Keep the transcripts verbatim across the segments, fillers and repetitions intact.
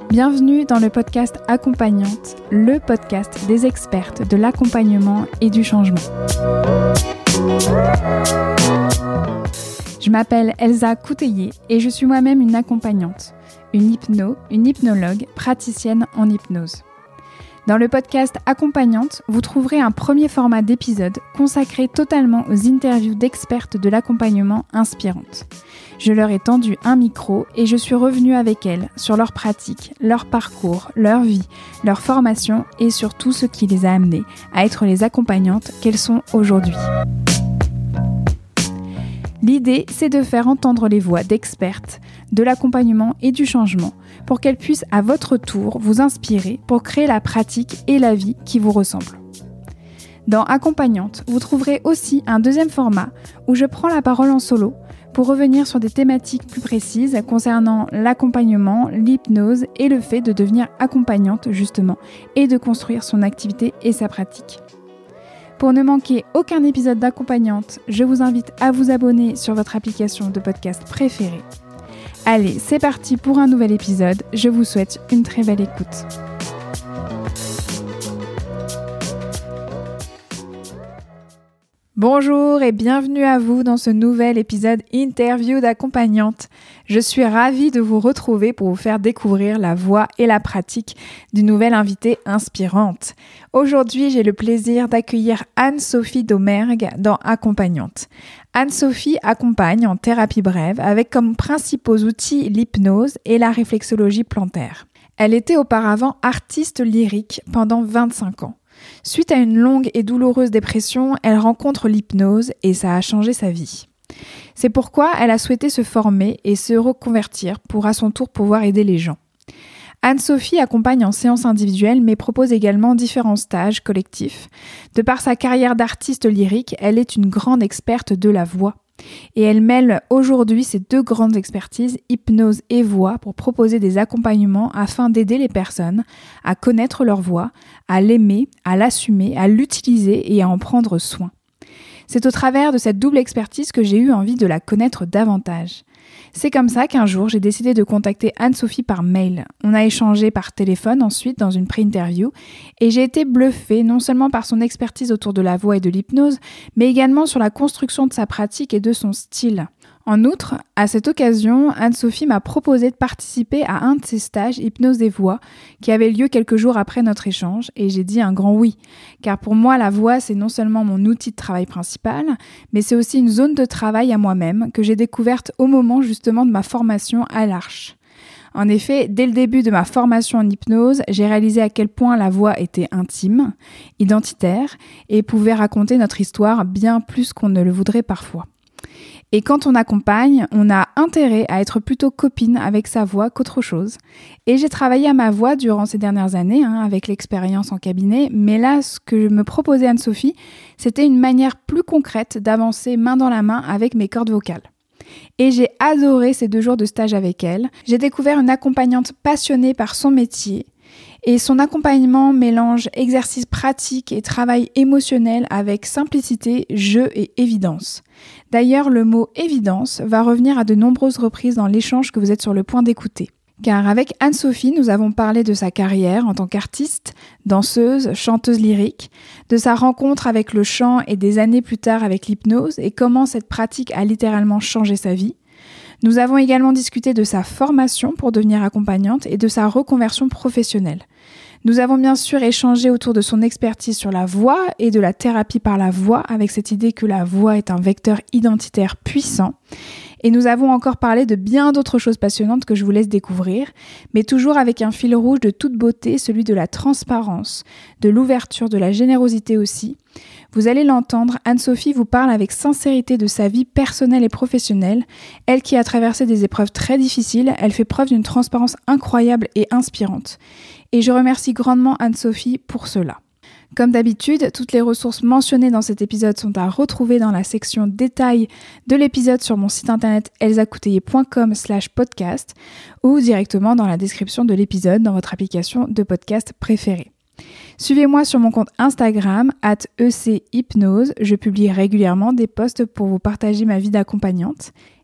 Bienvenue dans le podcast Accompagnante, le podcast des expertes de l'accompagnement et du changement. Je m'appelle Elsa Couteillé et je suis moi-même une accompagnante, une hypno, une hypnologue, praticienne en hypnose. Dans le podcast Accompagnante, vous trouverez un premier format d'épisode consacré totalement aux interviews d'expertes de l'accompagnement inspirantes. Je leur ai tendu un micro et je suis revenue avec elles sur leur pratique, leur parcours, leur vie, leur formation et surtout ce qui les a amenées à être les accompagnantes qu'elles sont aujourd'hui. L'idée, c'est de faire entendre les voix d'expertes, de l'accompagnement et du changement pour qu'elles puissent à votre tour vous inspirer pour créer la pratique et la vie qui vous ressemblent. Dans Accompagnante, vous trouverez aussi un deuxième format où je prends la parole en solo pour revenir sur des thématiques plus précises concernant l'accompagnement, l'hypnose et le fait de devenir accompagnante justement et de construire son activité et sa pratique. Pour ne manquer aucun épisode d'Accompagnante, je vous invite à vous abonner sur votre application de podcast préférée. Allez, c'est parti pour un nouvel épisode. Je vous souhaite une très belle écoute. Bonjour et bienvenue à vous dans ce nouvel épisode interview d'Accompagnante. Je suis ravie de vous retrouver pour vous faire découvrir la voix et la pratique d'une nouvelle invitée inspirante. Aujourd'hui, j'ai le plaisir d'accueillir Anne-Sophie Domergue dans Accompagnante. Anne-Sophie accompagne en thérapie brève avec comme principaux outils l'hypnose et la réflexologie plantaire. Elle était auparavant artiste lyrique pendant vingt-cinq ans. Suite à une longue et douloureuse dépression, elle rencontre l'hypnose et ça a changé sa vie. C'est pourquoi elle a souhaité se former et se reconvertir pour à son tour pouvoir aider les gens. Anne-Sophie accompagne en séance individuelle mais propose également différents stages collectifs. De par sa carrière d'artiste lyrique, elle est une grande experte de la voix. Et elle mêle aujourd'hui ces deux grandes expertises, hypnose et voix, pour proposer des accompagnements afin d'aider les personnes à connaître leur voix, à l'aimer, à l'assumer, à l'utiliser et à en prendre soin. C'est au travers de cette double expertise que j'ai eu envie de la connaître davantage. C'est comme ça qu'un jour, j'ai décidé de contacter Anne-Sophie par mail. On a échangé par téléphone ensuite dans une pré-interview et j'ai été bluffée non seulement par son expertise autour de la voix et de l'hypnose, mais également sur la construction de sa pratique et de son style. En outre, à cette occasion, Anne-Sophie m'a proposé de participer à un de ses stages hypnose et voix qui avait lieu quelques jours après notre échange et j'ai dit un grand oui. Car pour moi, la voix, c'est non seulement mon outil de travail principal, mais c'est aussi une zone de travail à moi-même que j'ai découverte au moment justement de ma formation à l'Arche. En effet, dès le début de ma formation en hypnose, j'ai réalisé à quel point la voix était intime, identitaire et pouvait raconter notre histoire bien plus qu'on ne le voudrait parfois. Et quand on accompagne, on a intérêt à être plutôt copine avec sa voix qu'autre chose. Et j'ai travaillé à ma voix durant ces dernières années, hein, avec l'expérience en cabinet, mais là, ce que me proposait Anne-Sophie, c'était une manière plus concrète d'avancer main dans la main avec mes cordes vocales. Et j'ai adoré ces deux jours de stage avec elle. J'ai découvert une accompagnante passionnée par son métier, et son accompagnement mélange exercice pratique et travail émotionnel avec simplicité, jeu et évidence. D'ailleurs, le mot « évidence » va revenir à de nombreuses reprises dans l'échange que vous êtes sur le point d'écouter. Car avec Anne-Sophie, nous avons parlé de sa carrière en tant qu'artiste, danseuse, chanteuse lyrique, de sa rencontre avec le chant et des années plus tard avec l'hypnose et comment cette pratique a littéralement changé sa vie. Nous avons également discuté de sa formation pour devenir accompagnante et de sa reconversion professionnelle. Nous avons bien sûr échangé autour de son expertise sur la voix et de la thérapie par la voix, avec cette idée que la voix est un vecteur identitaire puissant. Et nous avons encore parlé de bien d'autres choses passionnantes que je vous laisse découvrir, mais toujours avec un fil rouge de toute beauté, celui de la transparence, de l'ouverture, de la générosité aussi. Vous allez l'entendre, Anne-Sophie vous parle avec sincérité de sa vie personnelle et professionnelle. Elle qui a traversé des épreuves très difficiles, elle fait preuve d'une transparence incroyable et inspirante. Et je remercie grandement Anne-Sophie pour cela. Comme d'habitude, toutes les ressources mentionnées dans cet épisode sont à retrouver dans la section détails de l'épisode sur mon site internet elsacouteillé point com slash podcast ou directement dans la description de l'épisode dans votre application de podcast préférée. Suivez-moi sur mon compte Instagram arobase echypnose. Je publie régulièrement des posts pour vous partager ma vie d'accompagnante.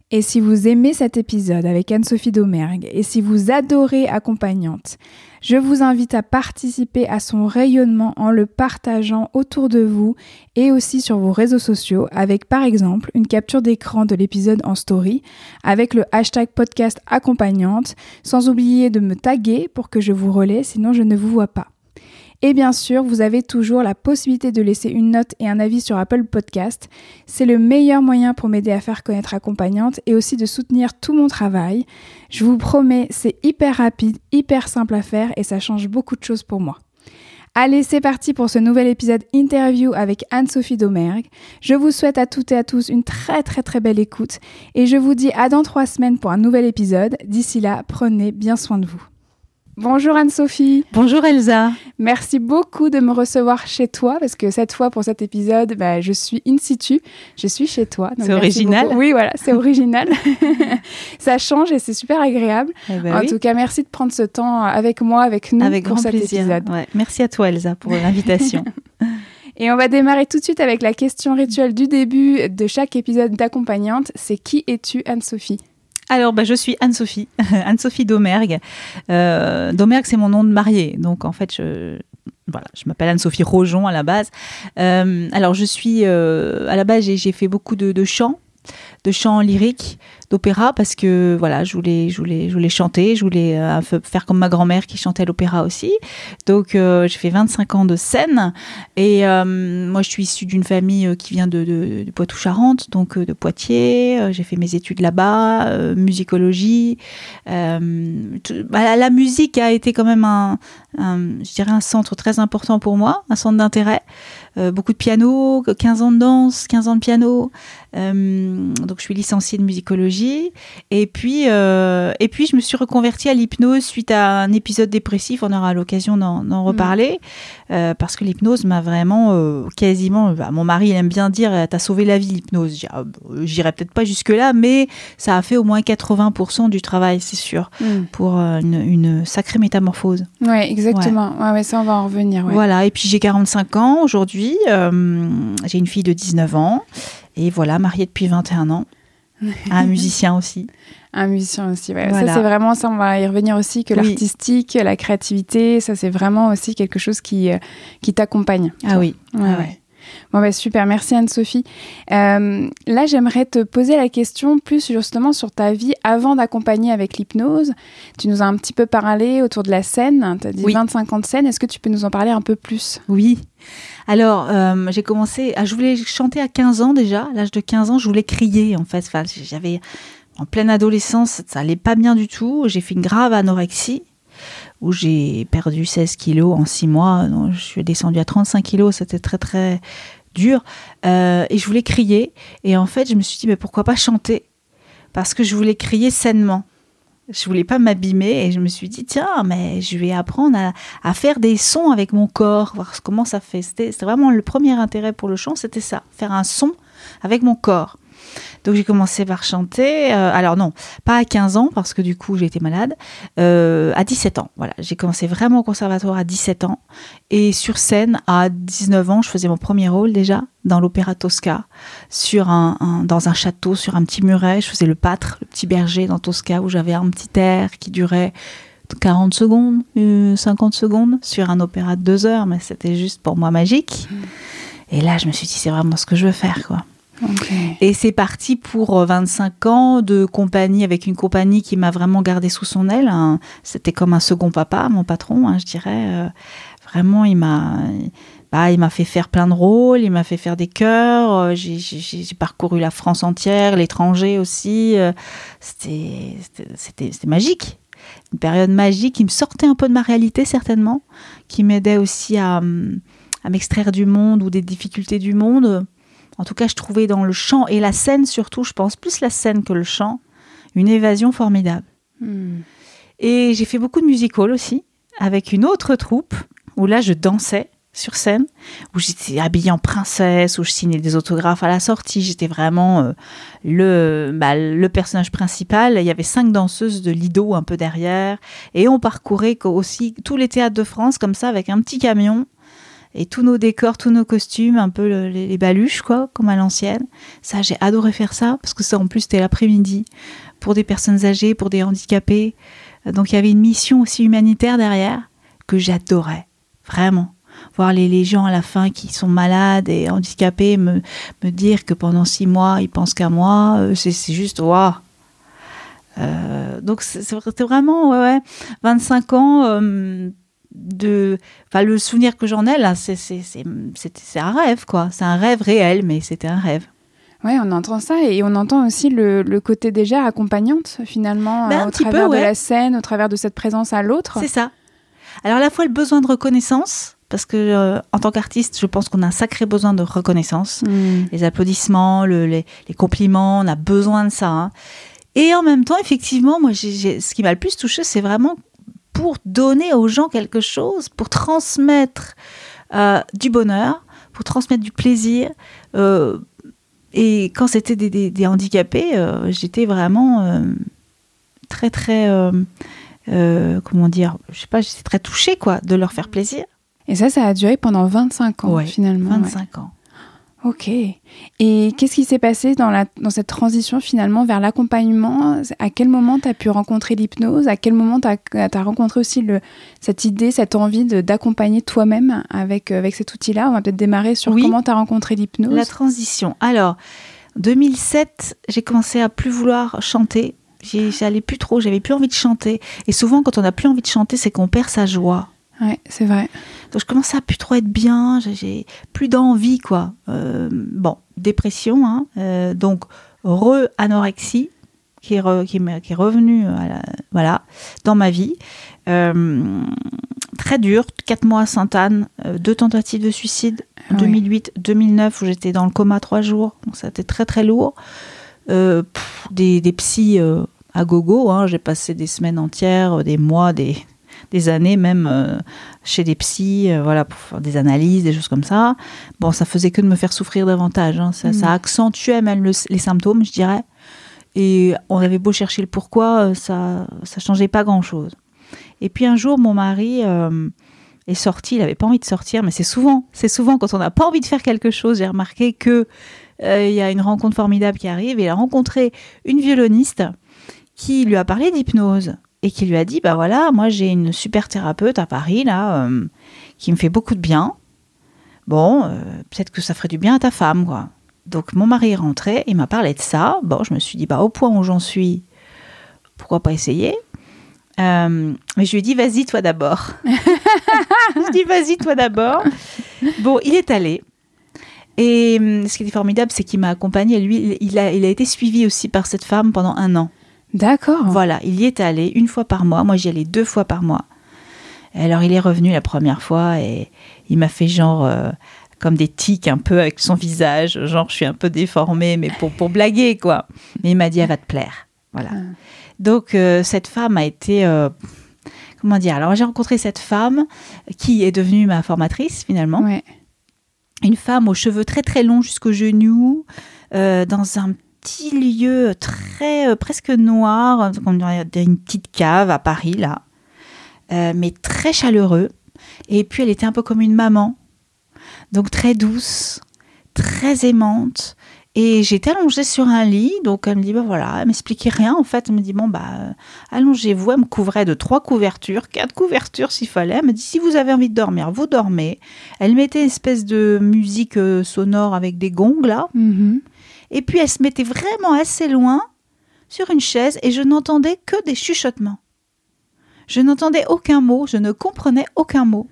Et si vous aimez cet épisode avec Anne-Sophie Domergue et si vous adorez Accompagnante, je vous invite à participer à son rayonnement en le partageant autour de vous et aussi sur vos réseaux sociaux avec par exemple une capture d'écran de l'épisode en story avec le hashtag podcast Accompagnante, sans oublier de me taguer pour que je vous relaie, sinon je ne vous vois pas. Et bien sûr, vous avez toujours la possibilité de laisser une note et un avis sur Apple Podcast. C'est le meilleur moyen pour m'aider à faire connaître Accompagnante et aussi de soutenir tout mon travail. Je vous promets, c'est hyper rapide, hyper simple à faire et ça change beaucoup de choses pour moi. Allez, c'est parti pour ce nouvel épisode interview avec Anne-Sophie Domergue. Je vous souhaite à toutes et à tous une très très très belle écoute et je vous dis à dans trois semaines pour un nouvel épisode. D'ici là, prenez bien soin de vous. Bonjour Anne-Sophie. Bonjour Elsa. Merci beaucoup de me recevoir chez toi parce que cette fois pour cet épisode, bah, je suis in situ, je suis chez toi. Donc c'est original. Beaucoup. Oui, voilà, c'est original. Ça change et c'est super agréable. Eh ben en oui. tout cas, merci de prendre ce temps avec moi, avec nous avec pour grand cet plaisir. épisode. Ouais. Merci à toi Elsa pour l'invitation. Et on va démarrer tout de suite avec la question rituelle du début de chaque épisode d'Accompagnante. C'est qui es-tu Anne-Sophie ? Alors, bah, je suis Anne-Sophie, Anne-Sophie Domergue. Euh, Domergue, c'est mon nom de mariée. Donc, en fait, je, voilà, je m'appelle Anne-Sophie Rojon à la base. Euh, alors, je suis... Euh, à la base, j'ai, j'ai fait beaucoup de, de chants, de chants lyriques, d'opéra, parce que voilà, je voulais, je voulais, je voulais chanter, je voulais euh, faire comme ma grand-mère qui chantait à l'opéra aussi. Donc, euh, j'ai fait vingt-cinq ans de scène. Et euh, moi, je suis issue d'une famille qui vient de, de, de Poitou-Charentes, donc euh, de Poitiers. Euh, j'ai fait mes études là-bas, euh, musicologie. Euh, tout, bah, la musique a été quand même un, un, je dirais un centre très important pour moi, un centre d'intérêt. Euh, beaucoup de piano, quinze ans de danse, quinze ans de piano. Euh, donc, je suis licenciée de musicologie. Et puis, euh, et puis, je me suis reconvertie à l'hypnose suite à un épisode dépressif. On aura l'occasion d'en, d'en reparler. Mmh. Euh, parce que l'hypnose m'a vraiment euh, quasiment... Bah, mon mari, il aime bien dire « t'as sauvé la vie, l'hypnose ». Ah, j'irai peut-être pas jusque-là, mais ça a fait au moins quatre-vingts pour cent du travail, c'est sûr, mmh. pour euh, une, une sacrée métamorphose. Oui, exactement. Ouais. Ouais, ouais, ça, on va en revenir. Ouais. Voilà, et puis j'ai quarante-cinq ans aujourd'hui. Euh, j'ai une fille de dix-neuf ans. Et voilà, mariée depuis vingt et un ans. Un musicien aussi. Un musicien aussi, ouais. Voilà. Ça, c'est vraiment, ça, on va y revenir aussi, que oui. l'artistique, la créativité, ça, c'est vraiment aussi quelque chose qui, euh, qui t'accompagne. Ah toi. Oui. Ouais, ah ouais. ouais. Bon, bah, super, merci Anne-Sophie. Euh, là, j'aimerais te poser la question plus justement sur ta vie avant d'accompagner avec l'hypnose. Tu nous as un petit peu parlé autour de la scène, tu as dit oui. vingt-cinq ans de scène, est-ce que tu peux nous en parler un peu plus ? Oui. Alors, euh, j'ai commencé, à, je voulais chanter à quinze ans déjà, à l'âge de quinze ans, je voulais crier en fait. Enfin, j'avais, en pleine adolescence, ça allait pas bien du tout, j'ai fait une grave anorexie, où j'ai perdu seize kilos en six mois, donc je suis descendue à trente-cinq kilos, c'était très très dur, euh, et je voulais crier, et en fait je me suis dit, mais pourquoi pas chanter, parce que je voulais crier sainement. Je voulais pas m'abîmer et je me suis dit, tiens, mais je vais apprendre à, à faire des sons avec mon corps, voir comment ça fait. C'était, c'était vraiment le premier intérêt pour le chant, c'était ça, faire un son avec mon corps. Donc j'ai commencé par chanter, euh, alors non, pas à quinze ans parce que du coup j'ai été malade, euh, à dix-sept ans. Voilà, j'ai commencé vraiment au conservatoire à dix-sept ans et sur scène à dix-neuf ans, je faisais mon premier rôle déjà dans l'opéra Tosca, sur un, un, dans un château, sur un petit muret. Je faisais le pâtre, le petit berger dans Tosca où j'avais un petit air qui durait quarante secondes, euh, cinquante secondes sur un opéra de deux heures, mais c'était juste pour moi magique. Et là, je me suis dit, c'est vraiment ce que je veux faire, quoi. Okay. Et c'est parti pour vingt-cinq ans de compagnie avec une compagnie qui m'a vraiment gardée sous son aile. Hein. C'était comme un second papa, mon patron, hein, je dirais. Euh, vraiment, il m'a, bah, il m'a fait faire plein de rôles, il m'a fait faire des chœurs. Euh, j'ai, j'ai, j'ai parcouru la France entière, l'étranger aussi. Euh, c'était, c'était, c'était, c'était magique. Une période magique qui me sortait un peu de ma réalité, certainement, qui m'aidait aussi à, à m'extraire du monde ou des difficultés du monde. En tout cas, je trouvais dans le chant et la scène surtout, je pense plus la scène que le chant, une évasion formidable. Mmh. Et j'ai fait beaucoup de music-hall aussi, avec une autre troupe, où là, je dansais sur scène, où j'étais habillée en princesse, où je signais des autographes à la sortie. J'étais vraiment euh, le, bah, le personnage principal. Il y avait cinq danseuses de Lido un peu derrière. Et on parcourait aussi tous les théâtres de France, comme ça, avec un petit camion. et tous nos décors, tous nos costumes, un peu le, les, les baluches, quoi, comme à l'ancienne. Ça, j'ai adoré faire ça, parce que ça, en plus, c'était l'après-midi, pour des personnes âgées, pour des handicapés. Donc, il y avait une mission aussi humanitaire derrière, que j'adorais, vraiment. Voir les, les gens à la fin qui sont malades et handicapés, me, me dire que pendant six mois, ils pensent qu'à moi, c'est, c'est juste, waouh. Euh, donc, c'est, c'était vraiment, ouais, ouais, vingt-cinq ans... Euh, de enfin le souvenir que j'en ai là c'est c'est c'est c'est, c'est un rêve quoi, c'est un rêve réel mais c'était un rêve. Ouais, on entend ça et on entend aussi le, le côté déjà accompagnante finalement ben, euh, au travers peu, ouais. de la scène, au travers de cette présence à l'autre. C'est ça. Alors à la fois le besoin de reconnaissance parce que euh, en tant qu'artiste, je pense qu'on a un sacré besoin de reconnaissance, mmh. les applaudissements, le, les, les compliments, on a besoin de ça. Hein. Et en même temps, effectivement, moi, j'ai, j'ai, ce qui m'a le plus touchée, c'est vraiment pour donner aux gens quelque chose, pour transmettre euh, du bonheur, pour transmettre du plaisir. Euh, et quand c'était des, des, des handicapés, euh, j'étais vraiment euh, très, très... Euh, euh, comment dire, je sais pas, j'étais très touchée, quoi, de leur faire plaisir. Et ça, ça a duré pendant vingt-cinq ans, ouais, finalement. vingt-cinq ouais. ans. Ok. Et qu'est-ce qui s'est passé dans, la, dans cette transition finalement vers l'accompagnement ? À quel moment tu as pu rencontrer l'hypnose ? À quel moment tu as rencontré aussi le, cette idée, cette envie de, d'accompagner toi-même avec, avec cet outil-là ? On va peut-être démarrer sur oui. comment tu as rencontré l'hypnose. La transition. Alors, deux mille sept, j'ai commencé à plus vouloir chanter. J'ai, j'allais plus trop, j'avais plus envie de chanter. Et souvent, quand on n'a plus envie de chanter, c'est qu'on perd sa joie. Ouais, c'est vrai. Donc, je commençais à plus trop être bien, j'ai, j'ai plus d'envie, quoi. Euh, bon, dépression, hein. Euh, donc, re-anorexie, qui est, re, qui, est, qui est revenue à la, voilà, dans ma vie. Euh, très dur, quatre mois à Sainte-Anne, euh, deux tentatives de suicide, en oui. deux mille huit, deux mille neuf, où j'étais dans le coma trois jours. Donc, ça a été très, très lourd. Euh, pff, des, des psys euh, à gogo, hein. J'ai passé des semaines entières, des mois, des... des années même euh, chez des psys, euh, voilà, pour faire des analyses, des choses comme ça. Bon, ça faisait que de me faire souffrir davantage. Hein. Ça, mmh. ça accentuait même le, les symptômes, je dirais. Et on avait beau chercher le pourquoi, ça ça changeait pas grand-chose. Et puis un jour, mon mari euh, est sorti. Il avait pas envie de sortir, mais c'est souvent, c'est souvent quand on n'a pas envie de faire quelque chose. J'ai remarqué que euh, y a une rencontre formidable qui arrive. Et il a rencontré une violoniste qui lui a parlé d'hypnose. Et qui lui a dit, bah voilà, moi j'ai une super thérapeute à Paris, là, euh, qui me fait beaucoup de bien. Bon, euh, peut-être que ça ferait du bien à ta femme, quoi. Donc mon mari est rentré, il m'a parlé de ça. Bon, je me suis dit, bah au point où j'en suis, pourquoi pas essayer ? euh, Mais je lui ai dit, vas-y toi d'abord. Je lui ai dit, vas-y toi d'abord. Bon, il est allé. Et ce qui était formidable, c'est qu'il m'a accompagnée. Lui, il a, il a été suivi aussi par cette femme pendant un an. D'accord. Voilà, il y est allé une fois par mois. Moi, j'y allais deux fois par mois. Et alors, il est revenu la première fois et il m'a fait genre euh, comme des tics un peu avec son visage. Genre, je suis un peu déformée, mais pour, pour blaguer, quoi. Mais il m'a dit, elle va te plaire. Voilà. Ah. Donc, euh, cette femme a été... Euh, comment dire ? Alors, j'ai rencontré cette femme qui est devenue ma formatrice, finalement. Ouais. Une femme aux cheveux très, très longs jusqu'aux genoux, euh, dans un petit lieu très, euh, presque noir, on a une petite cave à Paris, là, euh, mais très chaleureux. Et puis, elle était un peu comme une maman, donc très douce, très aimante. Et j'étais allongée sur un lit, donc elle me dit, bah voilà, elle m'expliquait rien, en fait. Elle me dit, bon, bah, euh, allongez-vous. Elle me couvrait de trois couvertures, quatre couvertures s'il fallait. Elle me dit, si vous avez envie de dormir, vous dormez. Elle mettait une espèce de musique euh, sonore avec des gongs, là. Mm-hmm. Et puis, elle se mettait vraiment assez loin sur une chaise et je n'entendais que des chuchotements. Je n'entendais aucun mot, je ne comprenais aucun mot.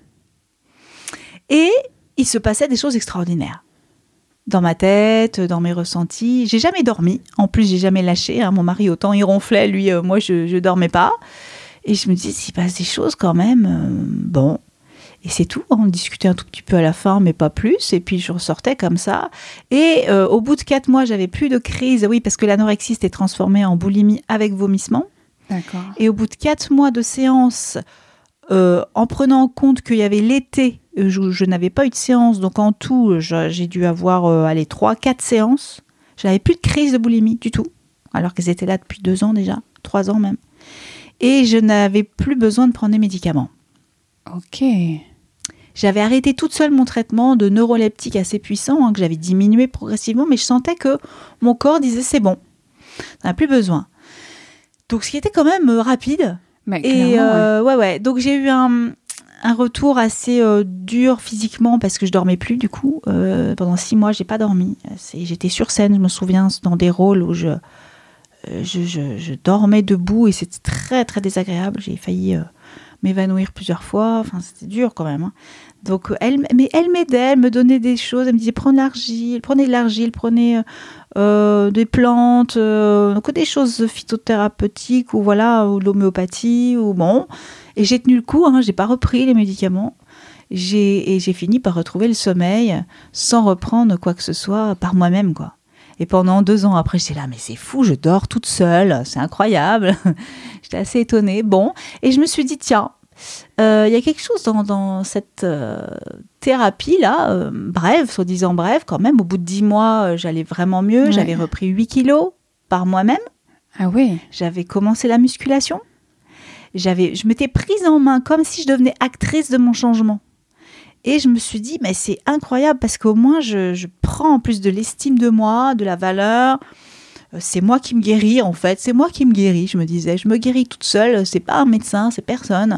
Et il se passait des choses extraordinaires. Dans ma tête, dans mes ressentis. J'ai jamais dormi. En plus, j'ai jamais lâché. Hein. Mon mari, autant il ronflait, lui, euh, moi, je ne dormais pas. Et je me disais, s'il passe des choses quand même, euh, bon... Et c'est tout, on discutait un tout petit peu à la fin, mais pas plus. Et puis, je ressortais comme ça. Et euh, au bout de quatre mois, j'avais plus de crise. Oui, parce que l'anorexie s'était transformée en boulimie avec vomissement. D'accord. Et au bout de quatre mois de séance, euh, en prenant en compte qu'il y avait l'été, je, je n'avais pas eu de séance. Donc, en tout, je, j'ai dû avoir euh, allez, trois, quatre séances. Je n'avais plus de crise de boulimie du tout. Alors qu'elles étaient là depuis deux ans déjà, trois ans même. Et je n'avais plus besoin de prendre des médicaments. Ok. J'avais arrêté toute seule mon traitement de neuroleptique assez puissant, hein, que j'avais diminué progressivement, mais je sentais que mon corps disait c'est bon, t'en as plus besoin. Donc ce qui était quand même euh, rapide. Mais Et euh, ouais. ouais, ouais. Donc j'ai eu un, un retour assez euh, dur physiquement parce que je dormais plus du coup. Euh, pendant six mois, j'ai pas dormi. C'est, j'étais sur scène, je me souviens, dans des rôles où je, je, je, je dormais debout et c'était très très désagréable. J'ai failli euh, m'évanouir plusieurs fois. Enfin, c'était dur quand même. Hein. Donc, elle, mais elle m'aidait, elle me donnait des choses. Elle me disait prenez de l'argile, prenez de l'argile, prenez euh, des plantes, euh, donc des choses phytothérapeutiques ou voilà, ou l'homéopathie ou bon. Et j'ai tenu le coup. Hein, j'ai pas repris les médicaments. J'ai et j'ai fini par retrouver le sommeil sans reprendre quoi que ce soit par moi-même, quoi. Et pendant deux ans après, j'étais là, mais c'est fou, je dors toute seule, c'est incroyable. J'étais assez étonnée. Bon, et je me suis dit, tiens, il euh, y a quelque chose dans, dans cette euh, thérapie-là, euh, brève, soi-disant brève, quand même. Au bout de dix mois, euh, j'allais vraiment mieux. Ouais. J'avais repris huit kilos par moi-même. Ah oui. J'avais commencé la musculation. J'avais, je m'étais prise en main comme si je devenais actrice de mon changement. Et je me suis dit, mais c'est incroyable parce qu'au moins, je, je prends en plus de l'estime de moi, de la valeur. C'est moi qui me guéris, en fait. C'est moi qui me guéris, je me disais. Je me guéris toute seule. C'est pas un médecin, c'est personne.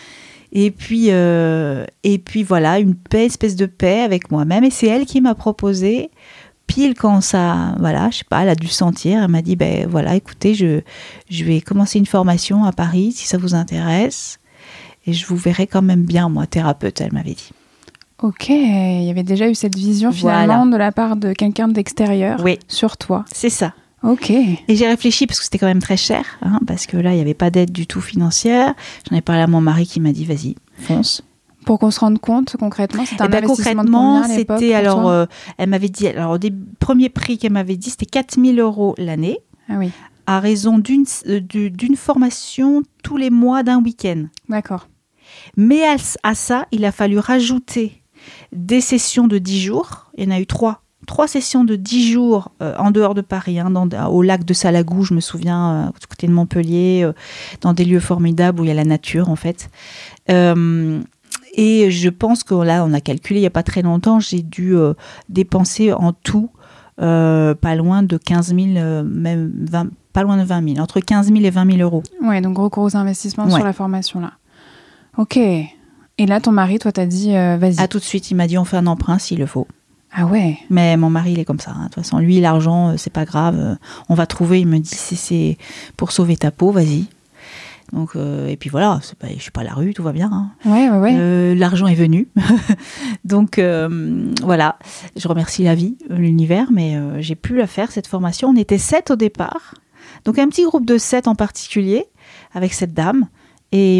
Et puis, euh, et puis voilà, une paix, espèce de paix avec moi-même. Et c'est elle qui m'a proposé, pile quand ça, voilà, je sais pas, elle a dû sentir. Elle m'a dit, ben voilà, écoutez, je, je vais commencer une formation à Paris, si ça vous intéresse. Et je vous verrai quand même bien, moi, thérapeute, elle m'avait dit. Ok, il y avait déjà eu cette vision finalement voilà. de la part de quelqu'un d'extérieur oui. sur toi. C'est ça. Ok. Et j'ai réfléchi parce que c'était quand même très cher, hein, parce que là, il n'y avait pas d'aide du tout financière. J'en ai parlé à mon mari qui m'a dit, vas-y, fonce. Pour qu'on se rende compte concrètement, c'était un ben, investissement concrètement, de combien à l'époque c'était alors, toi euh, elle m'avait dit, alors des premiers prix qu'elle m'avait dit, c'était quatre mille euros l'année, ah oui. à raison d'une, euh, d'une formation tous les mois d'un week-end. D'accord. Mais à, à ça, il a fallu rajouter des sessions de dix jours. Il y en a eu trois. Trois sessions de dix jours euh, en dehors de Paris, hein, dans, au lac de Salagou, je me souviens, euh, du côté de Montpellier, euh, dans des lieux formidables où il y a la nature, en fait. Euh, et je pense que là, on a calculé il n'y a pas très longtemps, j'ai dû euh, dépenser en tout euh, pas loin de quinze mille, euh, même vingt, pas loin de vingt mille, entre quinze mille et vingt mille euros. Ouais, donc gros, gros investissement ouais. sur la formation, là. Ok. Et là, ton mari, toi, t'as dit, euh, vas-y. Ah, tout de suite, il m'a dit, on fait un emprunt s'il le faut. Ah ouais. Mais mon mari, il est comme ça. Hein. De toute façon, lui, l'argent, euh, c'est pas grave. Euh, on va trouver. Il me dit, c'est, c'est pour sauver ta peau, vas-y. Donc, euh, et puis voilà, c'est pas, je suis pas à la rue, tout va bien. Hein. Ouais, ouais, ouais. Euh, l'argent est venu. Donc, euh, voilà. Je remercie la vie, l'univers, mais euh, j'ai pu la faire, cette formation. On était sept au départ. Donc, un petit groupe de sept en particulier, avec cette dame. Et,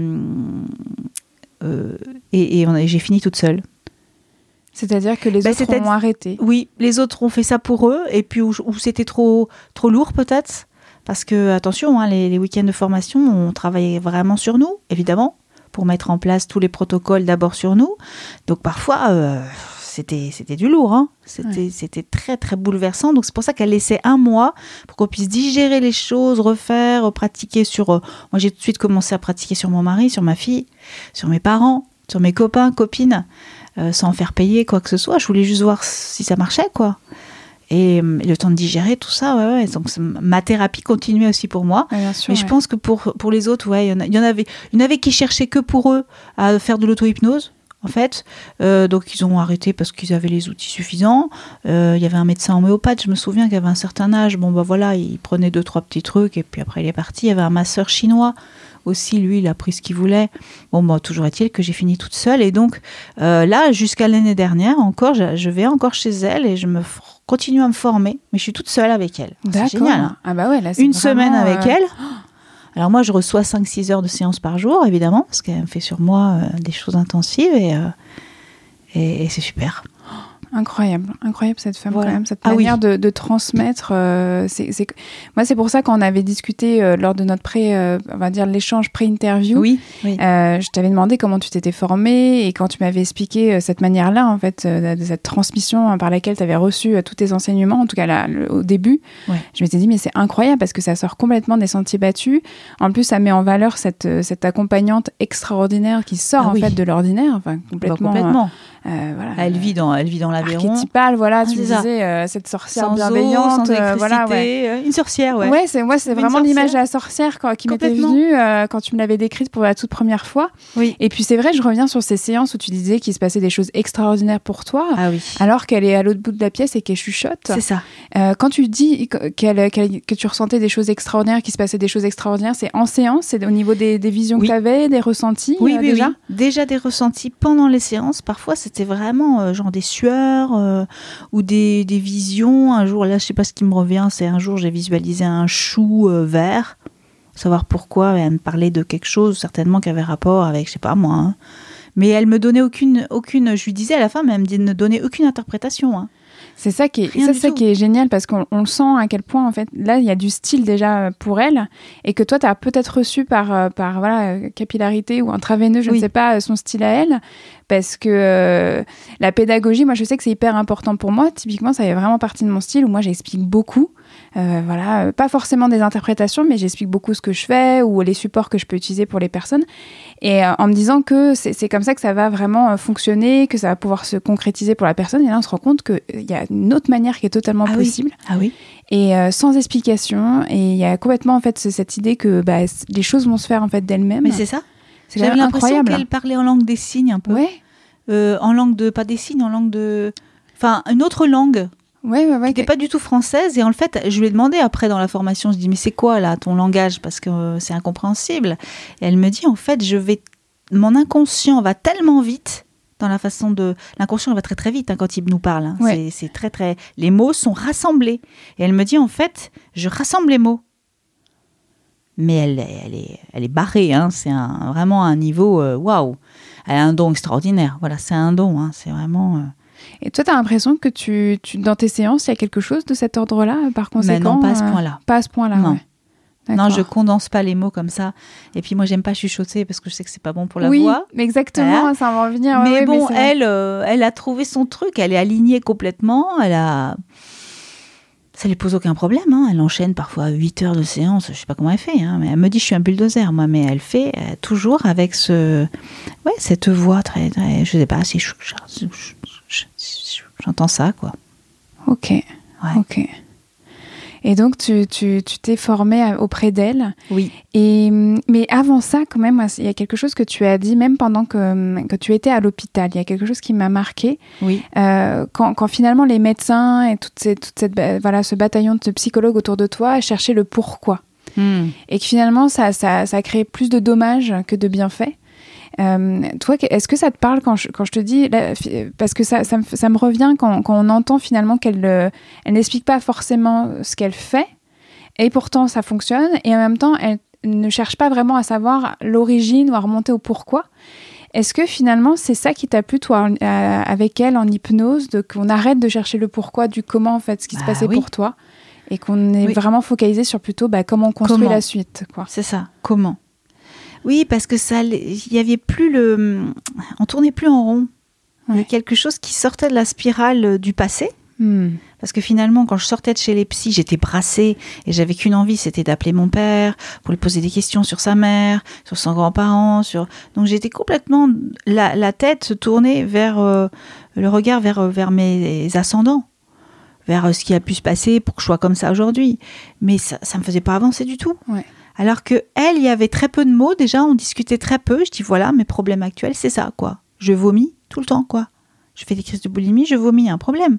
euh, et, et, on a, et j'ai fini toute seule. C'est-à-dire que les bah, autres ont arrêté. Oui, les autres ont fait ça pour eux, et puis où, où c'était trop, trop lourd peut-être, parce que, attention, hein, les, les week-ends de formation, on travaillait vraiment sur nous, évidemment, pour mettre en place tous les protocoles d'abord sur nous. Donc parfois, euh, c'était, c'était du lourd, hein. c'était, ouais. c'était très très bouleversant. Donc c'est pour ça qu'elle laissait un mois pour qu'on puisse digérer les choses, refaire, pratiquer sur... Euh, moi j'ai tout de suite commencé à pratiquer sur mon mari, sur ma fille, sur mes parents, sur mes copains, copines. Euh, sans faire payer quoi que ce soit, je voulais juste voir si ça marchait, quoi. Et euh, le temps de digérer tout ça, ouais, ouais. Donc ma thérapie continuait aussi pour moi. Ouais, bien sûr, mais ouais. je pense que pour pour les autres, ouais, il y en a, il y en avait, il y en avait qui cherchaient que pour eux à faire de l'auto-hypnose. En fait, euh, donc ils ont arrêté parce qu'ils avaient les outils suffisants. Euh, il y avait un médecin homéopathe, je me souviens, qui avait un certain âge. Bon, bah voilà, il prenait deux, trois petits trucs et puis après il est parti. Il y avait un masseur chinois aussi, lui, il a pris ce qu'il voulait. Bon, bah, toujours est-il que j'ai fini toute seule. Et donc, euh, là, jusqu'à l'année dernière, encore, je, je vais encore chez elle et je me f- continue à me former. Mais je suis toute seule avec elle. D'accord. C'est génial. Hein. Ah bah ouais, là, c'est Une vraiment, semaine avec euh... elle. Alors moi, je reçois cinq six heures de séance par jour, évidemment, parce qu'elle me fait sur moi euh, des choses intensives et, euh, et, et c'est super. Incroyable, incroyable cette femme voilà. quand même, cette ah manière oui. de, de transmettre. Euh, c'est, c'est... Moi, c'est pour ça qu'on avait discuté euh, lors de notre pré, euh, on va dire l'échange pré-interview. Oui. oui. Euh, je t'avais demandé comment tu t'étais formée et quand tu m'avais expliqué euh, cette manière-là, en fait, euh, de cette transmission hein, par laquelle tu avais reçu euh, tous tes enseignements, en tout cas là, le, au début, ouais. je m'étais dit mais c'est incroyable parce que ça sort complètement des sentiers battus. En plus, ça met en valeur cette, cette accompagnante extraordinaire qui sort ah, en oui. fait de l'ordinaire, enfin complètement. Bah, complètement. Euh, voilà, elle vit dans, elle vit dans l'Aveyron. Archétypale, voilà, ah, tu disais euh, cette sorcière sans bienveillante, eau, sans euh, voilà, ouais. une sorcière, ouais. Ouais, c'est moi, c'est Une vraiment sorcière. l'image de la sorcière quoi, qui m'était venue euh, quand tu me l'avais décrite pour la toute première fois. Oui. Et puis c'est vrai, je reviens sur ces séances où tu disais qu'il se passait des choses extraordinaires pour toi, ah, oui. alors qu'elle est à l'autre bout de la pièce et qu'elle chuchote. C'est ça. Euh, quand tu dis qu'elle, qu'elle, que tu ressentais des choses extraordinaires, qu'il se passait des choses extraordinaires, c'est en séance, c'est au niveau des, des visions oui. que tu avais, des ressentis oui, euh, oui, déjà oui. Déjà des ressentis pendant les séances. Parfois, c'était vraiment euh, genre des sueurs euh, ou des, des visions. Un jour, là, je sais pas ce qui me revient, c'est un jour, j'ai visualisé un chou euh, vert. Savoir pourquoi, elle me parlait de quelque chose, certainement qui avait rapport avec, je sais pas moi. Hein. Mais elle me donnait aucune, aucune, je lui disais à la fin, mais elle me ne donnait aucune interprétation. Hein. C'est ça qui est, ça, ça qui est génial parce qu'on on le sent à quel point en fait là il y a du style déjà pour elle et que toi tu as peut-être reçu par, par voilà, capillarité ou intraveineux, je oui. ne sais pas, son style à elle parce que euh, la pédagogie, moi je sais que c'est hyper important pour moi. Typiquement ça fait vraiment partie de mon style où moi j'explique beaucoup. Euh, voilà, pas forcément des interprétations, mais j'explique beaucoup ce que je fais ou les supports que je peux utiliser pour les personnes. Et euh, en me disant que c'est, c'est comme ça que ça va vraiment euh, fonctionner, que ça va pouvoir se concrétiser pour la personne. Et là, on se rend compte qu'il y a une autre manière qui est totalement ah possible. Oui. Ah oui. Et euh, sans explication. Et il y a complètement en fait cette idée que bah, les choses vont se faire en fait d'elles-mêmes. Mais c'est ça. C'est J'avais l'impression incroyable. qu'elle parlait en langue des signes un peu. Ouais. Euh, en langue de, pas des signes, en langue de, enfin une autre langue. Ouais, ouais, ouais, qui n'était pas du tout française. Et en fait, je lui ai demandé après dans la formation, je dis mais c'est quoi là ton langage parce que euh, c'est incompréhensible. Et elle me dit en fait, je vais, mon inconscient va tellement vite dans la façon de, l'inconscient va très très vite hein, quand il nous parle. Hein. Ouais. C'est, c'est très très, les mots sont rassemblés. Et elle me dit en fait, je rassemble les mots. Mais elle, elle est, elle est barrée. Hein. C'est un, vraiment un niveau waouh. Wow. Elle a un don extraordinaire. Voilà, c'est un don. Hein. C'est vraiment. Euh, Et toi, tu as l'impression que tu, tu, dans tes séances, il y a quelque chose de cet ordre-là, par conséquent? Mais non, pas à ce point-là. Euh, pas à ce point-là, non. Ouais. Non, je condense pas les mots comme ça. Et puis moi, j'aime pas chuchoter parce que je sais que c'est pas bon pour la oui, voix. Oui, exactement, voilà. Ça va revenir. Mais ouais, bon, mais elle, euh, elle a trouvé son truc. Elle est alignée complètement. Elle a... Ça lui pose aucun problème. Hein. Elle enchaîne parfois huit heures de séance. Je sais pas comment elle fait. Hein. Mais elle me dit, je suis un bulldozer, moi. Mais elle fait euh, toujours avec ce... ouais, cette voix très, très... Je sais pas, c'est... J'entends ça, quoi. Ok, ouais. ok. Et donc, tu, tu, tu t'es formée auprès d'elle. Oui. Et, mais avant ça, quand même, il y a quelque chose que tu as dit, même pendant que, que tu étais à l'hôpital. Il y a quelque chose qui m'a marquée. Oui. Euh, quand, quand finalement les médecins et toute cette, toute cette, voilà, ce bataillon de psychologues autour de toi cherchaient le pourquoi. Mm. Et que finalement, ça, ça, ça a créé plus de dommages que de bienfaits. Euh, toi, est-ce que ça te parle quand je, quand je te dis là, parce que ça, ça, me, ça me revient quand, quand on entend finalement qu'elle euh, elle n'explique pas forcément ce qu'elle fait et pourtant ça fonctionne et en même temps elle ne cherche pas vraiment à savoir l'origine ou à remonter au pourquoi. Est-ce que finalement c'est ça qui t'a plu toi euh, avec elle en hypnose, de, qu'on arrête de chercher le pourquoi du comment en fait ce qui bah, se passait oui. pour toi et qu'on est oui. vraiment focalisé sur plutôt bah, comment on construit comment. la suite quoi. C'est ça, comment. Oui, parce que ça, il y avait plus le, on tournait plus en rond. Il y avait quelque chose qui sortait de la spirale du passé. Hmm. Parce que finalement, quand je sortais de chez les psys, j'étais brassée et j'avais qu'une envie, c'était d'appeler mon père pour lui poser des questions sur sa mère, sur son grand-parent, sur. Donc j'étais complètement la, la tête se tournait vers euh, le regard vers vers mes ascendants, vers euh, ce qui a pu se passer pour que je sois comme ça aujourd'hui. Mais ça, ça me faisait pas avancer du tout. Ouais. Alors que elle, il y avait très peu de mots. Déjà, on discutait très peu. Je dis voilà, mes problèmes actuels, c'est ça, quoi. Je vomis tout le temps, quoi. Je fais des crises de boulimie, je vomis, un problème.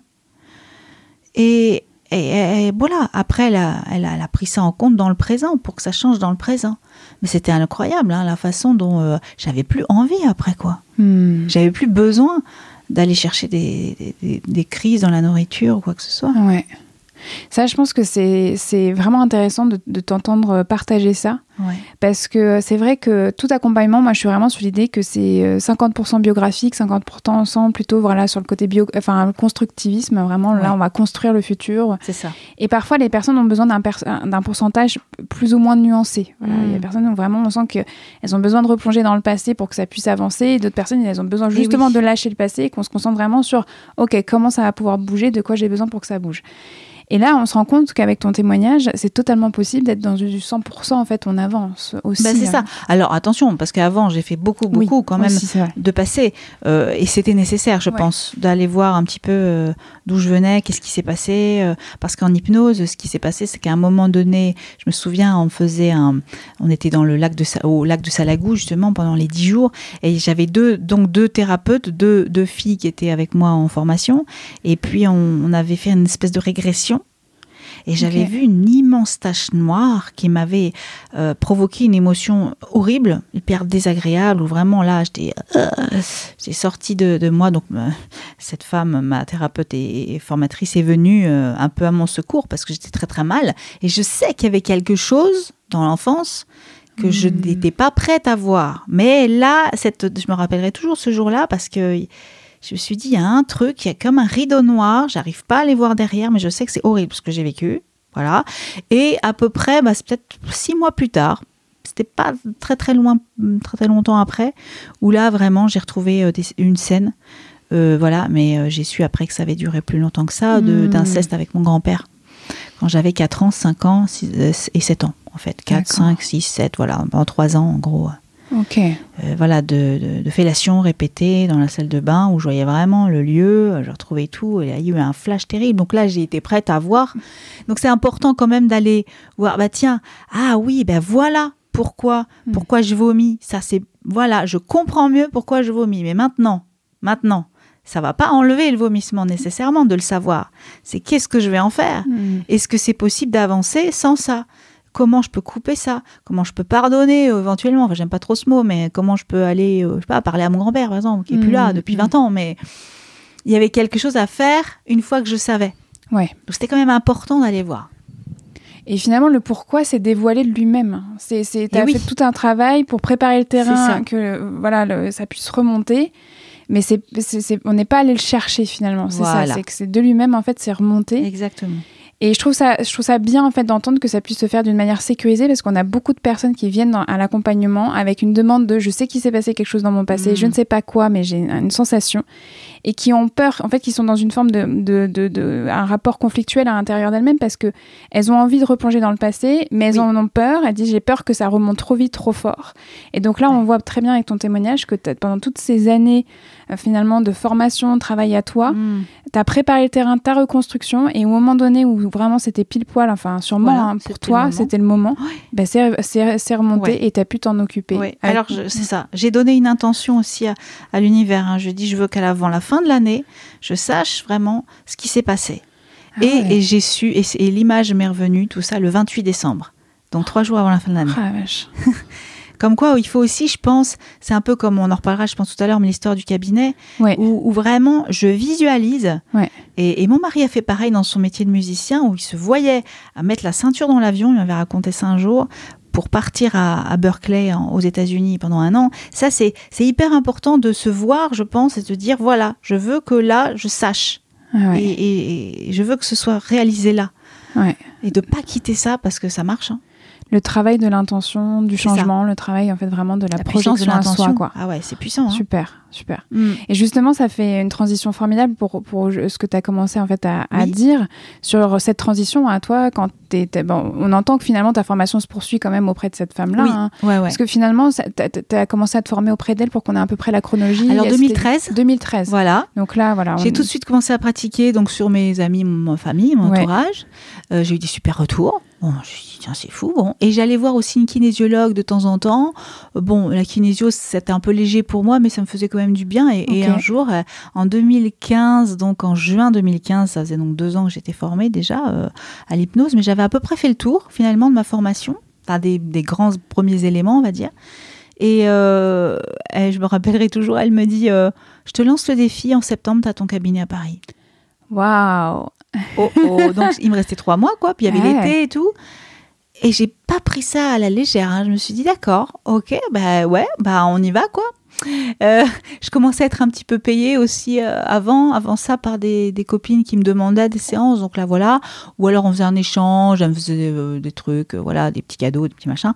Et, et, et voilà. Après, elle a, elle, a, elle a pris ça en compte dans le présent pour que ça change dans le présent. Mais c'était incroyable, hein, la façon dont euh, j'avais plus envie après, quoi. Hmm. J'avais plus besoin d'aller chercher des, des, des, des crises dans la nourriture ou quoi que ce soit. Ouais. Ça, je pense que c'est, c'est vraiment intéressant de, de t'entendre partager ça. Ouais. Parce que c'est vrai que tout accompagnement, moi, je suis vraiment sur l'idée que c'est cinquante pour cent biographique, cinquante pour cent plutôt voilà, sur le côté bio, enfin, le constructivisme. Vraiment, ouais. Là, on va construire le futur. C'est ça. Et parfois, les personnes ont besoin d'un, per- d'un pourcentage plus ou moins nuancé. Voilà. Mmh. Il y a des personnes où vraiment, on sent qu'elles ont besoin de replonger dans le passé pour que ça puisse avancer. Et d'autres personnes, elles ont besoin justement oui. de lâcher le passé et qu'on se concentre vraiment sur « Ok, comment ça va pouvoir bouger ? De quoi j'ai besoin pour que ça bouge ?» Et là, on se rend compte qu'avec ton témoignage, c'est totalement possible d'être dans du cent pour cent, en fait, on avance aussi. Bah c'est hein. ça. Alors, attention, parce qu'avant, j'ai fait beaucoup, beaucoup oui, quand même aussi, de passer. Euh, et c'était nécessaire, je ouais. pense, d'aller voir un petit peu euh, d'où je venais, qu'est-ce qui s'est passé. Euh, parce qu'en hypnose, ce qui s'est passé, c'est qu'à un moment donné, je me souviens, on faisait un... On était dans le lac de, au lac de Salagou, justement, pendant les dix jours. Et j'avais deux, donc deux thérapeutes, deux, deux filles qui étaient avec moi en formation. Et puis, on, on avait fait une espèce de régression. Et j'avais okay. vu une immense tache noire qui m'avait euh, provoqué une émotion horrible, hyper désagréable, où vraiment là, j'étais, euh, j'étais sortie de, de moi. Donc, euh, cette femme, ma thérapeute et, et formatrice, est venue euh, un peu à mon secours parce que j'étais très très mal. Et je sais qu'il y avait quelque chose dans l'enfance que mmh. je n'étais pas prête à voir. Mais là, cette, je me rappellerai toujours ce jour-là parce que... Je me suis dit, il y a un truc, il y a comme un rideau noir, j'arrive pas à les voir derrière, mais je sais que c'est horrible ce que j'ai vécu. Voilà. Et à peu près, bah, c'est peut-être six mois plus tard, c'était pas très très loin, très très longtemps après, où là vraiment j'ai retrouvé euh, des, une scène. Euh, voilà, mais euh, j'ai su après que ça avait duré plus longtemps que ça, de, mmh. d'inceste avec mon grand-père. Quand j'avais quatre ans, cinq ans six, euh, et sept ans, en fait. quatre, D'accord. cinq, six, sept, voilà, pendant trois ans en gros. Ok. Euh, voilà, de, de, de fellation répétée dans la salle de bain où je voyais vraiment le lieu, je retrouvais tout, et il y a eu un flash terrible. Donc là, j'ai été prête à voir. Donc c'est important quand même d'aller voir, bah tiens, ah oui, ben voilà pourquoi, mmh. pourquoi je vomis. Ça, c'est, voilà, je comprends mieux pourquoi je vomis. Mais maintenant, maintenant, ça va pas enlever le vomissement nécessairement de le savoir. C'est qu'est-ce que je vais en faire ? Mmh. Est-ce que c'est possible d'avancer sans ça ? Comment je peux couper ça ? Comment je peux pardonner euh, éventuellement ? Enfin, j'aime pas trop ce mot, mais comment je peux aller, euh, je sais pas, parler à mon grand-père, par exemple, qui est mmh, plus là depuis mmh. vingt ans, mais il y avait quelque chose à faire une fois que je savais. Ouais. Donc, c'était quand même important d'aller voir. Et finalement, le pourquoi, c'est dévoilé de lui-même. C'est, c'est, t'as oui. fait tout un travail pour préparer le terrain, que voilà, le, ça puisse remonter. Mais c'est, c'est, c'est, on n'est pas allé le chercher, finalement. C'est voilà. ça, c'est que c'est de lui-même, en fait, c'est remonté. Exactement. Et je trouve ça, je trouve ça bien en fait d'entendre que ça puisse se faire d'une manière sécurisée parce qu'on a beaucoup de personnes qui viennent dans, à l'accompagnement avec une demande de je sais qu'il s'est passé quelque chose dans mon passé, mmh. je ne sais pas quoi, mais j'ai une, une sensation et qui ont peur, en fait, qui sont dans une forme de, de, de, de un rapport conflictuel à l'intérieur d'elles-mêmes parce que elles ont envie de replonger dans le passé, mais elles oui. en ont peur. Elles disent j'ai peur que ça remonte trop vite, trop fort. Et donc là, ouais. on voit très bien avec ton témoignage que pendant toutes ces années euh, finalement de formation, de travail à toi, mmh. tu as préparé le terrain de ta reconstruction et au moment donné où vraiment c'était pile poil, enfin sûrement voilà, hein, pour toi, le c'était le moment, ouais. bah, c'est, c'est, c'est remonté ouais. et tu as pu t'en occuper. Ouais. Avec... Alors je, c'est ça, j'ai donné une intention aussi à, à l'univers, hein. Je dis je veux qu'avant la fin de l'année, je sache vraiment ce qui s'est passé. Ah et, ouais. et j'ai su, et, et l'image m'est revenue, tout ça, le vingt-huit décembre, donc trois jours avant la fin de l'année. Ah vache. Comme quoi, il faut aussi, je pense, c'est un peu comme on en reparlera, je pense tout à l'heure, mais l'histoire du cabinet, ouais. où, où vraiment je visualise. Ouais. Et, et mon mari a fait pareil dans son métier de musicien, où il se voyait à mettre la ceinture dans l'avion, il m'avait raconté ça un jour, pour partir à, à Berkeley, en, aux États-Unis pendant un an. Ça, c'est, c'est hyper important de se voir, je pense, et de dire, voilà, je veux que là, je sache. Ah ouais. et, et, et je veux que ce soit réalisé là. Ouais. Et de ne pas quitter ça, parce que ça marche, hein. Le travail de l'intention, du c'est changement, ça. Le travail en fait vraiment de la, la projection à soi, quoi. Ah ouais, c'est puissant. Hein. Super, super. Mm. Et justement, ça fait une transition formidable pour, pour ce que tu as commencé en fait à, à oui. dire sur cette transition à toi quand t'es, t'es, bon, on entend que finalement ta formation se poursuit quand même auprès de cette femme-là. Oui. Hein, ouais, ouais. Parce que finalement, tu as commencé à te former auprès d'elle pour qu'on ait à peu près la chronologie. Alors deux mille treize. deux mille treize. Voilà. Donc là, voilà. J'ai on... tout de suite commencé à pratiquer donc sur mes amis, ma famille, mon ouais. entourage. Euh, j'ai eu des super retours. Bon, je me suis dit, tiens, c'est fou. Bon. Et j'allais voir aussi une kinésiologue de temps en temps. Bon, la kinésio, c'était un peu léger pour moi, mais ça me faisait quand même du bien. Et, okay. et un jour, euh, en deux mille quinze, donc en juin deux mille quinze, ça faisait donc deux ans que j'étais formée déjà euh, à l'hypnose, mais j'avais à peu près fait le tour, finalement, de ma formation. Enfin, des, des grands premiers éléments, on va dire. Et, euh, et je me rappellerai toujours, elle me dit, euh, je te lance le défi, en septembre, tu as ton cabinet à Paris. Waouh! Oh, oh. Donc, il me restait trois mois, quoi. Puis il y avait Ouais. l'été et tout. Et j'ai pas pris ça à la légère. Hein. Je me suis dit, d'accord, ok, bah ouais, bah on y va, quoi. Euh, je commençais à être un petit peu payée aussi euh, avant, avant ça par des, des copines qui me demandaient des séances. Donc là, voilà. Ou alors on faisait un échange, elles me faisaient euh, des trucs, euh, voilà, des petits cadeaux, des petits machins.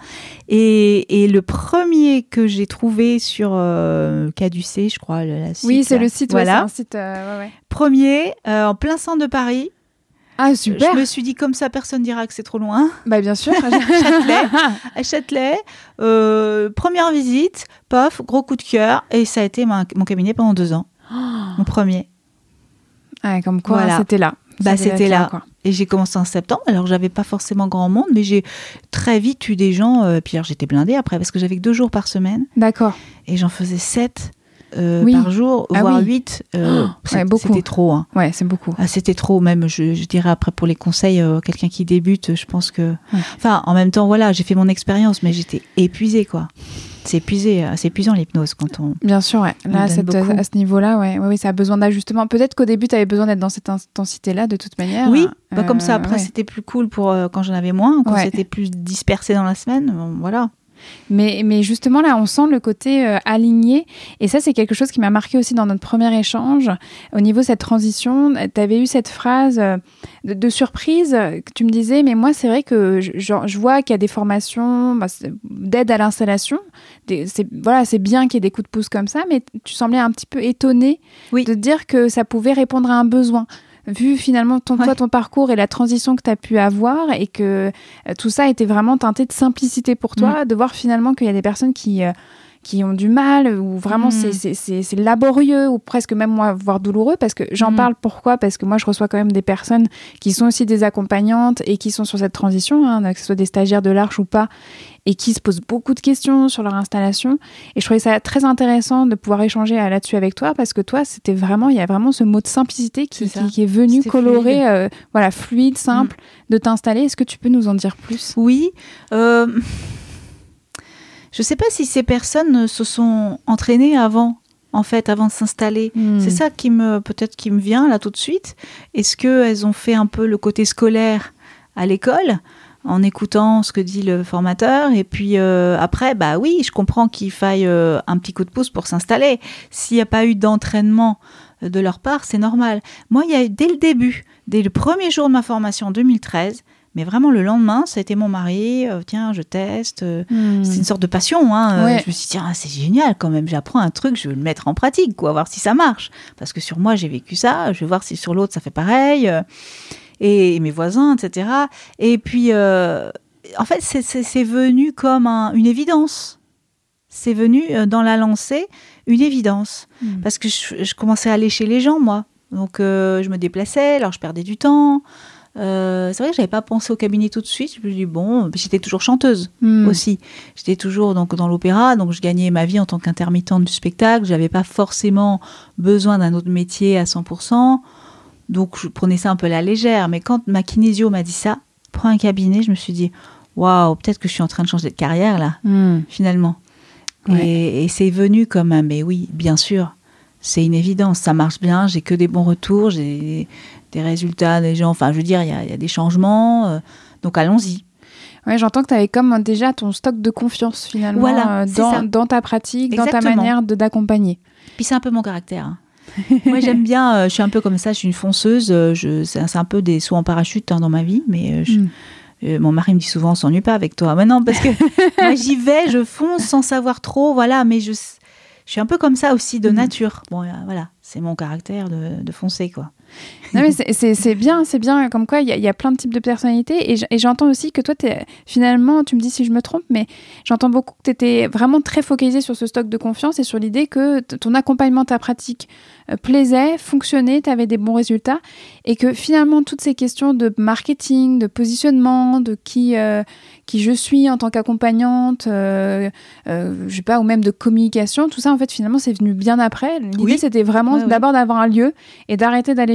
Et, et le premier que j'ai trouvé sur euh, Caducée, je crois, le, la site, Oui, c'est là. le site, Voilà. ouais, c'est un site. euh, ouais, ouais. Premier, euh, en plein centre de Paris. Ah, super. Je me suis dit, comme ça, personne dira que c'est trop loin. Bah, bien sûr. Châtelet, à Châtelet, euh, première visite, pof, gros coup de cœur, et ça a été ma, mon cabinet pendant deux ans, mon premier. Ouais, comme quoi, Voilà. c'était là. Bah, Ça devait c'était être là. quoi. Et j'ai commencé en septembre, alors j'avais pas forcément grand monde, mais j'ai très vite eu des gens, euh, puis alors j'étais blindée après, parce que j'avais que deux jours par semaine, D'accord. et j'en faisais sept euh, Oui. par jour, Ah voire oui. huit. Euh, Oh, c'est- ouais, beaucoup. C'était trop, hein. Ouais, c'est beaucoup. Ah, c'était trop, même, je, je dirais après pour les conseils, euh, quelqu'un qui débute, je pense que... Ouais. Enfin, en même temps, voilà, j'ai fait mon expérience, mais j'étais épuisée, quoi. C'est épuisé, c'est épuisant l'hypnose quand on... Bien sûr, ouais. Là, cette, à ce niveau-là, ouais, ouais, ouais, ça a besoin d'ajustement. Peut-être qu'au début, tu avais besoin d'être dans cette intensité-là, de toute manière. Oui, bah, euh, comme ça, après, ouais. c'était plus cool pour euh, quand j'en avais moins, quand ouais. c'était plus dispersé dans la semaine, bon, voilà. Mais, mais justement, là, on sent le côté euh, aligné. Et ça, c'est quelque chose qui m'a marqué aussi dans notre premier échange. Au niveau de cette transition, tu avais eu cette phrase euh, de, de surprise que tu me disais, mais moi, c'est vrai que je, je vois qu'il y a des formations bah, d'aide à l'installation. Des, c'est, voilà, c'est bien qu'il y ait des coups de pouce comme ça, mais tu semblais un petit peu étonnée oui. de dire que ça pouvait répondre à un besoin. Vu finalement ton, ouais. toi, ton parcours et la transition que tu as pu avoir et que euh, tout ça était vraiment teinté de simplicité pour toi, mmh. de voir finalement qu'il y a des personnes qui, euh, qui ont du mal ou vraiment mmh. c'est, c'est, c'est, c'est laborieux ou presque même moi, voire douloureux parce que j'en mmh. parle pourquoi parce que moi je reçois quand même des personnes qui sont aussi des accompagnantes et qui sont sur cette transition, hein, que ce soit des stagiaires de l'Arche ou pas, et qui se posent beaucoup de questions sur leur installation. Et je trouvais ça très intéressant de pouvoir échanger là-dessus avec toi, parce que toi, c'était vraiment, il y a vraiment ce mot de simplicité qui, qui, qui est venu c'était colorer, fluide. Euh, voilà, fluide, simple, mmh. de t'installer. Est-ce que tu peux nous en dire plus ? Oui. Euh... Je ne sais pas si ces personnes se sont entraînées avant, en fait, avant de s'installer. Mmh. C'est ça qui me, peut-être qui me vient là tout de suite. Est-ce qu'elles ont fait un peu le côté scolaire à l'école ? En écoutant ce que dit le formateur. Et puis euh, après, bah oui, je comprends qu'il faille euh, un petit coup de pouce pour s'installer. S'il n'y a pas eu d'entraînement de leur part, c'est normal. Moi, il y a eu dès le début, dès le premier jour de ma formation en deux mille treize, mais vraiment le lendemain, ça a été mon mari, euh, tiens, je teste. Euh, mmh. C'est une sorte de passion. Hein. Ouais. Je me suis dit, tiens, c'est génial quand même, j'apprends un truc, je vais le mettre en pratique, quoi, voir si ça marche. Parce que sur moi, j'ai vécu ça, je vais voir si sur l'autre, ça fait pareil. Euh, et mes voisins, et cetera. Et puis, euh, en fait, c'est, c'est, c'est venu comme un, une évidence. C'est venu euh, dans la lancée, une évidence. Mmh. Parce que je, je commençais à aller chez les gens, moi. Donc, euh, je me déplaçais, alors je perdais du temps. Euh, c'est vrai que je n'avais pas pensé au cabinet tout de suite. Je me suis dit, bon, j'étais toujours chanteuse mmh. aussi. J'étais toujours donc, dans l'opéra, donc je gagnais ma vie en tant qu'intermittente du spectacle. Je n'avais pas forcément besoin d'un autre métier à cent pour cent. Donc, je prenais ça un peu à la légère. Mais quand ma kinésio m'a dit ça, prends un cabinet, je me suis dit, waouh, peut-être que je suis en train de changer de carrière, là, mmh. finalement. Ouais. Et, et c'est venu comme un, mais oui, bien sûr, c'est une évidence. Ça marche bien, j'ai que des bons retours, j'ai des résultats des gens. Enfin, je veux dire, il y a, il y a des changements. Euh, donc, allons-y. Ouais, j'entends que tu avais comme déjà ton stock de confiance, finalement, voilà, euh, dans, dans ta pratique, exactement. Dans ta manière de, d'accompagner. Puis, c'est un peu mon caractère, hein. Moi, j'aime bien, euh, je suis un peu comme ça, je suis une fonceuse, euh, je, c'est, c'est un peu des sauts en parachute hein, dans ma vie, mais euh, je, mm. euh, mon mari me dit souvent, on s'ennuie pas avec toi. Mais non, parce que moi, j'y vais, je fonce sans savoir trop, voilà, mais je, je suis un peu comme ça aussi de mm. nature. Bon, euh, voilà, c'est mon caractère de, de foncer, quoi. Non mais c'est, c'est, c'est bien, c'est bien, comme quoi il y, y a plein de types de personnalités et, et j'entends aussi que toi, t'es, finalement, tu me dis si je me trompe, mais j'entends beaucoup que tu étais vraiment très focalisée sur ce stock de confiance et sur l'idée que t- ton accompagnement, ta pratique euh, plaisait, fonctionnait, tu avais des bons résultats et que finalement, toutes ces questions de marketing, de positionnement, de qui, euh, qui je suis en tant qu'accompagnante, euh, euh, je sais pas, ou même de communication, tout ça, en fait, finalement, c'est venu bien après. L'idée, oui. c'était vraiment ouais, d'abord oui. d'avoir un lieu et d'arrêter d'aller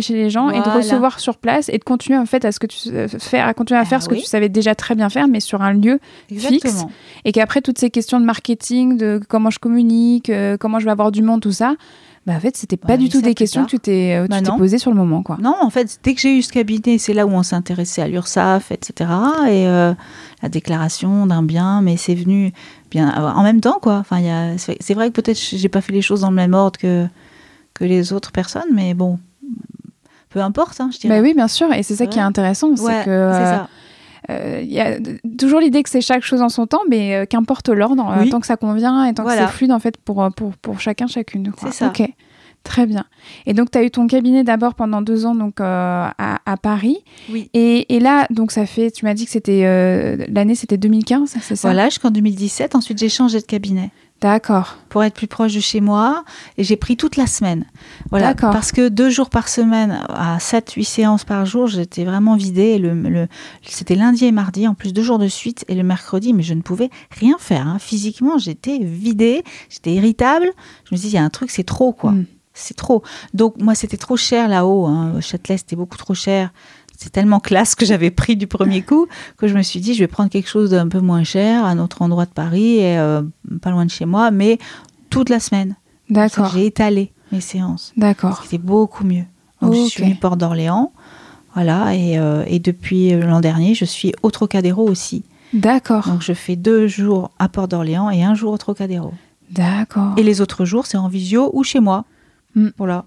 chez les gens voilà. et de recevoir sur place et de continuer en fait à ce que tu faire, à continuer à faire ah, ce oui. que tu savais déjà très bien faire, mais sur un lieu Exactement. fixe. Et qu'après toutes ces questions de marketing, de comment je communique, euh, comment je vais avoir du monde, tout ça. Bah en fait, c'était pas ouais, du tout des questions tard. que tu t'es, euh, bah tu t'es posées sur le moment, quoi. Non, en fait, dès que j'ai eu ce cabinet, c'est là où on s'est intéressé à l'URSSAF, et cetera. Et euh, la déclaration d'un bien, mais c'est venu bien en même temps, quoi. Enfin, y a, c'est, c'est vrai que peut-être j'ai pas fait les choses dans le même ordre que que les autres personnes, mais bon, peu importe, hein, je dirais. Bah oui, bien sûr, et c'est ça ouais. qui est intéressant, c'est ouais, que. Euh, c'est ça. Il euh, y a toujours l'idée que c'est chaque chose en son temps, mais euh, qu'importe l'ordre, oui. euh, tant que ça convient et tant voilà. que c'est fluide en fait pour, pour, pour chacun, chacune. Quoi. C'est ça. Ok, très bien. Et donc, tu as eu ton cabinet d'abord pendant deux ans donc, euh, à, à Paris. Oui. Et, et là, donc, ça fait, tu m'as dit que c'était, euh, l'année, c'était deux mille quinze, c'est ça ? Voilà, jusqu'en deux mille dix-sept. Ensuite, j'ai changé de cabinet. D'accord. Pour être plus proche de chez moi. Et j'ai pris toute la semaine. Voilà. D'accord. Parce que deux jours par semaine, à sept huit séances par jour, j'étais vraiment vidée. Le, le, c'était lundi et mardi, en plus deux jours de suite. Et le mercredi, mais je ne pouvais rien faire. Hein. Physiquement, j'étais vidée. J'étais irritable. Je me suis dit, il y a un truc, c'est trop, quoi. Mm. C'est trop. Donc, moi, c'était trop cher là-haut. Hein. Châtelet, c'était beaucoup trop cher. C'est tellement classe que j'avais pris du premier coup que je me suis dit, je vais prendre quelque chose d'un peu moins cher, à un autre endroit de Paris, et, euh, pas loin de chez moi, mais toute la semaine. D'accord. J'ai étalé mes séances. D'accord. C'était beaucoup mieux. Donc, oh, je suis venue okay. Porte d'Orléans. Voilà. Et, euh, et depuis l'an dernier, je suis au Trocadéro aussi. D'accord. Donc, je fais deux jours à Porte d'Orléans et un jour au Trocadéro. D'accord. Et les autres jours, c'est en visio ou chez moi. Mm. Voilà.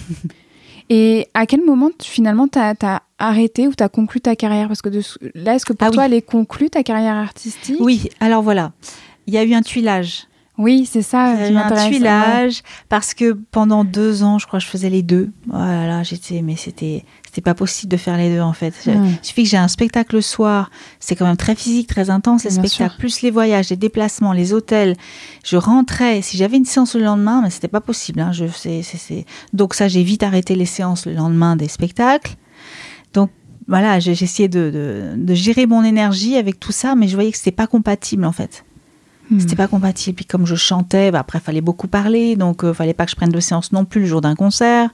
Et à quel moment, tu, finalement, tu as arrêté ou tu as conclu ta carrière ? Parce que de, là, est-ce que pour ah, toi, oui. elle est conclue, ta carrière artistique ? Oui, alors voilà. Il y a eu un tuilage. Oui, c'est ça. Il y a eu un tuilage, ouais. Parce que pendant deux ans, je crois que je faisais les deux. Voilà, j'étais, mais c'était, c'était pas possible de faire les deux, en fait. Mmh. Il suffit que j'ai un spectacle le soir. C'est quand même très physique, très intense, les Bien spectacles. Sûr. Plus les voyages, les déplacements, les hôtels. Je rentrais. Si j'avais une séance le lendemain, mais c'était pas possible. Hein. Je, c'est, c'est, c'est... Donc ça, j'ai vite arrêté les séances le lendemain des spectacles. Donc, voilà, j'ai, j'ai essayé de, de, de gérer mon énergie avec tout ça, mais je voyais que c'était pas compatible, en fait. C'était pas compatible. Puis comme je chantais, bah après, il fallait beaucoup parler. Donc, il euh, fallait pas que je prenne de séance non plus le jour d'un concert.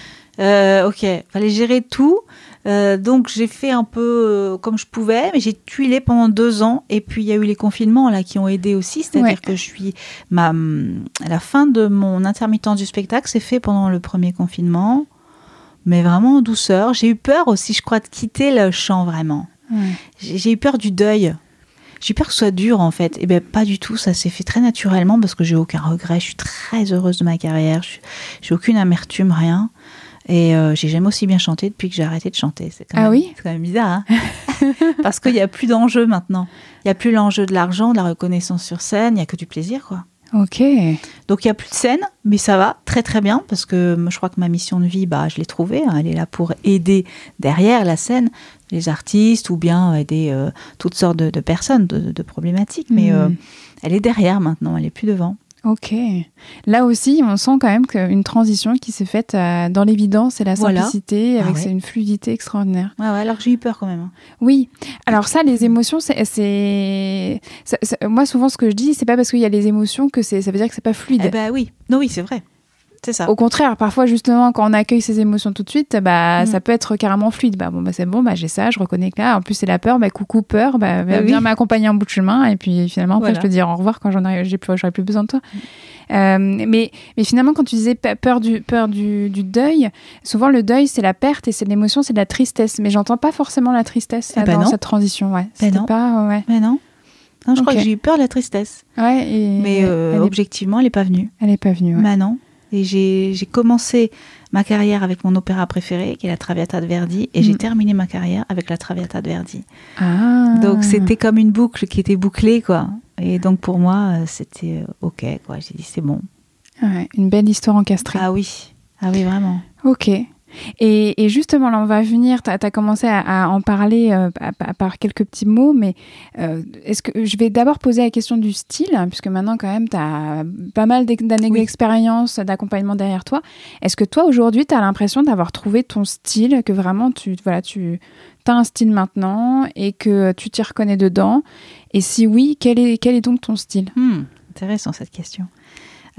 Euh, ok, il fallait gérer tout. Euh, donc, j'ai fait un peu euh, comme je pouvais. Mais j'ai tuilé pendant deux ans. Et puis, il y a eu les confinements là, qui ont aidé aussi. C'est-à-dire ouais. que je suis... Ma, la fin de mon intermittence du spectacle s'est fait pendant le premier confinement. Mais vraiment en douceur. J'ai eu peur aussi, je crois, de quitter le chant, vraiment. Ouais. J'ai, j'ai eu peur du deuil. J'ai peur que ce soit dur, en fait. Eh bien, pas du tout. Ça s'est fait très naturellement parce que j'ai aucun regret. Je suis très heureuse de ma carrière. Je suis, j'ai aucune amertume, rien. Et euh, j'ai jamais aussi bien chanté depuis que j'ai arrêté de chanter. C'est quand même, ah oui c'est quand même bizarre, hein. Parce qu'il n'y a plus d'enjeu maintenant. Il n'y a plus l'enjeu de l'argent, de la reconnaissance sur scène. Il n'y a que du plaisir, quoi. Ok. Donc, il n'y a plus de scène, mais ça va très, très bien parce que je crois que ma mission de vie, bah, je l'ai trouvée. Hein. Elle est là pour aider derrière la scène les artistes ou bien aider euh, toutes sortes de, de personnes, de, de problématiques. Mais mmh. euh, elle est derrière maintenant, elle n'est plus devant. Ok. Là aussi, on sent quand même qu'une transition qui s'est faite euh, dans l'évidence et la simplicité, voilà. avec ah ouais. une fluidité extraordinaire. Ouais, ouais, alors que j'ai eu peur quand même. Hein. Oui. Alors ça, les émotions, c'est, c'est... c'est, c'est... moi souvent ce que je dis, c'est pas parce qu'il y a les émotions que c'est... ça veut dire que c'est pas fluide. Eh ben oui. Non, oui, c'est vrai. C'est ça. Au contraire, parfois justement, quand on accueille ces émotions tout de suite, bah, mmh. ça peut être carrément fluide. Bah, bon, bah, c'est bon, bah, j'ai ça, je reconnais que là, en plus c'est la peur, bah, coucou peur, bah, bah, viens oui. m'accompagner en bout de chemin, et puis finalement, après, voilà. je te dis au revoir quand j'en ai, j'ai plus, j'aurai plus besoin de toi. Mmh. Euh, mais, mais finalement, quand tu disais peur, du, peur du, du deuil, souvent le deuil, c'est la perte, et c'est l'émotion, c'est de la tristesse. Mais j'entends pas forcément la tristesse là, bah dans non. cette transition. Ouais. Bah non. Pas, ouais. Bah non. Non, je okay. crois que j'ai eu peur de la tristesse. Ouais, et mais euh, elle est... objectivement, elle n'est pas venue. Elle n'est pas venue, ouais. Bah non. Et j'ai, j'ai commencé ma carrière avec mon opéra préféré, qui est la Traviata de Verdi, et mmh. j'ai terminé ma carrière avec la Traviata de Verdi. Ah. Donc c'était comme une boucle qui était bouclée, quoi. Et donc pour moi, c'était OK, quoi. J'ai dit, c'est bon. Ouais, une belle histoire encastrée. Ah oui, ah oui, vraiment. OK. Et, et justement, là, on va venir, tu as commencé à, à en parler euh, à, à, par quelques petits mots, mais euh, est-ce que je vais d'abord poser la question du style, hein, puisque maintenant, quand même, tu as pas mal d'années oui. d'expérience, d'accompagnement derrière toi. Est-ce que toi, aujourd'hui, tu as l'impression d'avoir trouvé ton style, que vraiment, tu voilà, tu as un style maintenant et que tu t'y reconnais dedans? Et si oui, quel est, quel est donc ton style? hmm, Intéressant, cette question.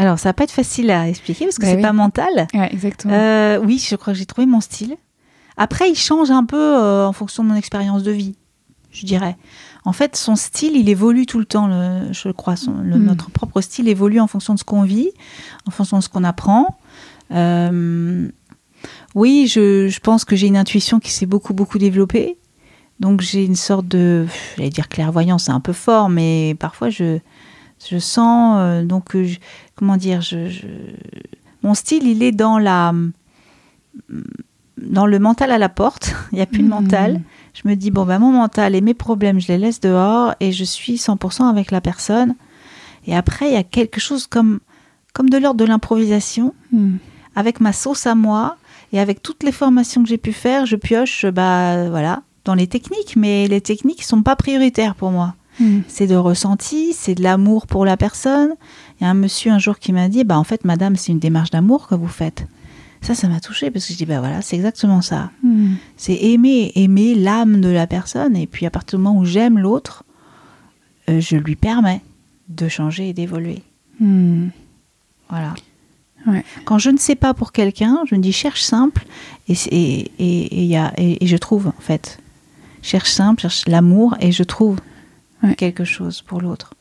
Alors, ça va pas être facile à expliquer parce que Bah c'est oui. pas mental. Ouais, exactement. Euh, oui, je crois que j'ai trouvé mon style. Après, il change un peu euh, en fonction de mon expérience de vie, je dirais. En fait, son style, il évolue tout le temps, le, je crois. Son, le, Mm. Notre propre style évolue en fonction de ce qu'on vit, en fonction de ce qu'on apprend. Euh, oui, je, je pense que j'ai une intuition qui s'est beaucoup, beaucoup développée. Donc, j'ai une sorte de, j'allais dire clairvoyance, c'est un peu fort, mais parfois, je, je sens... Euh, donc, je, comment dire je, je, mon style, il est dans la... dans le mental à la porte. Il n'y a plus de mental. Mmh. Je me dis, bon, ben, mon mental et mes problèmes, je les laisse dehors et je suis cent pour cent avec la personne. Et après, il y a quelque chose comme, comme de l'ordre de l'improvisation, Mmh. avec ma sauce à moi et avec toutes les formations que j'ai pu faire, je pioche bah, voilà, dans les techniques, mais les techniques ne sont pas prioritaires pour moi. Mmh. C'est de ressenti, c'est de l'amour pour la personne. Il y a un monsieur un jour qui m'a dit, bah, en fait, madame, c'est une démarche d'amour que vous faites. Ça, ça m'a touchée parce que je dis, bah voilà, c'est exactement ça. Mmh. C'est aimer, aimer l'âme de la personne. Et puis, à partir du moment où j'aime l'autre, euh, je lui permets de changer et d'évoluer. Mmh. Voilà. Ouais. Quand je ne sais pas pour quelqu'un, je me dis cherche simple et, et, et, et, y a, et, et je trouve, en fait. Cherche simple, cherche l'amour et je trouve ouais. quelque chose pour l'autre.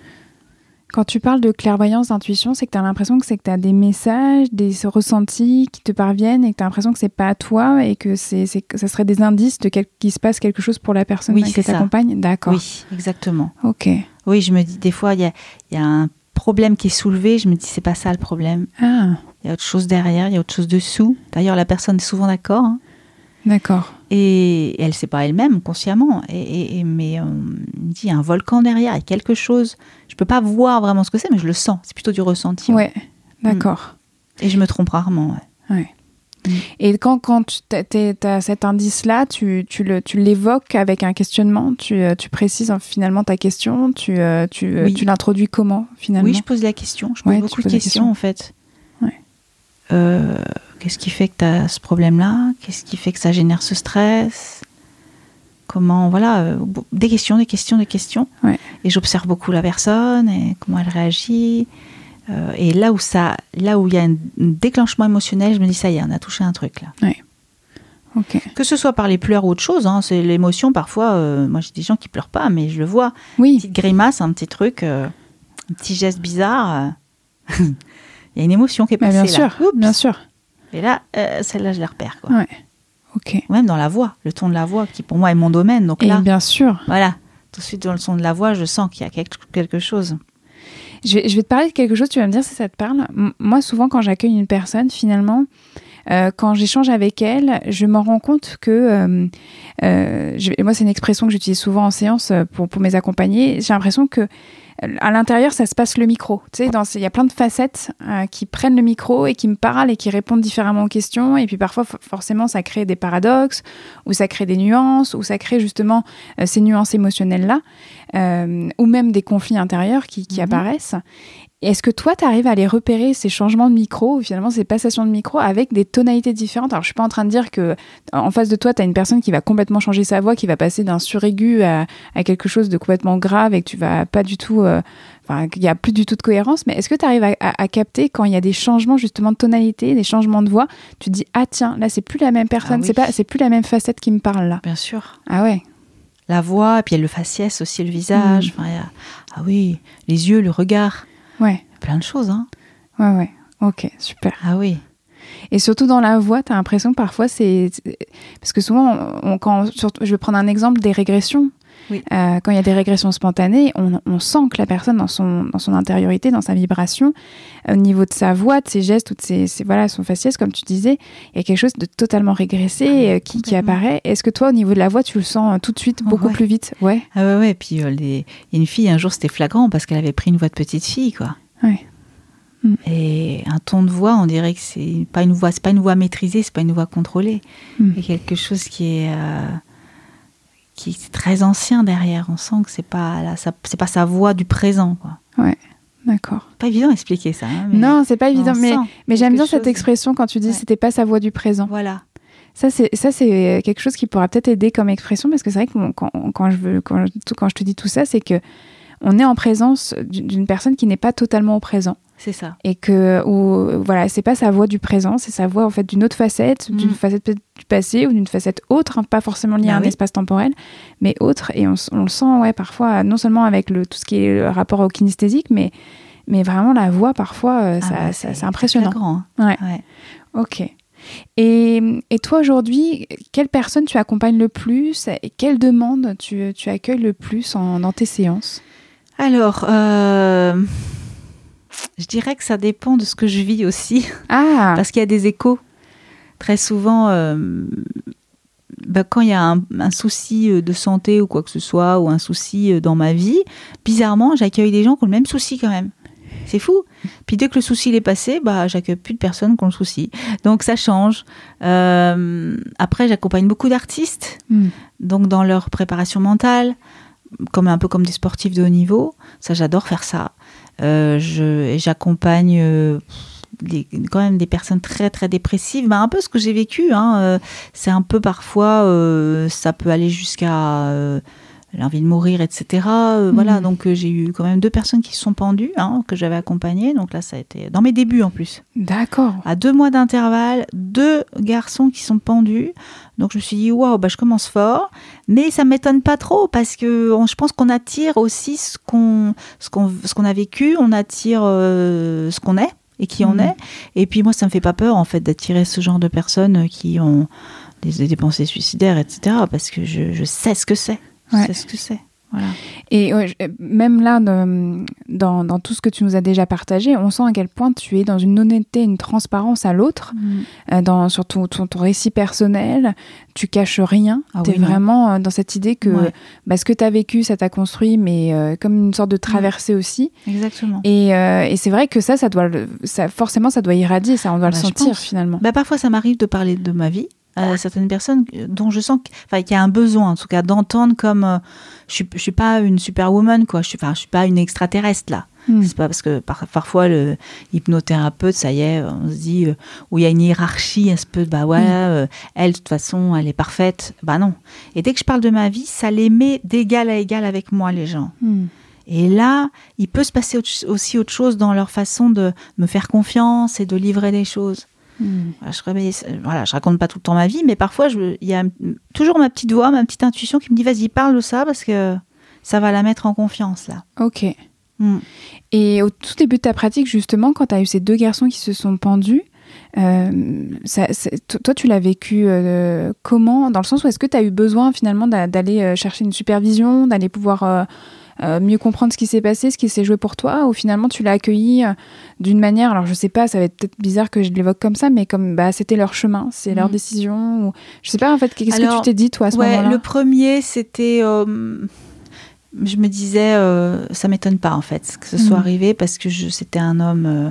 Quand tu parles de clairvoyance, d'intuition, c'est que tu as l'impression que c'est que tu as des messages, des ressentis qui te parviennent et que tu as l'impression que c'est pas à toi et que c'est, c'est, que ça serait des indices de quel, qu'il se passe quelque chose pour la personne Oui, qui c'est ça. t'accompagne. D'accord. Oui, exactement. Ok. Oui, je me dis, des fois, il y a, y a un problème qui est soulevé, je me dis, c'est pas ça le problème. Ah, Il y a autre chose derrière, il y a autre chose dessous. D'ailleurs, la personne est souvent d'accord. Hein. d'accord. Et elle ne sait pas elle-même, consciemment. Et, et, et, mais on me dit, il y a un volcan derrière, il y a quelque chose. Je ne peux pas voir vraiment ce que c'est, mais je le sens. C'est plutôt du ressenti. Ouais, ouais. D'accord. Mm. Et je me trompe rarement. Ouais. Ouais. Mm. Et quand, quand tu as cet indice-là, tu, tu, le, tu l'évoques avec un questionnement, tu, tu précises finalement ta question, tu, tu, oui. tu l'introduis comment finalement ? Oui, je pose la question. Je pose ouais, beaucoup de questions question. en fait. Ouais. Euh, qu'est-ce qui fait que tu as ce problème-là ? Qu'est-ce qui fait que ça génère ce stress ? Comment, voilà, euh, des questions, des questions, des questions. Ouais. Et j'observe beaucoup la personne et comment elle réagit. Euh, et là où ça, là où il y a un déclenchement émotionnel, je me dis ça y est, on a touché un truc là. Ouais. Okay. Que ce soit par les pleurs ou autre chose, hein, c'est l'émotion parfois. Euh, moi j'ai des gens qui pleurent pas, mais je le vois. Oui. Une petite grimace, un petit truc, euh, un petit geste bizarre. Il euh, y a une émotion qui est passée bah, bien là. Sûr, bien sûr. Et là, euh, celle-là, je la repère, quoi. Ouais. Ok. Même dans la voix, le ton de la voix, qui pour moi est mon domaine. Donc et là, bien sûr. Voilà, tout de suite dans le son de la voix, je sens qu'il y a quelque, quelque chose. Je vais, je vais te parler de quelque chose, tu vas me dire si ça te parle. M- moi, souvent, quand j'accueille une personne, finalement, euh, quand j'échange avec elle, je me rends compte que... Euh, euh, je, moi, c'est une expression que j'utilise souvent en séance pour, pour mes accompagnés. J'ai l'impression que à l'intérieur, ça se passe le micro. Tu sais, dans, il y a plein de facettes euh, qui prennent le micro et qui me parlent et qui répondent différemment aux questions. Et puis parfois, f- forcément, ça crée des paradoxes, ou ça crée des nuances, ou ça crée justement euh, ces nuances émotionnelles-là, euh, ou même des conflits intérieurs qui, qui mmh. apparaissent. Et est-ce que toi, tu arrives à les repérer, ces changements de micro, ou finalement ces passations de micro, avec des tonalités différentes ? Alors, je ne suis pas en train de dire qu'en face de toi, tu as une personne qui va complètement changer sa voix, qui va passer d'un suraigu à, à quelque chose de complètement grave et que tu vas pas du tout... Euh, enfin, qu'il n'y a plus du tout de cohérence. Mais est-ce que tu arrives à, à, à capter quand il y a des changements justement de tonalité, des changements de voix, tu te dis, ah tiens, là, c'est plus la même personne, ah, oui. c'est, pas, c'est plus la même facette qui me parle là. Bien sûr. Ah ouais. La voix, et puis il y a le faciès aussi, le visage. Mmh. Enfin, y a... Ah oui, les yeux, le regard. Ouais. Plein de choses, hein. Ouais, ouais. Ok, super. Ah oui. Et surtout dans la voix, tu as l'impression que parfois c'est... Parce que souvent, on, quand, surtout, je vais prendre un exemple des régressions. Oui. Euh, quand il y a des régressions spontanées, on, on sent que la personne, dans son, dans son intériorité, dans sa vibration, au niveau de sa voix, de ses gestes, ou de ses, ses, voilà, son faciès, comme tu disais, il y a quelque chose de totalement régressé ah, euh, qui, qui apparaît. Est-ce que toi, au niveau de la voix, tu le sens euh, tout de suite, beaucoup oh, ouais. plus vite ? Ouais. Ah ouais, ouais. Et puis, euh, les... il y a une fille, un jour, c'était flagrant parce qu'elle avait pris une voix de petite fille, quoi. Ouais. Mm. Et un ton de voix, on dirait que c'est pas une voix, c'est pas une voix maîtrisée, c'est pas une voix contrôlée. Mm. Il y a quelque chose qui est... Euh... qui est très ancien derrière. On sent que c'est pas la, ça, c'est pas sa voix du présent, quoi. Ouais, d'accord. Pas évident d'expliquer ça. Hein, mais non, c'est pas évident. Mais, mais j'aime bien chose. cette expression quand tu dis ouais. c'était pas sa voix du présent. Voilà. Ça c'est, ça, c'est quelque chose qui pourra peut-être aider comme expression parce que c'est vrai que quand, quand, je, veux, quand, je, quand je te dis tout ça, c'est que on est en présence d'une personne qui n'est pas totalement au présent. C'est ça. Et que, ou, voilà, c'est pas sa voix du présent, c'est sa voix en fait d'une autre facette, mmh. d'une facette peut-être du passé ou d'une facette autre, hein, pas forcément liée ah, à un oui. espace temporel, mais autre. Et on, on le sent, ouais, parfois, non seulement avec le, tout ce qui est le rapport au kinesthésique, mais, mais vraiment la voix, parfois, euh, ah, ça, bah, ça, c'est, c'est impressionnant. C'est grand, hein. ouais. ouais. Ok. Et, et toi, aujourd'hui, quelle personne tu accompagnes le plus et quelles demandes tu, tu accueilles le plus en, dans tes séances ? Alors, euh, je dirais que ça dépend de ce que je vis aussi. Ah. Parce qu'il y a des échos. Très souvent, euh, bah, quand il y a un, un souci de santé ou quoi que ce soit, ou un souci dans ma vie, bizarrement, j'accueille des gens qui ont le même souci quand même. C'est fou. Puis dès que le souci est passé, bah, j'accueille plus de personnes qui ont le souci. Donc ça change. Euh, après, j'accompagne beaucoup d'artistes, mm. donc dans leur préparation mentale, comme un peu comme des sportifs de haut niveau. Ça, j'adore faire ça. Euh, je, et j'accompagne euh, les, quand même des personnes très très dépressives. Bah, un peu ce que j'ai vécu. Hein, euh, c'est un peu parfois, euh, ça peut aller jusqu'à euh, l'envie de mourir, et cetera. Euh, mmh. Voilà, donc euh, j'ai eu quand même deux personnes qui se sont pendues, hein, que j'avais accompagnées. Donc là, ça a été dans mes débuts en plus. D'accord. À deux mois d'intervalle, deux garçons qui sont pendus. Donc je me suis dit, waouh, bah, je commence fort. Mais ça ne m'étonne pas trop parce que on, je pense qu'on attire aussi ce qu'on, ce qu'on, ce qu'on a vécu, on attire euh, ce qu'on est et qui mmh. on est. Et puis moi, ça ne me fait pas peur en fait d'attirer ce genre de personnes qui ont des, des pensées suicidaires, et cetera. Parce que je, je sais ce que c'est. Ouais. C'est ce que c'est. Voilà. Et ouais, même là, dans, dans, dans tout ce que tu nous as déjà partagé, on sent à quel point tu es dans une honnêteté, une transparence à l'autre, mmh. euh, dans, sur ton, ton, ton récit personnel. Tu caches rien. Ah tu es oui, vraiment euh, dans cette idée que ouais. bah, ce que tu as vécu, ça t'a construit, mais euh, comme une sorte de traversée mmh. aussi. Exactement. Et, euh, et c'est vrai que ça, ça doit, ça, forcément, ça doit irradier, ça, on doit bah, le sentir finalement. Bah, parfois, ça m'arrive de parler de ma vie. Euh, certaines personnes dont je sens qu'il y a un besoin, en tout cas, d'entendre comme euh, je ne suis pas une superwoman, quoi. Je ne suis pas une extraterrestre, là. Mm. C'est pas parce que par, parfois, le hypnothérapeute, ça y est, on se dit, euh, où il y a une hiérarchie, un peu, bah ouais, mm. euh, elle, de toute façon, elle est parfaite. Bah non. Et dès que je parle de ma vie, ça les met d'égal à égal avec moi, les gens. Mm. Et là, il peut se passer aussi autre chose dans leur façon de me faire confiance et de livrer des choses. Mmh. Je, voilà, je raconte pas tout le temps ma vie, mais parfois il y a toujours ma petite voix, ma petite intuition qui me dit vas-y, parle de ça parce que ça va la mettre en confiance là. Ok. Mmh. Et au tout début de ta pratique, justement, quand tu as eu ces deux garçons qui se sont pendus, euh, ça, toi tu l'as vécu euh, comment, dans le sens où est-ce que tu as eu besoin finalement d'aller chercher une supervision, d'aller pouvoir euh, Euh, mieux comprendre ce qui s'est passé, ce qui s'est joué pour toi, ou finalement tu l'as accueilli euh, d'une manière, alors je sais pas, ça va être peut-être bizarre que je l'évoque comme ça, mais comme bah, c'était leur chemin, c'est mmh. leur décision, ou je sais pas en fait, qu'est-ce alors, que tu t'es dit toi à ce ouais, moment-là ? Le premier c'était, euh, je me disais, euh, ça m'étonne pas en fait que ce soit mmh. arrivé parce que je, c'était un homme, euh,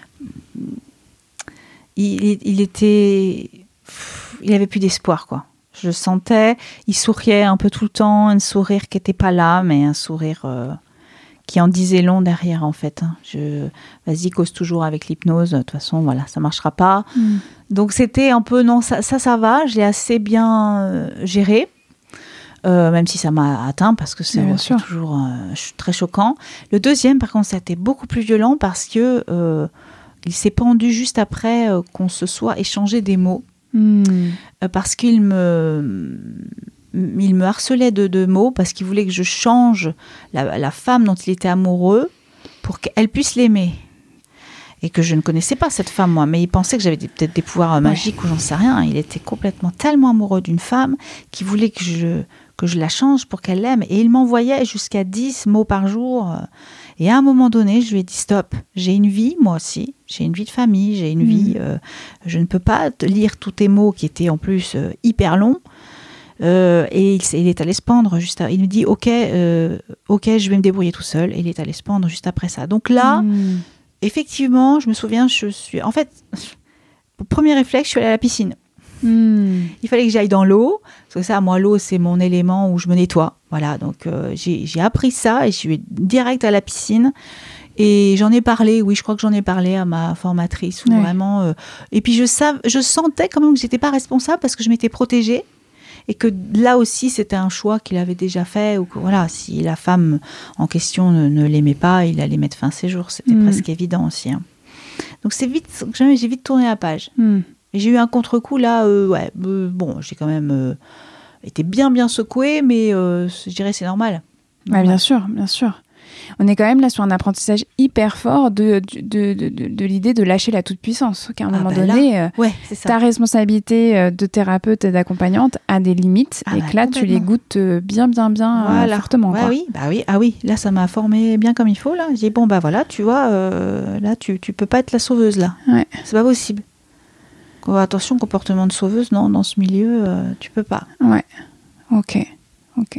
il, il était, il avait plus d'espoir quoi. Je le sentais, il souriait un peu tout le temps, un sourire qui n'était pas là, mais un sourire euh, qui en disait long derrière, en fait. Je, vas-y, cause toujours avec l'hypnose, de toute façon, voilà, ça ne marchera pas. Mm. Donc, c'était un peu, non, ça, ça, ça va, je l'ai assez bien euh, géré, euh, même si ça m'a atteint, parce que c'est, c'est toujours euh, très choquant. Le deuxième, par contre, ça a été beaucoup plus violent, parce que euh, il s'est pendu juste après euh, qu'on se soit échangé des mots. Mmh. Parce qu'il me, il me harcelait de, de mots, parce qu'il voulait que je change la, la femme dont il était amoureux pour qu'elle puisse l'aimer. Et que je ne connaissais pas cette femme, moi, mais il pensait que j'avais des, peut-être des pouvoirs magiques ouais. ou j'en sais rien. Il était complètement tellement amoureux d'une femme qu'il voulait que je, que je la change pour qu'elle l'aime. Et il m'envoyait jusqu'à dix mots par jour. Et à un moment donné, je lui ai dit stop, j'ai une vie, moi aussi, j'ai une vie de famille, j'ai une mmh. vie, euh, je ne peux pas te lire tous tes mots qui étaient en plus euh, hyper longs. Euh, et il, il est allé se pendre juste à, il me dit ok, euh, ok, je vais me débrouiller tout seul. Et il est allé se pendre juste après ça. Donc là, mmh. effectivement, je me souviens, je suis, en fait, le premier réflexe, je suis allée à la piscine. Mmh. Il fallait que j'aille dans l'eau, parce que ça, moi, l'eau, c'est mon élément où je me nettoie. Voilà, donc euh, j'ai, j'ai appris ça et je suis direct à la piscine. Et j'en ai parlé, oui, je crois que j'en ai parlé à ma formatrice. Où ouais. vraiment, euh, et puis je, sav- je sentais quand même que je n'étais pas responsable parce que je m'étais protégée. et que là aussi c'était un choix qu'il avait déjà fait, ou que voilà, si la femme en question ne, ne l'aimait pas, il allait mettre fin à ses jours, c'était mmh. presque évident aussi. Hein. Donc c'est vite, j'ai vite tourné la page. Mmh. Et j'ai eu un contre-coup là, euh, ouais, euh, bon, j'ai quand même euh, été bien bien secouée, mais euh, je dirais c'est normal. normal. Ouais, bien sûr, bien sûr. On est quand même là sur un apprentissage hyper fort de, de, de, de, de l'idée de lâcher la toute-puissance. Qu'à un ah moment bah donné, là, ouais, c'est ça. Ta responsabilité de thérapeute et d'accompagnante a des limites ah et bah, que là, tu les goûtes bien, bien, bien voilà. euh, fortement. Ouais, quoi. Oui, bah oui, ah oui, là, ça m'a formé bien comme il faut. Là. J'ai dit, bon, bah voilà, tu vois, euh, là, tu, tu peux pas être la sauveuse, là. Ouais. C'est pas possible. Attention, comportement de sauveuse, non, dans ce milieu, euh, tu peux pas. Ouais, ok, ok.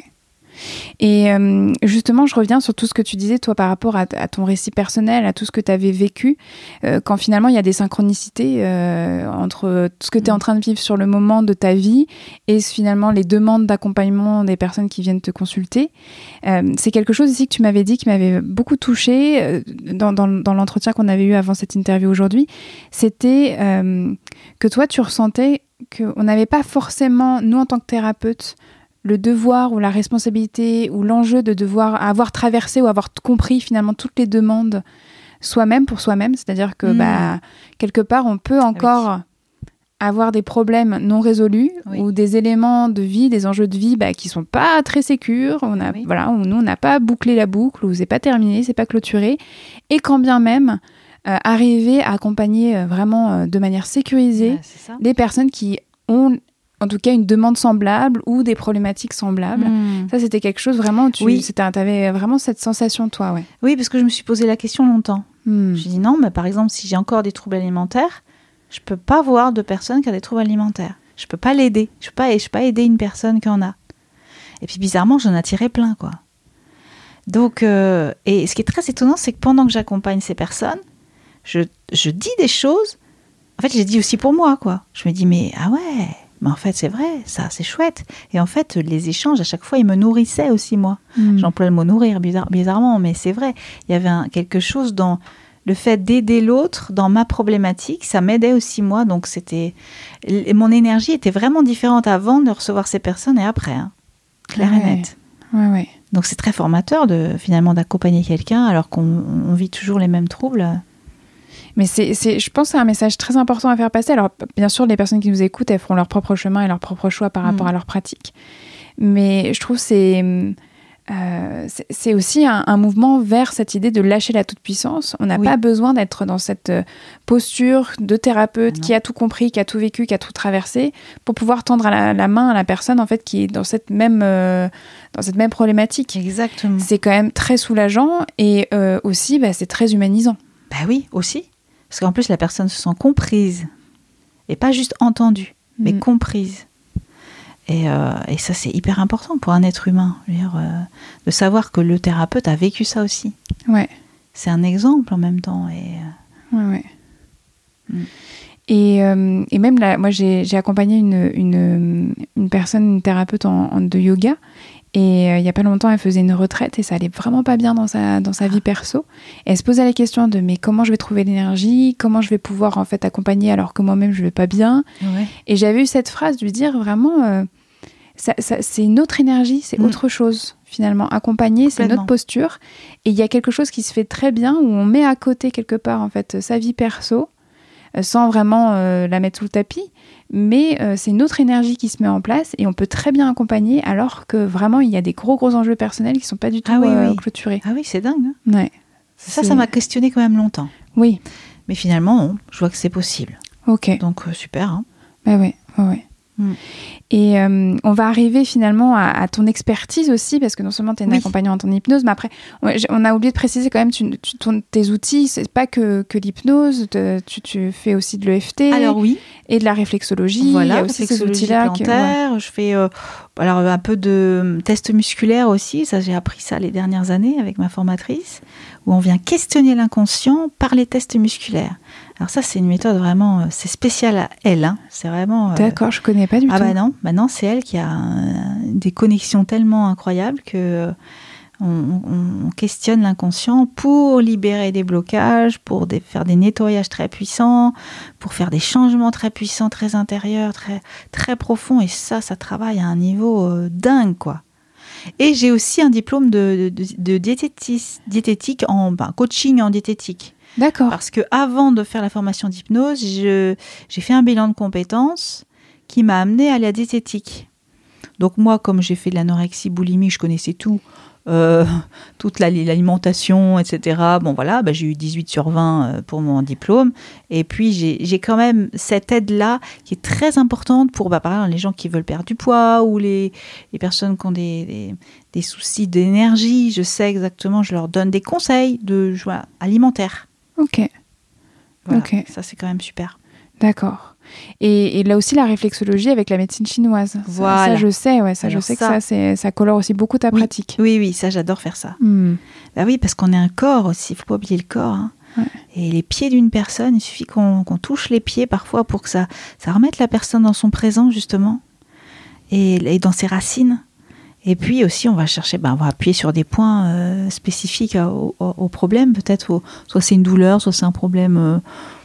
Et euh, justement, je reviens sur tout ce que tu disais, toi, par rapport à, à ton récit personnel, à tout ce que tu avais vécu, euh, quand finalement il y a des synchronicités euh, entre tout ce que tu es en train de vivre sur le moment de ta vie et finalement les demandes d'accompagnement des personnes qui viennent te consulter. Euh, c'est quelque chose ici que tu m'avais dit qui m'avait beaucoup touchée euh, dans, dans, dans l'entretien qu'on avait eu avant cette interview aujourd'hui. C'était euh, que toi, tu ressentais qu'on n'avait pas forcément, nous en tant que thérapeutes, le devoir ou la responsabilité ou l'enjeu de devoir avoir traversé ou avoir compris finalement toutes les demandes soi-même pour soi-même. C'est-à-dire que mmh. bah, quelque part, on peut encore oui. avoir des problèmes non résolus oui. ou des éléments de vie, des enjeux de vie bah, qui ne sont pas très sécures. On a, oui. voilà, où nous, on n'a pas bouclé la boucle, ou c'est pas terminé, c'est pas clôturé. Et quand bien même, euh, arriver à accompagner euh, vraiment euh, de manière sécurisée ouais, les personnes qui ont en tout cas une demande semblable ou des problématiques semblables. Mmh. Ça, c'était quelque chose vraiment, tu oui. avais vraiment cette sensation, toi. Ouais. Oui, parce que je me suis posé la question longtemps. Mmh. Je me dit non, mais par exemple, si j'ai encore des troubles alimentaires, je ne peux pas voir de personne qui a des troubles alimentaires. Je ne peux pas l'aider. Je ne peux, peux pas aider une personne qui en a. Et puis, bizarrement, j'en attirais plein, quoi. Donc, euh, et ce qui est très étonnant, c'est que pendant que j'accompagne ces personnes, je, je dis des choses. En fait, je les dis aussi pour moi, quoi. Je me dis, mais ah ouais... Mais en fait, c'est vrai, ça, c'est chouette. Et en fait, les échanges, à chaque fois, ils me nourrissaient aussi, moi. Mmh. J'emploie le mot nourrir, bizarre, bizarrement, mais c'est vrai. Il y avait un, quelque chose dans le fait d'aider l'autre, dans ma problématique, ça m'aidait aussi, moi. Donc, c'était... Mon énergie était vraiment différente avant de recevoir ces personnes et après, hein. Clair ouais. et net. Ouais, ouais. Donc, c'est très formateur, de, finalement, d'accompagner quelqu'un alors qu'on on vit toujours les mêmes troubles. Mais c'est, c'est, je pense que c'est un message très important à faire passer. Alors, bien sûr, les personnes qui nous écoutent, elles feront leur propre chemin et leur propre choix par rapport mmh. à leur pratique. Mais je trouve que c'est, euh, c'est, c'est aussi un, un mouvement vers cette idée de lâcher la toute-puissance. On n'a oui. pas besoin d'être dans cette posture de thérapeute qui a tout compris, qui a tout vécu, qui a tout traversé, pour pouvoir tendre la, la main à la personne en fait, qui est dans cette même, euh, dans cette même problématique. Exactement. C'est quand même très soulageant et euh, aussi, bah, c'est très humanisant. Bah oui, aussi. Parce qu'en plus, la personne se sent comprise. Et pas juste entendue, mmh. mais comprise. Et, euh, et ça, c'est hyper important pour un être humain. Je veux dire, euh, de savoir que le thérapeute a vécu ça aussi. Ouais. C'est un exemple en même temps. Et, euh... ouais, ouais. Mmh. Et, euh, et même là, moi, j'ai, j'ai accompagné une, une, une personne, une thérapeute en, en, de yoga. Et euh, il n'y a pas longtemps, elle faisait une retraite et ça allait vraiment pas bien dans sa, dans sa vie perso. Et elle se posait la question de mais comment je vais trouver l'énergie, comment je vais pouvoir en fait accompagner alors que moi-même je vais pas bien. Ouais. Et j'avais eu cette phrase de lui dire vraiment, euh, ça, ça, c'est une autre énergie, c'est mmh. autre chose finalement. Accompagner, c'est une autre posture. Et il y a quelque chose qui se fait très bien où on met à côté quelque part en fait sa vie perso euh, sans vraiment euh, la mettre sous le tapis. Mais euh, c'est une autre énergie qui se met en place et on peut très bien accompagner alors que vraiment il y a des gros gros enjeux personnels qui ne sont pas du tout ah oui, euh, oui. clôturés. Ah oui, c'est dingue. Hein ouais. Ça, c'est... ça m'a questionné quand même longtemps. Oui. Mais finalement, non, je vois que c'est possible. Ok. Donc euh, super. Hein. Bah oui, ouais, ouais. Mm. Et euh, on va arriver finalement à, à ton expertise aussi, parce que non seulement tu es une oui. accompagnante en hypnose, mais après, on, on a oublié de préciser quand même, tu, tu, ton, tes outils, c'est pas que, que l'hypnose, te, tu, tu fais aussi de l'E F T. Alors oui. Et de la réflexologie. Voilà, il y a aussi réflexologie ces outils-là. plantaire, que, ouais. Je fais euh, alors, un peu de tests musculaires aussi, ça j'ai appris ça les dernières années avec ma formatrice, où on vient questionner l'inconscient par les tests musculaires. Alors ça, c'est une méthode vraiment, c'est spécial à elle. Hein. C'est vraiment... Euh... D'accord, je connais pas du ah tout. Ah bah non, maintenant c'est elle qui a un, des connexions tellement incroyables que... On, on, on questionne l'inconscient pour libérer des blocages, pour des, faire des nettoyages très puissants, pour faire des changements très puissants, très intérieurs, très, très profonds. Et ça, ça travaille à un niveau euh, dingue, quoi. Et j'ai aussi un diplôme de, de, de diététis, diététique, en ben, coaching en diététique. D'accord. Parce qu'avant de faire la formation d'hypnose, je, j'ai fait un bilan de compétences qui m'a amenée à la diététique. Donc moi, comme j'ai fait de l'anorexie, boulimie, je connaissais tout. Euh, toute la, l'alimentation, et cetera. Bon, voilà, bah, j'ai eu dix-huit sur vingt pour mon diplôme. Et puis, j'ai, j'ai quand même cette aide-là qui est très importante pour, bah, par exemple, les gens qui veulent perdre du poids ou les, les personnes qui ont des, des, des soucis d'énergie. Je sais exactement, je leur donne des conseils de, voilà, alimentaires. Ok. Voilà, ok. Ça, c'est quand même super. D'accord. Et, et là aussi, la réflexologie avec la médecine chinoise. Voilà. Ça, ça je sais, ouais, ça, Alors je sais ça, que ça, c'est, ça colore aussi beaucoup ta oui, pratique. Oui, oui, ça, j'adore faire ça. Hmm. Bah oui, parce qu'on est un corps aussi, il ne faut pas oublier le corps. Hein. Ouais. Et les pieds d'une personne, il suffit qu'on, qu'on touche les pieds parfois pour que ça, ça remette la personne dans son présent, justement, et, et dans ses racines. Et puis aussi, on va chercher, ben, on va appuyer sur des points euh, spécifiques au, au, au problème, peut-être. Au, soit c'est une douleur, soit c'est un problème euh,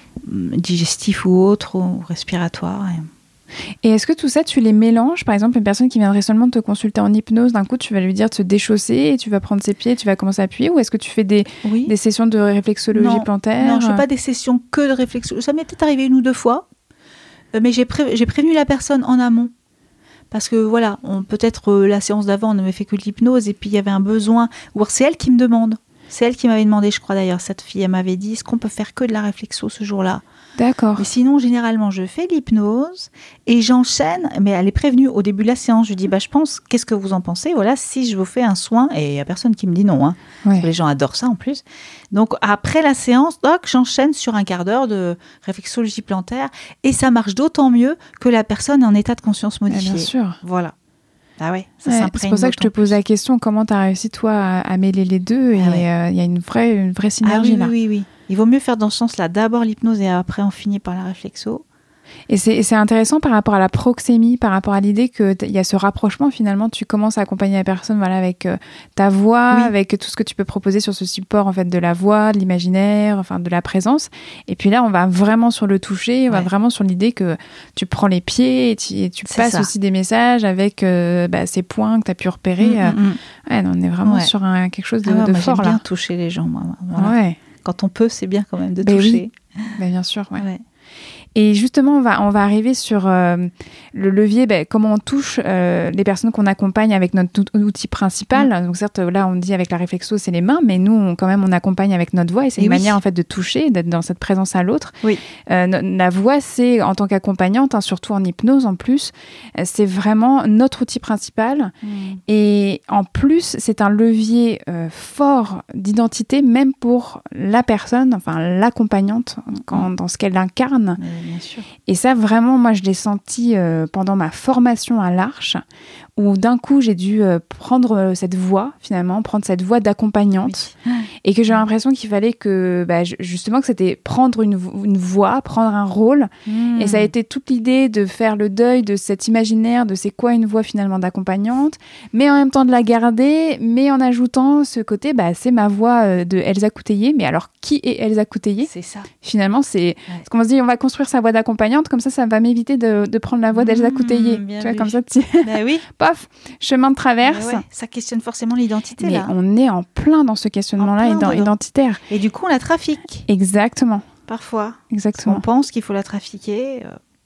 digestif ou autre, ou respiratoire. Et... et est-ce que tout ça, tu les mélanges? Par exemple, une personne qui viendrait seulement te consulter en hypnose, d'un coup, tu vas lui dire de se déchausser et tu vas prendre ses pieds, tu vas commencer à appuyer? Ou est-ce que tu fais des, oui. des sessions de réflexologie non, plantaire? Non, je ne fais pas des sessions que de réflexologie. Ça m'est peut-être arrivé une ou deux fois, mais j'ai, pré- j'ai prévenu la personne en amont. Parce que voilà, on, peut-être euh, la séance d'avant, on n'avait fait que de l'hypnose et puis il y avait un besoin. Ou alors c'est elle qui me demande. C'est elle qui m'avait demandé, je crois d'ailleurs, cette fille, elle m'avait dit, est-ce qu'on peut faire que de la réflexo ce jour-là? D'accord. Mais sinon, généralement, je fais l'hypnose et j'enchaîne. Mais elle est prévenue au début de la séance. Je lui dis, bah, je pense, qu'est-ce que vous en pensez? Voilà, si je vous fais un soin, et il n'y a personne qui me dit non. Hein, ouais. Parce que les gens adorent ça en plus. Donc, après la séance, donc, j'enchaîne sur un quart d'heure de réflexologie plantaire. Et ça marche d'autant mieux que la personne est en état de conscience modifié. Bien sûr. Voilà. Ah ouais, ça ouais, s'imprègne. C'est pour ça que je te pose la question, comment tu as réussi, toi, à, à mêler les deux? Et il ah ouais. euh, y a une vraie, une vraie synergie ah oui, là. Oui, oui, oui. Il vaut mieux faire dans ce sens-là. D'abord l'hypnose et après on finit par la réflexo. Et c'est, et c'est intéressant par rapport à la proxémie, par rapport à l'idée qu'il y a ce rapprochement, finalement, tu commences à accompagner la personne voilà, avec euh, ta voix, oui. avec tout ce que tu peux proposer sur ce support en fait, de la voix, de l'imaginaire, enfin, de la présence. Et puis là, on va vraiment sur le toucher, on ouais. va vraiment sur l'idée que tu prends les pieds et tu, et tu passes ça. Aussi des messages avec euh, bah, ces points que tu as pu repérer. Mmh, euh, mmh. Ouais, on est vraiment ouais. sur un, quelque chose de, ah ouais, de moi, fort. J'aime là. bien toucher les gens. Moi, voilà. ouais. Quand on peut, c'est bien quand même de ben toucher. Oui. Ben bien sûr, ouais. ouais. Et justement, on va, on va arriver sur euh, le levier, ben, comment on touche euh, les personnes qu'on accompagne avec notre outil principal. Mmh. Donc certes, là, on dit avec la réflexo, c'est les mains, mais nous, on, quand même, on accompagne avec notre voix et c'est et une oui. manière en fait, de toucher, d'être dans cette présence à l'autre. Oui. Euh, la voix, c'est, en tant qu'accompagnante, hein, surtout en hypnose en plus, c'est vraiment notre outil principal. Mmh. Et en plus, c'est un levier euh, fort d'identité, même pour la personne, enfin l'accompagnante, quand, dans ce qu'elle incarne. Mmh. Bien sûr. Et ça, vraiment, moi, je l'ai senti euh, pendant ma formation à l'Arche, où d'un coup, j'ai dû euh, prendre euh, cette voix, finalement, prendre cette voix d'accompagnante, oui. et que j'ai oui. l'impression qu'il fallait que, bah, justement, que c'était prendre une, une voix, prendre un rôle. Mmh. Et ça a été toute l'idée de faire le deuil de cet imaginaire, de c'est quoi une voix, finalement, d'accompagnante, mais en même temps de la garder, mais en ajoutant ce côté, bah, c'est ma voix euh, de Elsa Couteillé. Mais alors, qui est Elsa Couteillé ? C'est ça. Finalement, c'est... Ouais. Parce qu'on se dit, on va construire sa voix d'accompagnante, comme ça, ça va m'éviter de, de prendre la voix d'Elsa mmh, Couteillé. Tu vois, comme ça, tu... bah oui. Paf, chemin de traverse. Ouais, ça questionne forcément l'identité, mais là. on est en plein dans ce questionnement-là ident- identitaire. Et du coup, on la trafique. Exactement. Parfois. Exactement. On pense qu'il faut la trafiquer.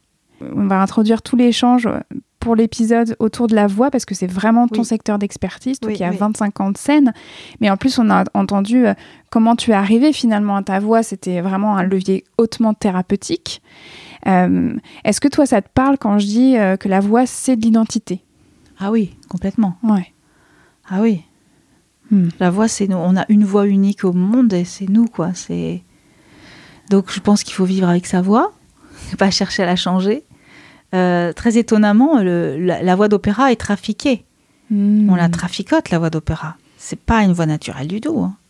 On va introduire tout l'échange pour l'épisode autour de la voix, parce que c'est vraiment ton oui. secteur d'expertise, toi oui, qui as oui. vingt-cinq ans de scène. Mais en plus, on a entendu euh, comment tu es arrivé finalement à ta voix. C'était vraiment un levier hautement thérapeutique. Euh, est-ce que toi, ça te parle quand je dis euh, que la voix, c'est de l'identité ? Ah oui, complètement. Ouais. Ah oui. Hmm. La voix, c'est nous. On a une voix unique au monde et c'est nous, quoi. C'est... Donc, je pense qu'il faut vivre avec sa voix, pas chercher à la changer. Euh, très étonnamment, le, la, la voix d'opéra est trafiquée. Hmm. On la traficote, la voix d'opéra. C'est pas une voix naturelle du tout. Hein.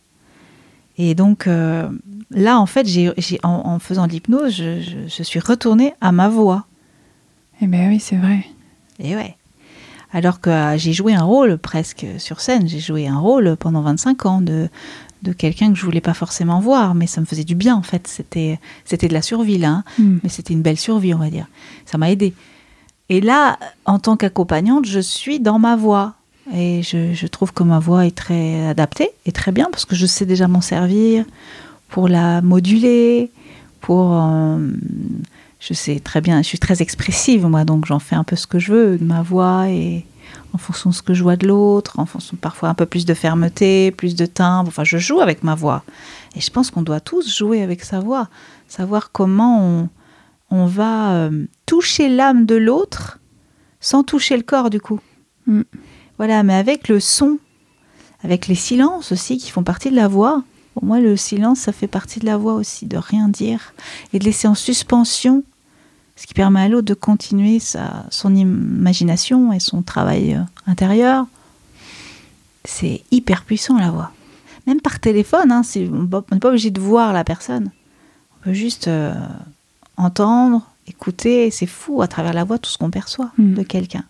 Et donc, euh, là, en fait, j'ai, j'ai, en, en faisant de l'hypnose, je, je, je suis retournée à ma voix. Eh bien oui, c'est vrai. Et ouais. Alors que euh, j'ai joué un rôle presque sur scène. J'ai joué un rôle pendant vingt-cinq ans de, de quelqu'un que je voulais pas forcément voir, mais ça me faisait du bien en fait. C'était, c'était de la survie là, hein, mm. mais c'était une belle survie, on va dire. Ça m'a aidée. Et là, en tant qu'accompagnante, je suis dans ma voix. Et je, je trouve que ma voix est très adaptée et très bien parce que je sais déjà m'en servir pour la moduler, pour... Euh, je sais très bien, je suis très expressive moi, donc j'en fais un peu ce que je veux de ma voix et en fonction de ce que je vois de l'autre, en fonction parfois un peu plus de fermeté, plus de timbre, enfin je joue avec ma voix. Et je pense qu'on doit tous jouer avec sa voix, savoir comment on, on va euh, toucher l'âme de l'autre sans toucher le corps du coup. Mm. Voilà, mais avec le son, avec les silences aussi qui font partie de la voix. Pour moi, le silence, ça fait partie de la voix aussi, de rien dire et de laisser en suspension, ce qui permet à l'autre de continuer sa, son imagination et son travail euh, intérieur. C'est hyper puissant, la voix. Même par téléphone, hein, c'est, on n'est pas obligé de voir la personne. On peut juste euh, entendre, écouter, et c'est fou à travers la voix tout ce qu'on perçoit mmh. de quelqu'un.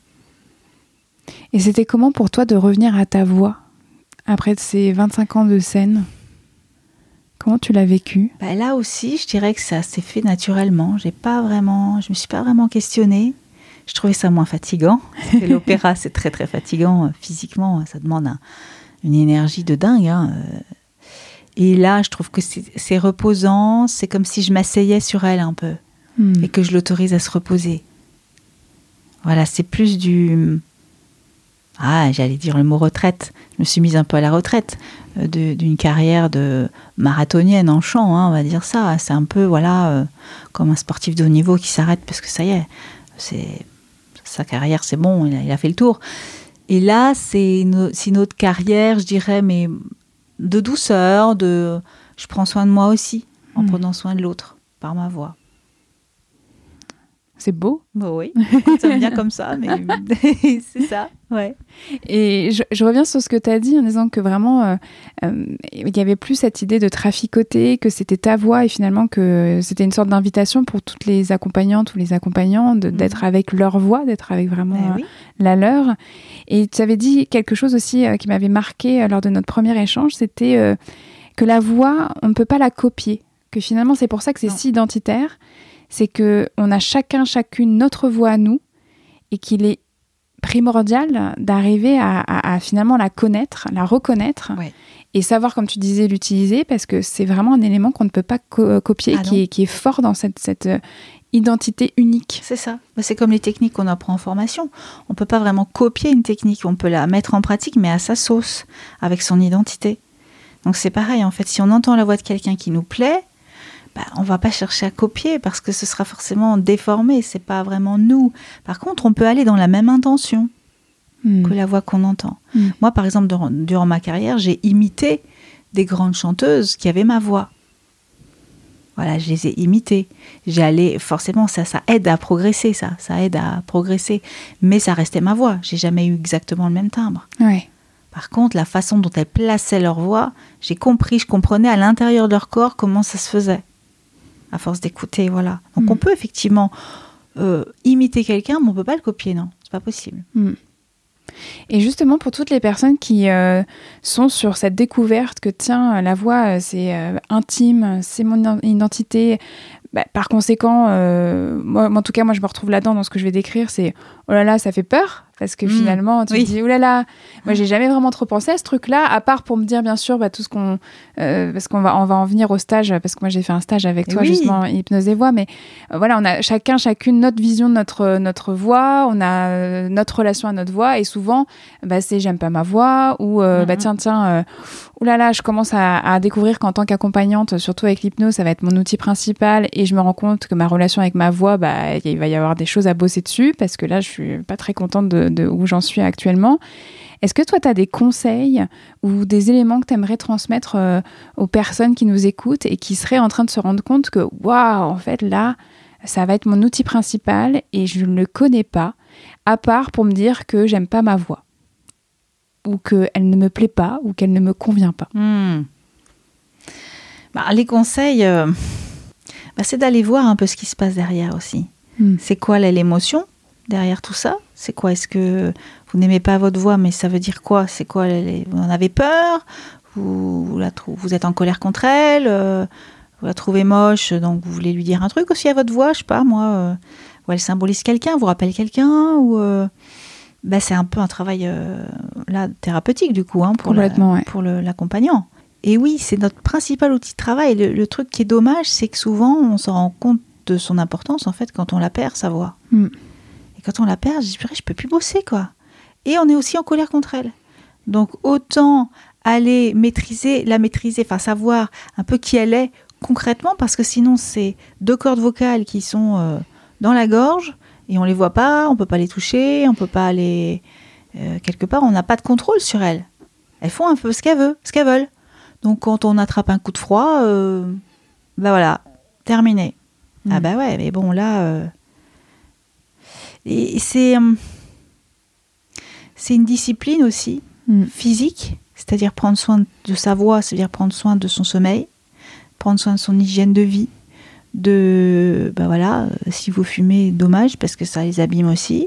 Et c'était comment pour toi de revenir à ta voix après ces vingt-cinq ans de scène ? Comment tu l'as vécu ? Bah là aussi, je dirais que ça s'est fait naturellement. J'ai pas vraiment, je me suis pas vraiment questionnée. Je trouvais ça moins fatigant. Et l'opéra, c'est très très fatigant physiquement. Ça demande un, une énergie de dingue. Hein. Et là, je trouve que c'est, c'est reposant. C'est comme si je m'asseyais sur elle un peu mmh. et que je l'autorise à se reposer. Voilà, c'est plus du... Ah, j'allais dire le mot retraite. Je me suis mise un peu à la retraite de, d'une carrière de marathonienne en chant, hein, on va dire ça. C'est un peu, voilà, euh, comme un sportif de haut niveau qui s'arrête parce que ça y est, c'est, sa carrière, c'est bon, il a, il a fait le tour. Et là, c'est une, c'est une autre carrière, je dirais, mais de douceur, de, je prends soin de moi aussi, en mmh. prenant soin de l'autre, par ma voix. C'est beau. Bon, oui, ça me vient comme ça, mais c'est ça, ouais. Et je, je reviens sur ce que tu as dit en disant que vraiment, euh, euh, il n'y avait plus cette idée de traficoter, que c'était ta voix et finalement que c'était une sorte d'invitation pour toutes les accompagnantes ou les accompagnants de, mmh. d'être avec leur voix, d'être avec vraiment eh oui. euh, la leur. Et tu avais dit quelque chose aussi euh, qui m'avait marqué euh, lors de notre premier échange, c'était euh, que la voix, on ne peut pas la copier, que finalement c'est pour ça que c'est non. si identitaire. C'est qu'on a chacun, chacune notre voix à nous et qu'il est primordial d'arriver à, à, à finalement la connaître, la reconnaître ouais. et savoir, comme tu disais, l'utiliser parce que c'est vraiment un élément qu'on ne peut pas co- copier, ah qui, est, qui est fort dans cette, cette identité unique. C'est ça. C'est comme les techniques qu'on apprend en formation. On ne peut pas vraiment copier une technique, on peut la mettre en pratique, mais à sa sauce, avec son identité. Donc c'est pareil, en fait, si on entend la voix de quelqu'un qui nous plaît, bah, on ne va pas chercher à copier parce que ce sera forcément déformé, ce n'est pas vraiment nous. Par contre, on peut aller dans la même intention mmh. que la voix qu'on entend. Mmh. Moi, par exemple, durant, durant ma carrière, j'ai imité des grandes chanteuses qui avaient ma voix. Voilà, je les ai imitées. J'allais, forcément, ça, ça aide à progresser, ça. Ça aide à progresser. Mais ça restait ma voix. Je n'ai jamais eu exactement le même timbre. Ouais. Par contre, la façon dont elles plaçaient leur voix, j'ai compris, je comprenais à l'intérieur de leur corps comment ça se faisait. À force d'écouter, voilà. Donc, mmh. on peut effectivement euh, imiter quelqu'un, mais on ne peut pas le copier, non. C'est pas possible. Mmh. Et justement, pour toutes les personnes qui euh, sont sur cette découverte que, tiens, la voix, c'est euh, intime, c'est mon identité. Bah, par conséquent, euh, moi, en tout cas, moi, je me retrouve là-dedans dans ce que je vais décrire. C'est, oh là là, ça fait peur. Parce que mmh, finalement, tu oui. te dis, oh là là, moi, j'ai jamais vraiment trop pensé à ce truc-là, à part pour me dire, bien sûr, bah, tout ce qu'on... Euh, parce qu'on va, on va en venir au stage, parce que moi, j'ai fait un stage avec toi, oui. justement, hypnose et voix, mais euh, voilà, on a chacun, chacune notre vision de notre, notre voix, on a euh, notre relation à notre voix, et souvent, bah, c'est j'aime pas ma voix, ou euh, mmh. bah, tiens, tiens, euh, oh là là, je commence à, à découvrir qu'en tant qu'accompagnante, surtout avec l'hypnose, ça va être mon outil principal, et je me rends compte que ma relation avec ma voix, bah, il va y avoir des choses à bosser dessus, parce que là, je suis pas très contente de de où j'en suis actuellement. Est-ce que toi, tu as des conseils ou des éléments que tu aimerais transmettre euh, aux personnes qui nous écoutent et qui seraient en train de se rendre compte que, waouh, en fait, là, ça va être mon outil principal et je ne le connais pas, à part pour me dire que j'aime pas ma voix ou qu'elle ne me plaît pas ou qu'elle ne me convient pas. Mmh. Bah, les conseils, euh, bah, c'est d'aller voir un peu ce qui se passe derrière aussi. Mmh. C'est quoi là, l'émotion ? derrière tout ça? C'est quoi? Est-ce que vous n'aimez pas votre voix, mais ça veut dire quoi? C'est quoi? Les... Vous en avez peur? Vous, vous, la trou... vous êtes en colère contre elle? euh, Vous la trouvez moche, donc vous voulez lui dire un truc aussi à votre voix, je sais pas, moi, euh, ou elle symbolise quelqu'un, vous rappelle quelqu'un, ou... Euh... Ben, c'est un peu un travail euh, là, thérapeutique, du coup, hein, pour, la... ouais. pour le... l'accompagnant. Et oui, c'est notre principal outil de travail. Le, le truc qui est dommage, c'est que souvent, on se rend compte de son importance, en fait, quand on la perd, sa voix. Mm. Et quand on la perd, je dis, je peux plus bosser, quoi. Et on est aussi en colère contre elle. Donc, autant aller maîtriser, la maîtriser, enfin, savoir un peu qui elle est concrètement, parce que sinon, c'est deux cordes vocales qui sont euh, dans la gorge, et on les voit pas, on peut pas les toucher, on peut pas les... Euh, quelque part, on n'a pas de contrôle sur elles. Elles font un peu ce qu'elles veulent, ce qu'elles veulent. Donc, quand on attrape un coup de froid, euh, ben voilà, terminé. Mmh. Ah ben ouais, mais bon, là... Euh, et c'est, euh, c'est une discipline aussi, mmh. physique, c'est-à-dire prendre soin de sa voix, c'est-à-dire prendre soin de son sommeil, prendre soin de son hygiène de vie, de... Ben voilà, euh, si vous fumez, dommage, parce que ça les abîme aussi.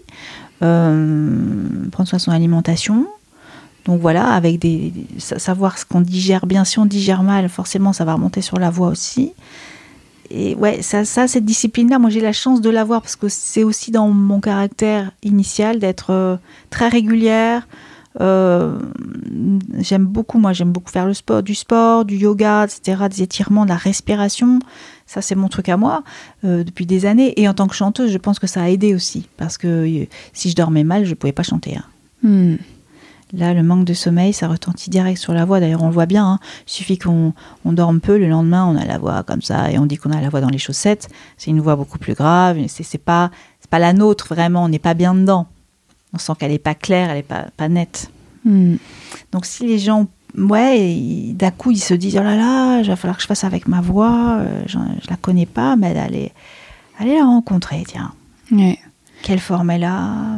Euh, prendre soin de son alimentation. Donc voilà, avec des, des, savoir ce qu'on digère bien. Si on digère mal, forcément, ça va remonter sur la voix aussi. Et ouais, ça, ça cette discipline-là, moi j'ai la chance de l'avoir parce que c'est aussi dans mon caractère initial d'être euh, très régulière. Euh, j'aime beaucoup, moi j'aime beaucoup faire le sport, du sport, du yoga, et cetera, des étirements, de la respiration. Ça, c'est mon truc à moi euh, depuis des années. Et en tant que chanteuse, je pense que ça a aidé aussi parce que euh, si je dormais mal, je ne pouvais pas chanter. Hein. Mm. Là, le manque de sommeil, ça retentit direct sur la voix. D'ailleurs, on le voit bien. Hein. Il suffit qu'on on dorme peu. Le lendemain, on a la voix comme ça et on dit qu'on a la voix dans les chaussettes. C'est une voix beaucoup plus grave. C'est, c'est, pas, c'est pas la nôtre, vraiment. On n'est pas bien dedans. On sent qu'elle n'est pas claire, elle n'est pas, pas nette. Mm. Donc, si les gens, ouais, ils, d'un coup, ils se disent « Oh là là, il va falloir que je fasse avec ma voix. Euh, je ne la connais pas, mais allez, allez la rencontrer, tiens. Ouais. Quelle forme elle a euh. ?»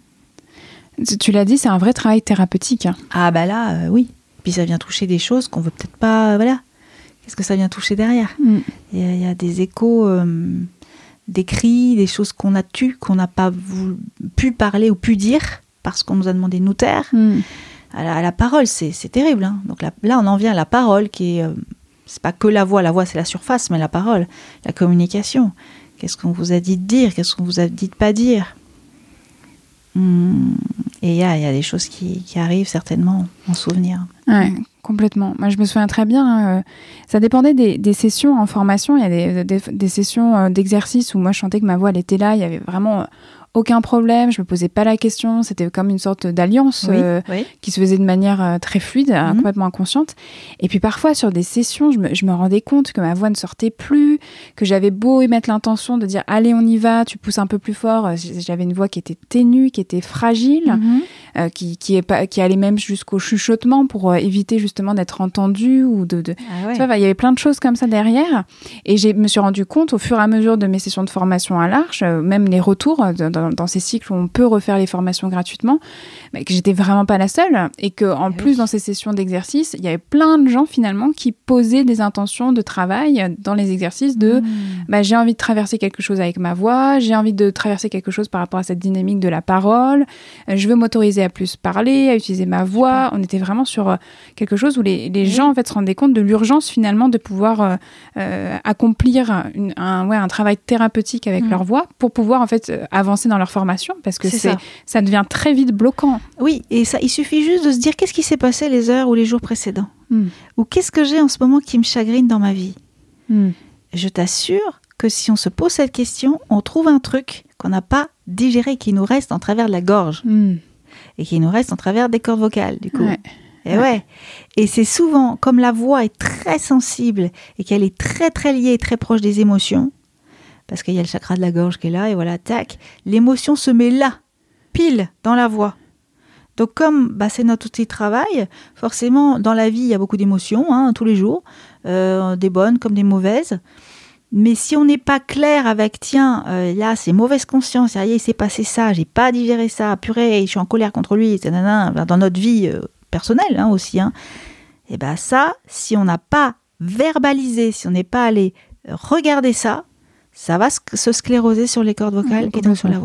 Tu l'as dit, c'est un vrai travail thérapeutique. Ah bah là, euh, oui. Puis ça vient toucher des choses qu'on veut peut-être pas... Euh, voilà. Qu'est-ce que ça vient toucher derrière ? Il mm. y, y a des échos, euh, des cris, des choses qu'on a tues, qu'on n'a pas voulu, pu parler ou pu dire parce qu'on nous a demandé de nous taire. Mm. À, la, à la parole, c'est, c'est terrible. Hein. Donc là, là, on en vient à la parole qui est... Euh, c'est pas que la voix. La voix, c'est la surface, mais la parole, la communication. Qu'est-ce qu'on vous a dit de dire ? Qu'est-ce qu'on vous a dit de pas dire ? Mmh. Et il y a, y a des choses qui, qui arrivent certainement en souvenir. Ouais, complètement. Moi, je me souviens très bien. Euh, ça dépendait des, des sessions en formation. Il y a des, des, des sessions euh, d'exercice où moi, je sentais que ma voix, elle était là. Il y avait vraiment... Euh, aucun problème, je me posais pas la question, c'était comme une sorte d'alliance oui, euh, oui. qui se faisait de manière euh, très fluide, mmh. euh, complètement inconsciente. Et puis parfois sur des sessions, je me, je me rendais compte que ma voix ne sortait plus, que j'avais beau émettre l'intention de dire allez on y va, tu pousses un peu plus fort. J'avais une voix qui était ténue, qui était fragile, mmh. euh, qui, qui, est pas, qui allait même jusqu'au chuchotement pour euh, éviter justement d'être entendue ou de. de... Ah ouais. Tu vois, bah, il y avait plein de choses comme ça derrière. Et je me suis rendu compte au fur et à mesure de mes sessions de formation à l'Arche, euh, même les retours de, de, dans ces cycles où on peut refaire les formations gratuitement, mais que j'étais vraiment pas la seule et que en oui. plus dans ces sessions d'exercice, il y avait plein de gens finalement qui posaient des intentions de travail dans les exercices de mmh. bah, j'ai envie de traverser quelque chose avec ma voix, j'ai envie de traverser quelque chose par rapport à cette dynamique de la parole, je veux m'autoriser à plus parler, à utiliser ma voix. On était vraiment sur quelque chose où les, les oui. gens en fait se rendaient compte de l'urgence finalement de pouvoir euh, euh, accomplir une, un, ouais, un travail thérapeutique avec mmh. leur voix pour pouvoir en fait avancer dans leur formation. Parce que c'est c'est, ça. ça devient très vite bloquant. Oui, et ça, il suffit juste de se dire qu'est-ce qui s'est passé les heures ou les jours précédents mm. ou qu'est-ce que j'ai en ce moment qui me chagrine dans ma vie. Mm. Je t'assure que si on se pose cette question, on trouve un truc qu'on n'a pas digéré, qui nous reste en travers de la gorge mm. et qui nous reste en travers des cordes vocales, du coup. Ouais. Et, ouais. Ouais. Et c'est souvent, comme la voix est très sensible et qu'elle est très très liée et très proche des émotions, parce qu'il y a le chakra de la gorge qui est là, et voilà, tac, l'émotion se met là, pile, dans la voix. Donc comme bah, c'est notre outil de travail, forcément, dans la vie, il y a beaucoup d'émotions, hein, tous les jours, euh, des bonnes comme des mauvaises. Mais si on n'est pas clair avec, tiens, euh, là, c'est mauvaise conscience, il s'est passé ça, j'ai pas digéré ça, purée, je suis en colère contre lui, nanana, dans notre vie euh, personnelle hein, aussi, hein, et bien ça, si on n'a pas verbalisé, si on n'est pas allé regarder ça, ça va se scléroser sur les cordes vocales mmh, et donc sur la voix.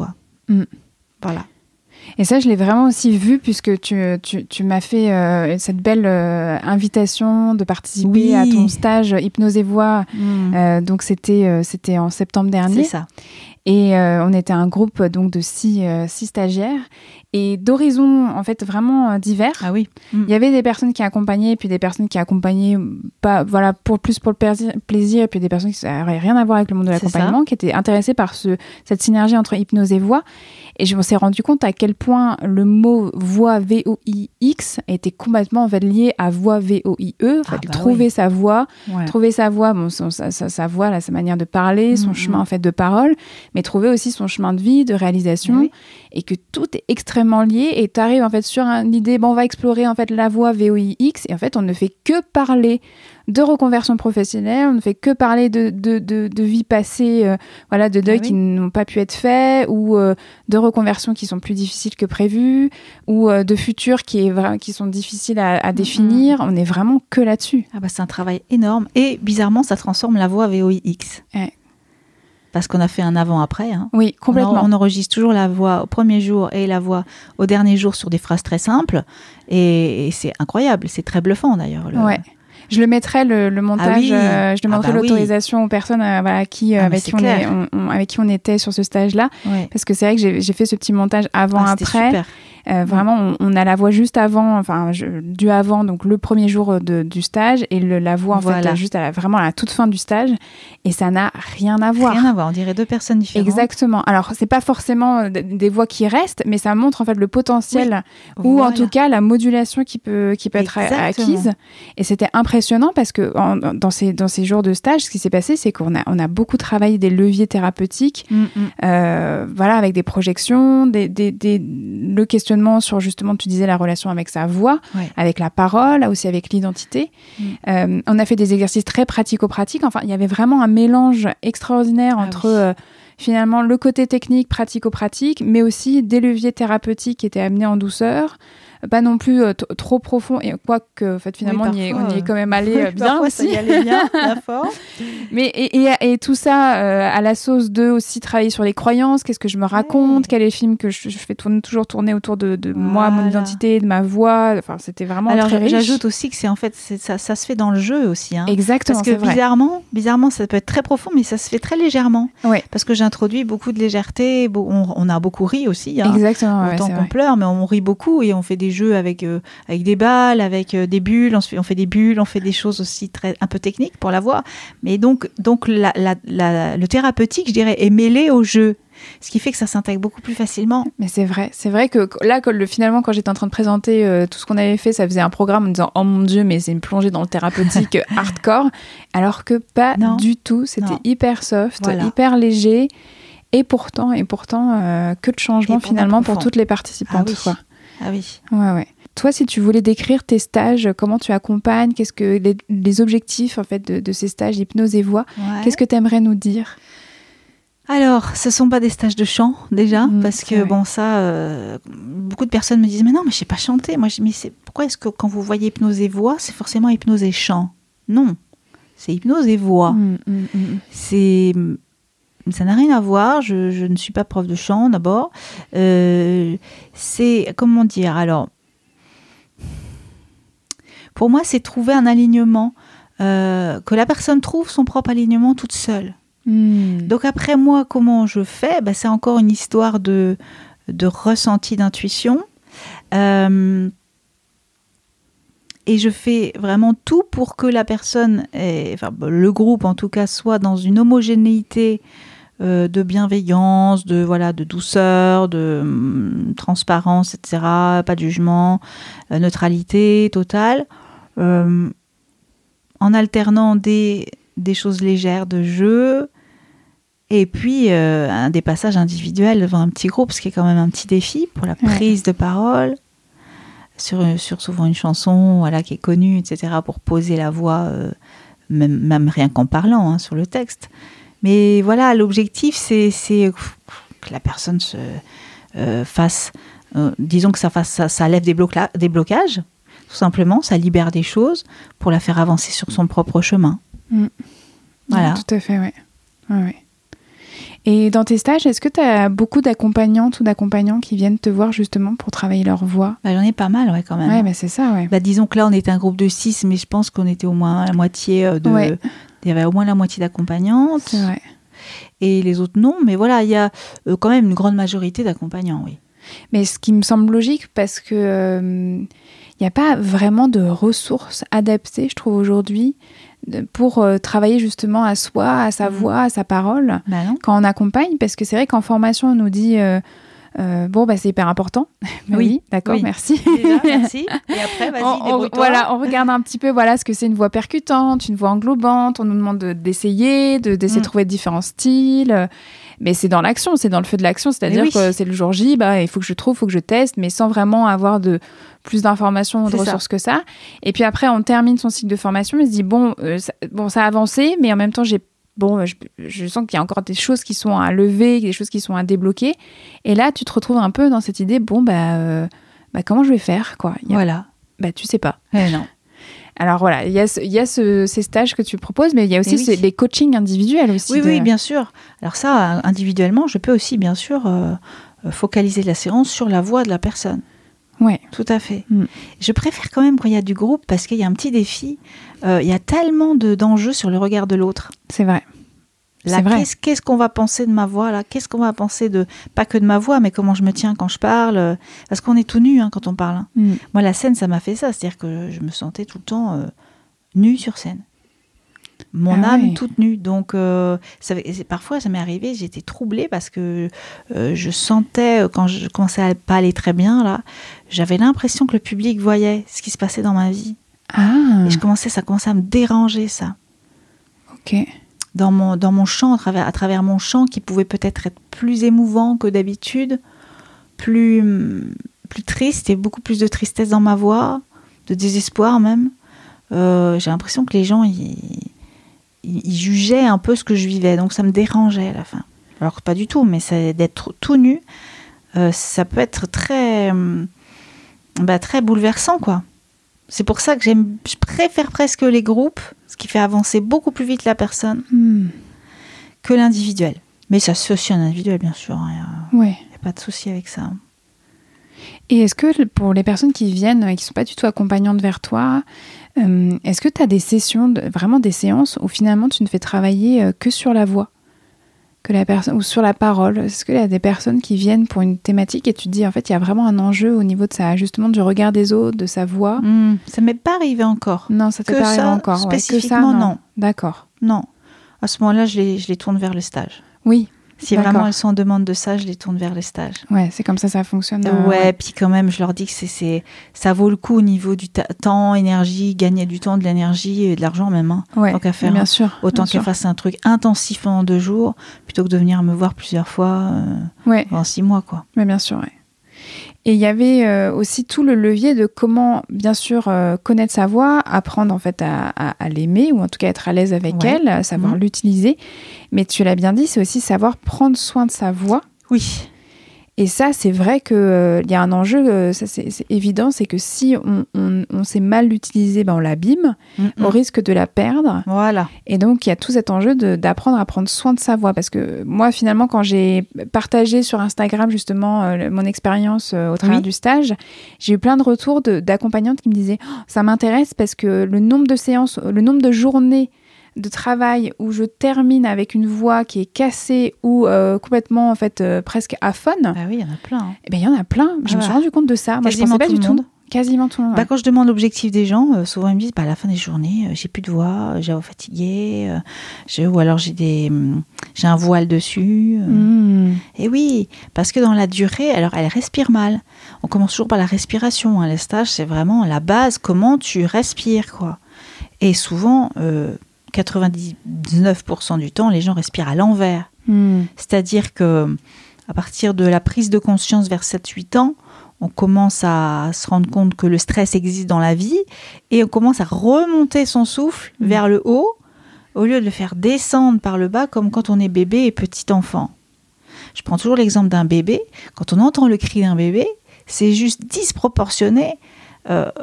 Mm. Voilà. Et ça, je l'ai vraiment aussi vu puisque tu, tu, tu m'as fait euh, cette belle euh, invitation de participer oui. à ton stage Hypnose et Voix. Mm. Euh, donc, c'était, euh, c'était en septembre dernier. C'est ça. Et euh, on était un groupe donc, de six, euh, six stagiaires et d'horizons en fait vraiment euh, divers. Ah oui. Mm. Il y avait des personnes qui accompagnaient et puis des personnes qui accompagnaient pas, voilà, pour, plus pour le plaisir, plaisir et puis des personnes qui n'avaient rien à voir avec le monde de l'accompagnement, qui étaient intéressées par ce, cette synergie entre hypnose et voix. Et je me suis rendu compte à quel point le mot voix, V O I X, était complètement en fait, lié à voix, V O I E. En fait, ah bah trouver oui. sa voix, ouais. trouver sa voix, bon, son, sa, sa, sa voix, là, sa manière de parler, son mmh, chemin en fait, de parole, mais trouver aussi son chemin de vie, de réalisation, oui. et que tout est extrêmement lié. Et tu arrives en fait, sur un, l'idée, bon, on va explorer en fait, la voix, V O I X, et en fait, on ne fait que parler de reconversion professionnelle, on ne fait que parler de, de, de, de vie passée, euh, voilà, de deuils ah oui. qui n'ont pas pu être faits, ou euh, de reconversions qui sont plus difficiles que prévues, ou euh, de futurs qui, est, qui sont difficiles à, à définir. Mm-hmm. On n'est vraiment que là-dessus. Ah bah, c'est un travail énorme. Et bizarrement, ça transforme la voix V O I X. Ouais. Parce qu'on a fait un avant-après. Hein. Oui, complètement. On, on enregistre toujours la voix au premier jour et la voix au dernier jour sur des phrases très simples. Et, et c'est incroyable. C'est très bluffant d'ailleurs. Le... Ouais. Je le mettrai, le, le montage, ah oui. euh, je demanderai ah bah l'autorisation oui. aux personnes euh, voilà, qui, euh, ah avec, qui on est, on, on, avec qui on était sur ce stage-là. Ouais. Parce que c'est vrai que j'ai, j'ai fait ce petit montage avant-après. Ah, Euh, vraiment, on, on a la voix juste avant, enfin, je, du avant, donc le premier jour de, du stage, et le, la voix, en voilà. fait, juste à la, vraiment à la toute fin du stage. Et ça n'a rien à voir. Rien à voir, on dirait deux personnes différentes. Exactement. Alors, c'est pas forcément des voix qui restent, mais ça montre, en fait, le potentiel, oui. ou voilà. en tout cas, la modulation qui peut, qui peut être acquise. Et c'était impressionnant parce que en, dans, ces, dans ces jours de stage, ce qui s'est passé, c'est qu'on a, on a beaucoup travaillé des leviers thérapeutiques, mm-hmm. euh, voilà, avec des projections, des, des, des, le questionnement sur justement, tu disais, la relation avec sa voix, ouais. avec la parole, aussi avec l'identité. Mm. Euh, on a fait des exercices très pratico-pratiques. Enfin, il y avait vraiment un mélange extraordinaire ah entre oui. euh, finalement le côté technique, pratico-pratique, mais aussi des leviers thérapeutiques qui étaient amenés en douceur. Pas non plus euh, t- trop profond, et quoique en fait, finalement oui, parfois, on, y est, on y est quand même allé euh, bien parfois, aussi. Ça y allait bien, la forme. Mais et, et, et tout ça euh, à la sauce de aussi travailler sur les croyances, qu'est-ce que je me raconte, ouais. quel est le film que je, je fais tourner, toujours tourner autour de, de voilà. moi, mon identité, de ma voix. Enfin, c'était vraiment Alors, très riche. J'ajoute aussi que c'est en fait c'est, ça, ça se fait dans le jeu aussi. Hein. Exactement. Parce que c'est bizarrement, vrai. bizarrement, ça peut être très profond, mais ça se fait très légèrement. Ouais. Parce que j'introduis beaucoup de légèreté. On, on a beaucoup ri aussi. Hein. Exactement. Autant ouais, qu'on vrai. pleure, mais on rit beaucoup et on fait des jeux avec. Euh, avec des balles, avec euh, des bulles, on, se fait, on fait des bulles, on fait des choses aussi très, un peu techniques pour la voix. Mais donc, donc la, la, la, le thérapeutique, je dirais, est mêlé au jeu. Ce qui fait que ça s'intègre beaucoup plus facilement. Mais c'est vrai, c'est vrai que là, que le, finalement, quand j'étais en train de présenter euh, tout ce qu'on avait fait, ça faisait un programme en disant « Oh mon Dieu, mais c'est une plongée dans le thérapeutique hardcore », alors que pas non. du tout, c'était non. hyper soft, voilà. hyper léger, et pourtant, et pourtant euh, que de changements finalement pour toutes les participantes. Ah oui. Quoi. Ah oui. Ouais, ouais. Toi, si tu voulais décrire tes stages, comment tu accompagnes, qu'est-ce que les, les objectifs en fait de, de ces stages hypnose et voix, ouais. qu'est-ce que tu aimerais nous dire ? Alors, ce ne sont pas des stages de chant déjà, mmh, parce que vrai. bon, ça, euh, beaucoup de personnes me disent mais non, mais je ne sais pas chanter. Moi, je dis mais c'est, pourquoi est-ce que quand vous voyez hypnose et voix, c'est forcément hypnose et chant ? Non, c'est hypnose et voix. Mmh, mmh, mmh. C'est Ça n'a rien à voir, je, je ne suis pas prof de chant d'abord. Euh, c'est, comment dire, alors, pour moi, c'est trouver un alignement, euh, que la personne trouve son propre alignement toute seule. Mmh. Donc après, moi, comment je fais ? Ben, c'est encore une histoire de, de ressenti, d'intuition. Euh, et je fais vraiment tout pour que la personne, ait, enfin le groupe en tout cas, soit dans une homogénéité Euh, de bienveillance, de, voilà, de douceur, de hum, transparence, et cetera, pas de jugement, euh, neutralité totale, euh, en alternant des, des choses légères de jeu, et puis euh, un, des passages individuels devant un petit groupe, ce qui est quand même un petit défi pour la prise ouais. de parole, sur, sur souvent une chanson voilà, qui est connue, et cetera, pour poser la voix, euh, même, même rien qu'en parlant hein, sur le texte. Mais voilà, l'objectif, c'est, c'est que la personne se euh, fasse, euh, disons que ça, fasse, ça, ça lève des, bloca- des blocages, tout simplement, ça libère des choses pour la faire avancer sur son propre chemin. Mmh. Voilà. Ouais, tout à fait, oui. Ouais, ouais. Et dans tes stages, est-ce que tu as beaucoup d'accompagnantes ou d'accompagnants qui viennent te voir justement pour travailler leur voix? Bah, j'en ai pas mal, ouais, quand même. Ouais, bah, c'est ça, ouais. Bah, disons que là, on était un groupe de six, mais je pense qu'on était au moins la moitié de... Ouais. Il y avait au moins la moitié d'accompagnantes. C'est vrai. Et les autres, non. Mais voilà, il y a euh, quand même une grande majorité d'accompagnants, oui. Mais ce qui me semble logique, parce que euh, il n'y a pas vraiment de ressources adaptées, je trouve, aujourd'hui, pour euh, travailler justement à soi, à sa mmh. voix, à sa parole, bah non. quand on accompagne. Parce que c'est vrai qu'en formation, on nous dit... Euh, Euh, bon, bah, c'est hyper important. bah, oui, oui, d'accord, oui. merci. Déjà, merci. Et après, vas-y, on, débrouille-toi. On, voilà, on regarde un petit peu voilà, ce que c'est une voix percutante, une voix englobante. On nous demande de, d'essayer, de, d'essayer mm. de trouver différents styles. Mais c'est dans l'action, c'est dans le feu de l'action. C'est-à-dire oui. que c'est le jour J, bah, il faut que je trouve, il faut que je teste, mais sans vraiment avoir de, plus d'informations ou de c'est ressources ça. que ça. Et puis après, on termine son cycle de formation. On se dit, bon, euh, ça, bon, ça a avancé, mais en même temps, j'ai Bon, je, je sens qu'il y a encore des choses qui sont à lever, des choses qui sont à débloquer. Et là, tu te retrouves un peu dans cette idée, bon, bah, euh, bah comment je vais faire, quoi. Il y a, voilà. Bah, tu sais pas. Eh non. Alors voilà, il y a, il y a ce, ces stages que tu proposes, mais il y a aussi oui. les coachings individuels aussi. Oui, de... oui, bien sûr. Alors ça, individuellement, je peux aussi, bien sûr, euh, focaliser la séance sur la voix de la personne. Oui. Tout à fait. Mm. Je préfère quand même quand il y a du groupe parce qu'il y a un petit défi. Euh, il y a tellement de, d'enjeux sur le regard de l'autre. C'est vrai. Là, c'est vrai. Qu'est-ce, qu'est-ce qu'on va penser de ma voix là ? Qu'est-ce qu'on va penser de, pas que de ma voix, mais comment je me tiens quand je parle ? Parce qu'on est tout nu hein, quand on parle. Hein. Mm. Moi, la scène, ça m'a fait ça. C'est-à-dire que je me sentais tout le temps euh, nue sur scène. Mon ah âme ouais. toute nue. Donc, euh, ça, parfois, ça m'est arrivé, j'étais troublée parce que euh, je sentais, quand je commençais à pas aller très bien, là, j'avais l'impression que le public voyait ce qui se passait dans ma vie. Ah. Et je commençais, ça commençait à me déranger, ça. Ok. Dans mon, dans mon chant, à travers, à travers mon chant, qui pouvait peut-être être plus émouvant que d'habitude, plus, plus triste, et beaucoup plus de tristesse dans ma voix, de désespoir même. Euh, j'ai l'impression que les gens... Ils, il jugeait un peu ce que je vivais, donc ça me dérangeait à la fin. Alors pas du tout, mais c'est d'être tout nu, euh, ça peut être très, euh, bah, très bouleversant, quoi. C'est pour ça que j'aime, je préfère presque les groupes, ce qui fait avancer beaucoup plus vite la personne mm. que l'individuel. Mais ça se fait aussi en individuel, bien sûr. Il ouais. n'y a pas de souci avec ça. Et est-ce que pour les personnes qui viennent et qui ne sont pas du tout accompagnantes vers toi, euh, est-ce que tu as des sessions, de, vraiment des séances où finalement tu ne fais travailler euh, que sur la voix que la perso- ou sur la parole? Est-ce qu'il y a des personnes qui viennent pour une thématique et tu te dis en fait il y a vraiment un enjeu au niveau de sa, justement du regard des autres, de sa voix? mmh, Ça ne m'est pas arrivé encore. Non, ça ne t'est pas arrivé encore. Spécifiquement, ouais, que ça, non. non. D'accord. Non. À ce moment-là, je les, je les tourne vers le stage. Oui. Si D'accord. vraiment elles sont en demande de ça, je les tourne vers les stages. Ouais, c'est comme ça ça fonctionne. Euh, ouais, ouais, puis quand même, je leur dis que c'est, c'est, ça vaut le coup au niveau du ta- temps, énergie, gagner du temps, de l'énergie et de l'argent même. Hein, ouais, tant qu'à faire. Bien hein. sûr. Autant bien qu'elles fassent un truc intensif pendant deux jours, plutôt que de venir me voir plusieurs fois euh, ouais. pendant six mois, quoi. Mais bien sûr, ouais. Et il y avait euh, aussi tout le levier de comment, bien sûr, euh, connaître sa voix, apprendre en fait à, à, à l'aimer, ou en tout cas être à l'aise avec ouais. elle, savoir mmh. l'utiliser. Mais tu l'as bien dit, c'est aussi savoir prendre soin de sa voix. Oui. Et ça, c'est vrai qu'il euh, y a un enjeu, euh, ça, c'est, c'est évident, c'est que si on, on, on sait mal l'utiliser, ben on l'abîme, mm-hmm. on risque de la perdre. Voilà. Et donc, il y a tout cet enjeu de, d'apprendre à prendre soin de sa voix. Parce que moi, finalement, quand j'ai partagé sur Instagram, justement, euh, mon expérience euh, au travers oui. du stage, j'ai eu plein de retours de, d'accompagnantes qui me disaient oh, « ça m'intéresse parce que le nombre de séances, le nombre de journées de travail où je termine avec une voix qui est cassée ou euh, complètement en fait euh, presque aphone. Ah oui, il y en a plein. Hein. Eh ben il y en a plein. Je ah me suis rendu compte de ça. Moi, Quasiment je pensais pas tout du le monde. tout. Quasiment tout le monde. Bah, quand je demande l'objectif des gens, euh, souvent ils me disent bah, à la fin des journées, euh, j'ai plus de voix, j'ai fatiguée, euh, j'ai, ou alors j'ai des, euh, j'ai un voile dessus. Euh. Mmh. Et oui, parce que dans la durée, alors elle respire mal. On commence toujours par la respiration. Hein. Les stages, c'est vraiment la base. Comment tu respires, quoi. Et souvent. Euh, quatre-vingt-dix-neuf pour cent du temps, les gens respirent à l'envers. Mmh. C'est-à-dire que à partir de la prise de conscience vers sept huit ans, on commence à se rendre compte que le stress existe dans la vie et on commence à remonter son souffle mmh. vers le haut au lieu de le faire descendre par le bas comme quand on est bébé et petit enfant. Je prends toujours l'exemple d'un bébé. Quand on entend le cri d'un bébé, c'est juste disproportionné euh,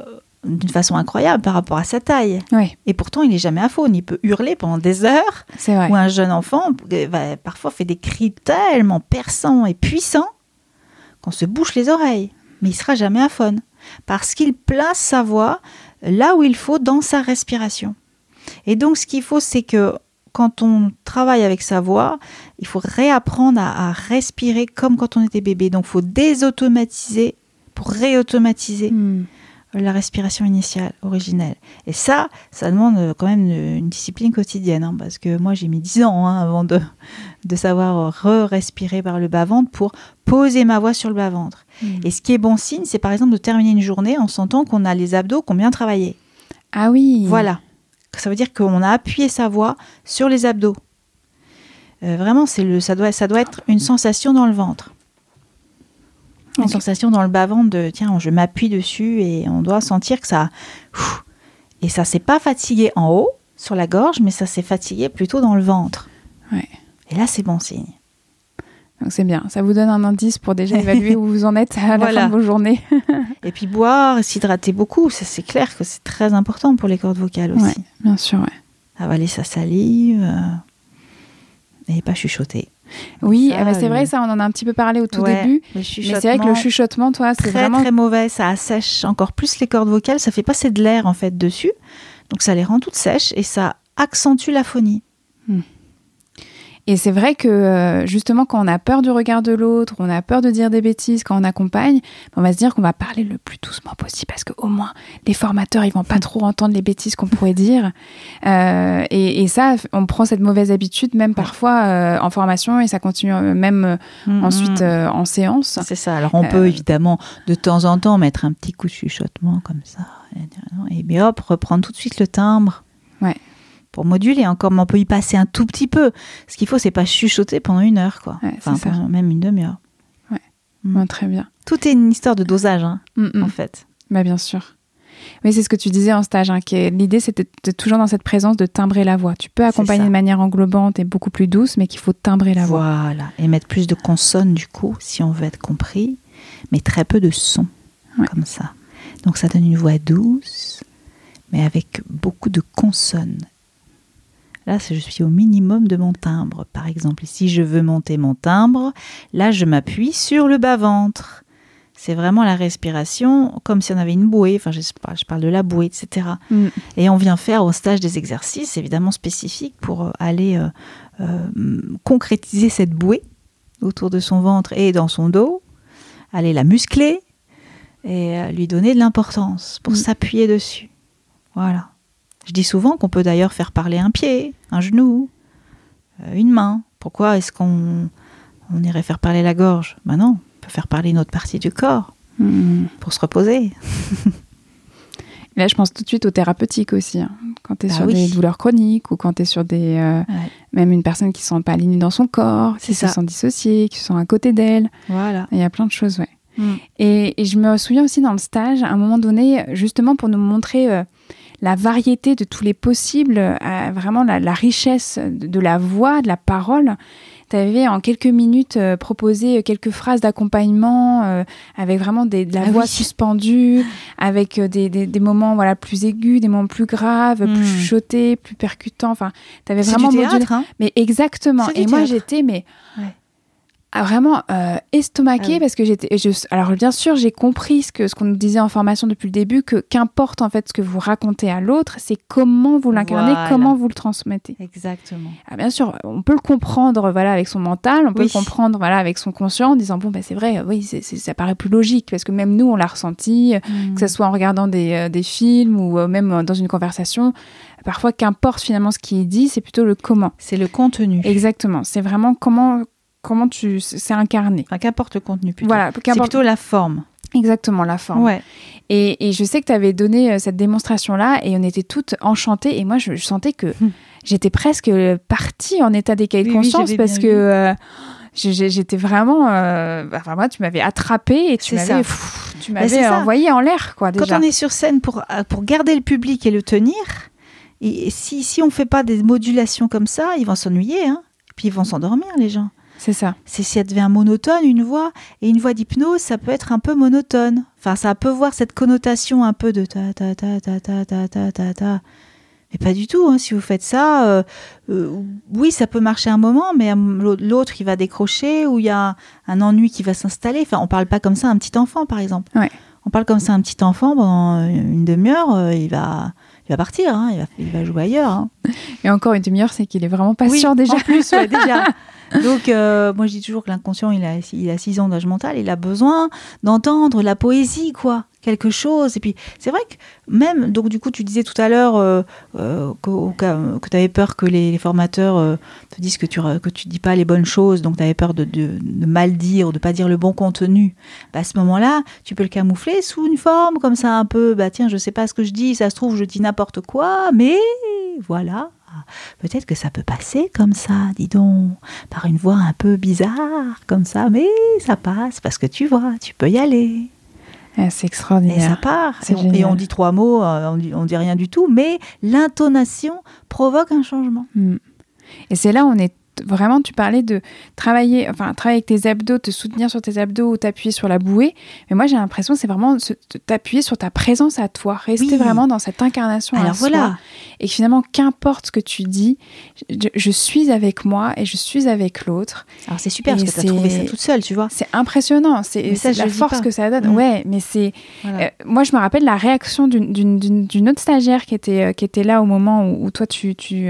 d'une façon incroyable par rapport à sa taille. Oui. Et pourtant, il n'est jamais aphone. Il peut hurler pendant des heures. C'est vrai. Ou un jeune enfant, bah, parfois, fait des cris tellement perçants et puissants qu'on se bouche les oreilles. Mais il ne sera jamais aphone. Parce qu'il place sa voix là où il faut dans sa respiration. Et donc, ce qu'il faut, c'est que quand on travaille avec sa voix, il faut réapprendre à, à respirer comme quand on était bébé. Donc, il faut désautomatiser pour réautomatiser mmh. la respiration initiale, originelle. Et ça, ça demande quand même une, une discipline quotidienne. Hein, parce que moi, j'ai mis dix ans hein, avant de, de savoir re-respirer par le bas-ventre pour poser ma voix sur le bas-ventre. Mmh. Et ce qui est bon signe, c'est par exemple de terminer une journée en sentant qu'on a les abdos qui ont bien travaillé. Ah oui. Voilà. Ça veut dire qu'on a appuyé sa voix sur les abdos. Euh, vraiment, c'est le, ça, doit, ça doit être une sensation dans le ventre. Une okay. sensation dans le bas-ventre de tiens, je m'appuie dessus et on doit sentir que ça. Ouf, et ça s'est pas fatigué en haut, sur la gorge, mais ça s'est fatigué plutôt dans le ventre. Ouais. Et là, c'est bon signe. Donc c'est bien. Ça vous donne un indice pour déjà évaluer où vous en êtes à voilà. la fin de vos journées. Et puis boire, s'hydrater beaucoup, ça, c'est clair que c'est très important pour les cordes vocales aussi. Ouais, bien sûr, ouais. Avaler sa salive euh, et pas chuchoter. Oui, ça, eh ben c'est le... vrai, ça, on en a un petit peu parlé au tout ouais, début. Mais c'est vrai que le chuchotement, toi, c'est très, vraiment... très mauvais. Ça assèche encore plus les cordes vocales. Ça fait passer de l'air, en fait, dessus. Donc, ça les rend toutes sèches et ça accentue l'aphonie. Hmm. Et c'est vrai que, justement, quand on a peur du regard de l'autre, on a peur de dire des bêtises, quand on accompagne, on va se dire qu'on va parler le plus doucement possible parce qu'au moins, les formateurs, ils vont pas trop entendre les bêtises qu'on pourrait dire. Euh, et, et ça, on prend cette mauvaise habitude, même parfois euh, en formation, et ça continue euh, même euh, mmh, ensuite euh, en séance. C'est ça. Alors, on euh, peut évidemment, de temps en temps, mettre un petit coup de chuchotement comme ça. Et, et bien hop, reprendre tout de suite le timbre. Ouais. Pour moduler encore, mais on peut y passer un tout petit peu. Ce qu'il faut, c'est pas chuchoter pendant une heure, quoi. Ouais, enfin, c'est ça. Même une demi-heure. Ouais. Mmh. Ouais, très bien. Tout est une histoire de dosage, hein, mmh, en fait. Bah, bien sûr. Oui, c'est ce que tu disais en stage. Hein, que l'idée, c'était de, toujours dans cette présence de timbrer la voix. Tu peux accompagner de manière englobante et beaucoup plus douce, mais qu'il faut timbrer la voilà. voix. Voilà. Et mettre plus de consonnes, du coup, si on veut être compris, mais très peu de sons, ouais. comme ça. Donc, ça donne une voix douce, mais avec beaucoup de consonnes. Là, je suis au minimum de mon timbre, par exemple. Et si je veux monter mon timbre, là, je m'appuie sur le bas-ventre. C'est vraiment la respiration, comme si on avait une bouée. Enfin, je, sais pas, je parle de la bouée, et cetera. Mm. Et on vient faire au stage des exercices, évidemment spécifiques, pour aller euh, euh, concrétiser cette bouée autour de son ventre et dans son dos, aller la muscler et euh, lui donner de l'importance pour mm. s'appuyer dessus. Voilà. Je dis souvent qu'on peut d'ailleurs faire parler un pied, un genou, euh, une main. Pourquoi est-ce qu'on on irait faire parler la gorge ? Ben non, on peut faire parler une autre partie du corps mmh. pour se reposer. Là, je pense tout de suite aux thérapeutiques aussi. Hein. Quand tu es bah sur oui. des douleurs chroniques ou quand tu es sur des... Euh, ouais. Même une personne qui ne se sent pas alignée dans son corps, qui se sent dissociée, qui se sent à côté d'elle. Voilà. Il y a plein de choses, ouais. Mmh. Et, et je me souviens aussi dans le stage, à un moment donné, justement pour nous montrer... Euh, la variété de tous les possibles, euh, vraiment la, la richesse de, de la voix, de la parole. Tu avais en quelques minutes euh, proposé quelques phrases d'accompagnement euh, avec vraiment des, de la ah voix oui. suspendue, avec euh, des, des, des moments voilà, plus aigus, des moments plus graves, mmh. plus chuchotés, plus percutants. Enfin, tu avais vraiment du théâtre, modulé. Hein. Mais exactement. C'est Et du moi, théâtre. j'étais... mais ouais. vraiment euh, estomaquée ah oui. parce que j'étais je, alors bien sûr j'ai compris ce que ce qu'on nous disait en formation depuis le début, que qu'importe en fait ce que vous racontez à l'autre, c'est comment vous l'incarnez, voilà. comment vous le transmettez. Exactement. Alors bien sûr on peut le comprendre voilà avec son mental, on peut oui. le comprendre voilà avec son conscient en disant bon ben c'est vrai oui c'est, c'est, ça paraît plus logique parce que même nous on l'a ressenti mmh. que ce soit en regardant des euh, des films ou euh, même dans une conversation. Parfois qu'importe finalement ce qui est dit, c'est plutôt le comment. C'est le contenu. Exactement, c'est vraiment comment Comment tu... C'est incarné. Enfin, qu'importe le contenu, plutôt. Voilà, c'est plutôt la forme. Exactement, la forme. Ouais. Et, et je sais que tu avais donné cette démonstration-là et on était toutes enchantées. Et moi, je, je sentais que hum. j'étais presque partie en état d'éveil de oui, conscience oui, parce que euh, j'étais vraiment... Euh, enfin, moi, tu m'avais attrapée et tu c'est m'avais, pff, tu m'avais envoyée en l'air, quoi, déjà. Quand on est sur scène pour, pour garder le public et le tenir, et si, si on ne fait pas des modulations comme ça, ils vont s'ennuyer, hein. Puis ils vont s'endormir, les gens. C'est ça. C'est si elle devient monotone, une voix, et une voix d'hypnose, ça peut être un peu monotone. Enfin, ça peut voir cette connotation un peu de ta ta ta ta ta ta ta ta ta. Mais pas du tout, hein. Si vous faites ça, euh, euh, oui, ça peut marcher un moment, mais l'autre, il va décrocher, ou il y a un, un ennui qui va s'installer. Enfin, on parle pas comme ça à un petit enfant, par exemple. Ouais. On parle comme ça à un petit enfant, pendant une demi-heure, euh, il va... Il va partir, hein, il, va, il va jouer ailleurs. Hein. Et encore une demi-heure, c'est qu'il est vraiment pas oui, sûr déjà. En plus, ouais, déjà. Donc, euh, moi, je dis toujours que l'inconscient, il a, il a six ans d'âge mental, il a besoin d'entendre la poésie, quoi, quelque chose. Et puis, c'est vrai que même, donc du coup, tu disais tout à l'heure euh, euh, que, que, que tu avais peur que les, les formateurs euh, te disent que tu que tu dis pas les bonnes choses, donc tu avais peur de, de, de mal dire ou de pas dire le bon contenu. Bah, à ce moment-là, tu peux le camoufler sous une forme comme ça, un peu, bah tiens, je sais pas ce que je dis, ça se trouve, je dis n'importe quoi, mais voilà. Peut-être que ça peut passer comme ça, dis donc, par une voix un peu bizarre, comme ça, mais ça passe, parce que tu vois, tu peux y aller. Ah, c'est extraordinaire. Et ça part. C'est et, on, et on dit trois mots, on dit, on dit rien du tout, mais l'intonation provoque un changement. Mm. Et c'est là où on est vraiment, tu parlais de travailler, enfin, travailler avec tes abdos, te soutenir sur tes abdos ou t'appuyer sur la bouée. Mais moi, j'ai l'impression que c'est vraiment se, t'appuyer sur ta présence à toi, rester oui. vraiment dans cette incarnation Alors à voilà. soi. Et que finalement, qu'importe ce que tu dis, je, je suis avec moi et je suis avec l'autre. Alors c'est super, et parce que tu as trouvé ça toute seule, tu vois. C'est impressionnant, c'est, ça, c'est la force que ça donne. Mmh. Ouais, mais c'est... Voilà. Euh, moi, je me rappelle la réaction d'une, d'une, d'une, d'une autre stagiaire qui était, euh, qui était là au moment où, où toi, tu... tu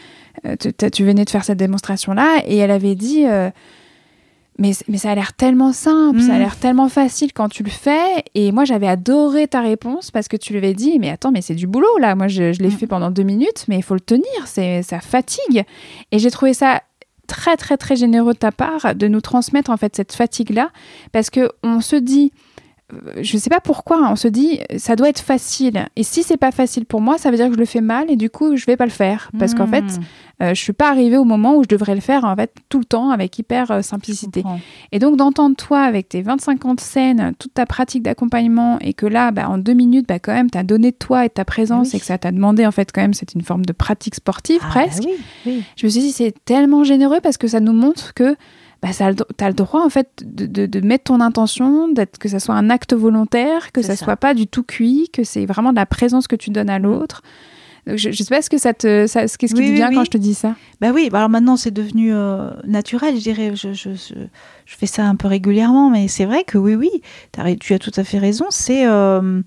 Tu, tu venais de faire cette démonstration-là et elle avait dit euh, mais, mais ça a l'air tellement simple, mmh. ça a l'air tellement facile quand tu le fais. Et moi, j'avais adoré ta réponse parce que tu lui avais dit mais attends, mais c'est du boulot là. Moi, je, je l'ai mmh. fait pendant deux minutes, mais il faut le tenir, c'est, ça fatigue. Et j'ai trouvé ça très, très, très généreux de ta part de nous transmettre en fait cette fatigue-là parce qu'on se dit... Je ne sais pas pourquoi, on se dit ça doit être facile. Et si c'est pas facile pour moi, ça veut dire que je le fais mal et du coup, je vais pas le faire. Parce mmh. qu'en fait, euh, je suis pas arrivée au moment où je devrais le faire en fait tout le temps avec hyper euh, simplicité. Et donc d'entendre toi avec tes vingt-cinq ans de scène, toute ta pratique d'accompagnement et que là, bah, en deux minutes, bah, quand même, tu as donné de toi et de ta présence oui. et que ça t'a demandé en fait quand même, c'est une forme de pratique sportive ah, presque. Bah oui, oui. Je me suis dit c'est tellement généreux parce que ça nous montre que bah, tu as le droit en fait de, de, de mettre ton intention, d'être, que ça soit un acte volontaire, que ça, ça soit pas du tout cuit, que c'est vraiment de la présence que tu donnes à l'autre. Donc, je ne sais pas ce que ça te, ça, qu'est-ce qui oui, te vient oui, quand oui. je te dis ça. Bah oui, bah alors maintenant c'est devenu euh, naturel, je dirais. Je, je, je, je fais ça un peu régulièrement, mais c'est vrai que oui, oui, t'as, tu as tout à fait raison. C'est euh,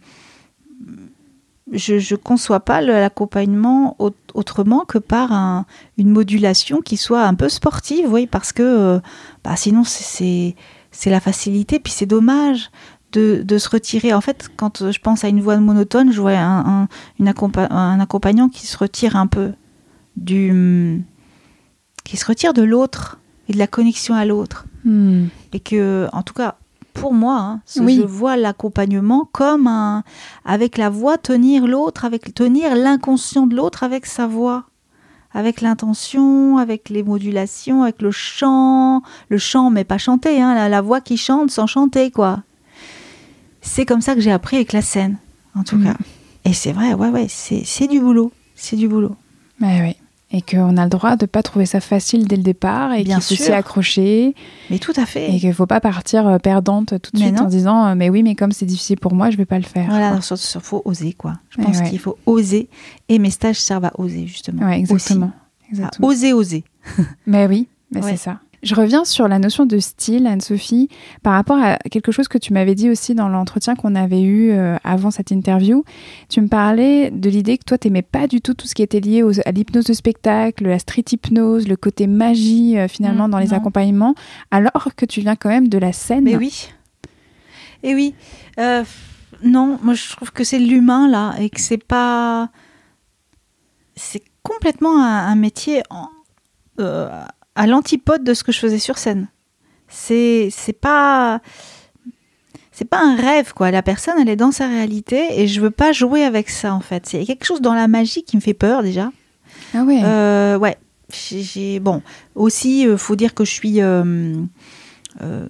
je ne conçois pas l'accompagnement autrement que par un, une modulation qui soit un peu sportive, oui, parce que euh, bah, sinon c'est, c'est, c'est la facilité, puis c'est dommage de, de se retirer. En fait, quand je pense à une voix monotone, je vois un, un, une accompa- un accompagnant qui se retire un peu du... qui se retire de l'autre et de la connexion à l'autre. Hmm. Et que, en tout cas... Pour moi, hein, oui. je vois l'accompagnement comme un, avec la voix, tenir l'autre, avec tenir l'inconscient de l'autre avec sa voix, avec l'intention, avec les modulations, avec le chant, le chant mais pas chanter, hein, la, la voix qui chante sans chanter, quoi. C'est comme ça que j'ai appris avec la scène, en tout mmh. cas. Et c'est vrai, ouais, ouais, c'est, c'est du boulot, c'est du boulot. Ouais, ouais. Et qu'on a le droit de ne pas trouver ça facile dès le départ et Bien qu'il sûr. faut s'y accrocher. Mais tout à fait. Et qu'il ne faut pas partir perdante tout de mais suite non. en disant « mais oui, mais comme c'est difficile pour moi, je ne vais pas le faire ». Voilà, il faut oser, quoi. Je pense ouais. qu'il faut oser. Et mes stages servent à oser, justement. Oui, exactement. exactement. À oser, oser. Mais oui, mais ouais. c'est ça. Je reviens sur la notion de style, Anne-Sophie, par rapport à quelque chose que tu m'avais dit aussi dans l'entretien qu'on avait eu euh, avant cette interview. Tu me parlais de l'idée que toi, tu n'aimais pas du tout tout ce qui était lié aux, à l'hypnose de spectacle, la street hypnose, le côté magie euh, finalement mmh, dans les non. accompagnements, alors que tu viens quand même de la scène. Mais oui. Et oui. Euh, non, moi je trouve que c'est l'humain là et que c'est pas... C'est complètement un, un métier... En, euh, à l'antipode de ce que je faisais sur scène. C'est, c'est pas... C'est pas un rêve, quoi. La personne, elle est dans sa réalité et je veux pas jouer avec ça, en fait. Il y a quelque chose dans la magie qui me fait peur, déjà. Ah ouais euh, Ouais. J'ai, j'ai... Bon, aussi, il euh, faut dire que je suis euh, euh,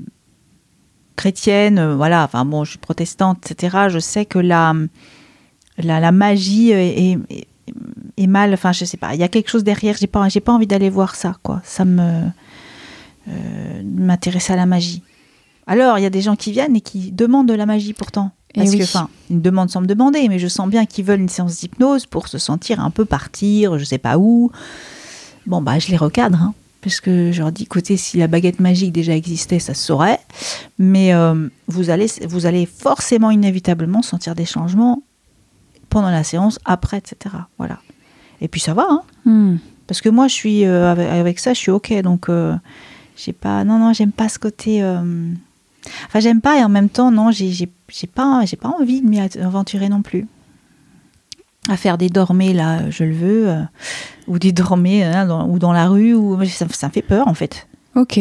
chrétienne, euh, voilà. Enfin, bon, je suis protestante, et cetera. Je sais que la, la, la magie est... est, est et mal, enfin je sais pas, il y a quelque chose derrière, j'ai pas, j'ai pas envie d'aller voir ça, quoi. Ça me euh, m'intéresser à la magie. Alors, il y a des gens qui viennent et qui demandent de la magie pourtant. Parce oui. que, enfin, ils me demandent sans me demander, mais je sens bien qu'ils veulent une séance d'hypnose pour se sentir un peu partir, je sais pas où. Bon, bah, je les recadre, hein, parce que je leur dis, écoutez, si la baguette magique déjà existait, ça se saurait. Mais euh, vous, allez, vous allez forcément, inévitablement, sentir des changements pendant la séance, après, et cetera. Voilà. Et puis ça va, hein. Mm. Parce que moi, je suis, euh, avec, avec ça, je suis OK. Donc, euh, j'ai pas, non, non, j'aime pas ce côté... Euh, Enfin, j'aime pas et en même temps, non, j'ai, j'ai, j'ai, pas, j'ai pas envie de m'y aventurer non plus. À faire des dormées, là, je le veux, euh, ou des dormées hein, dans, ou dans la rue, ou, ça, ça me fait peur, en fait. Ok.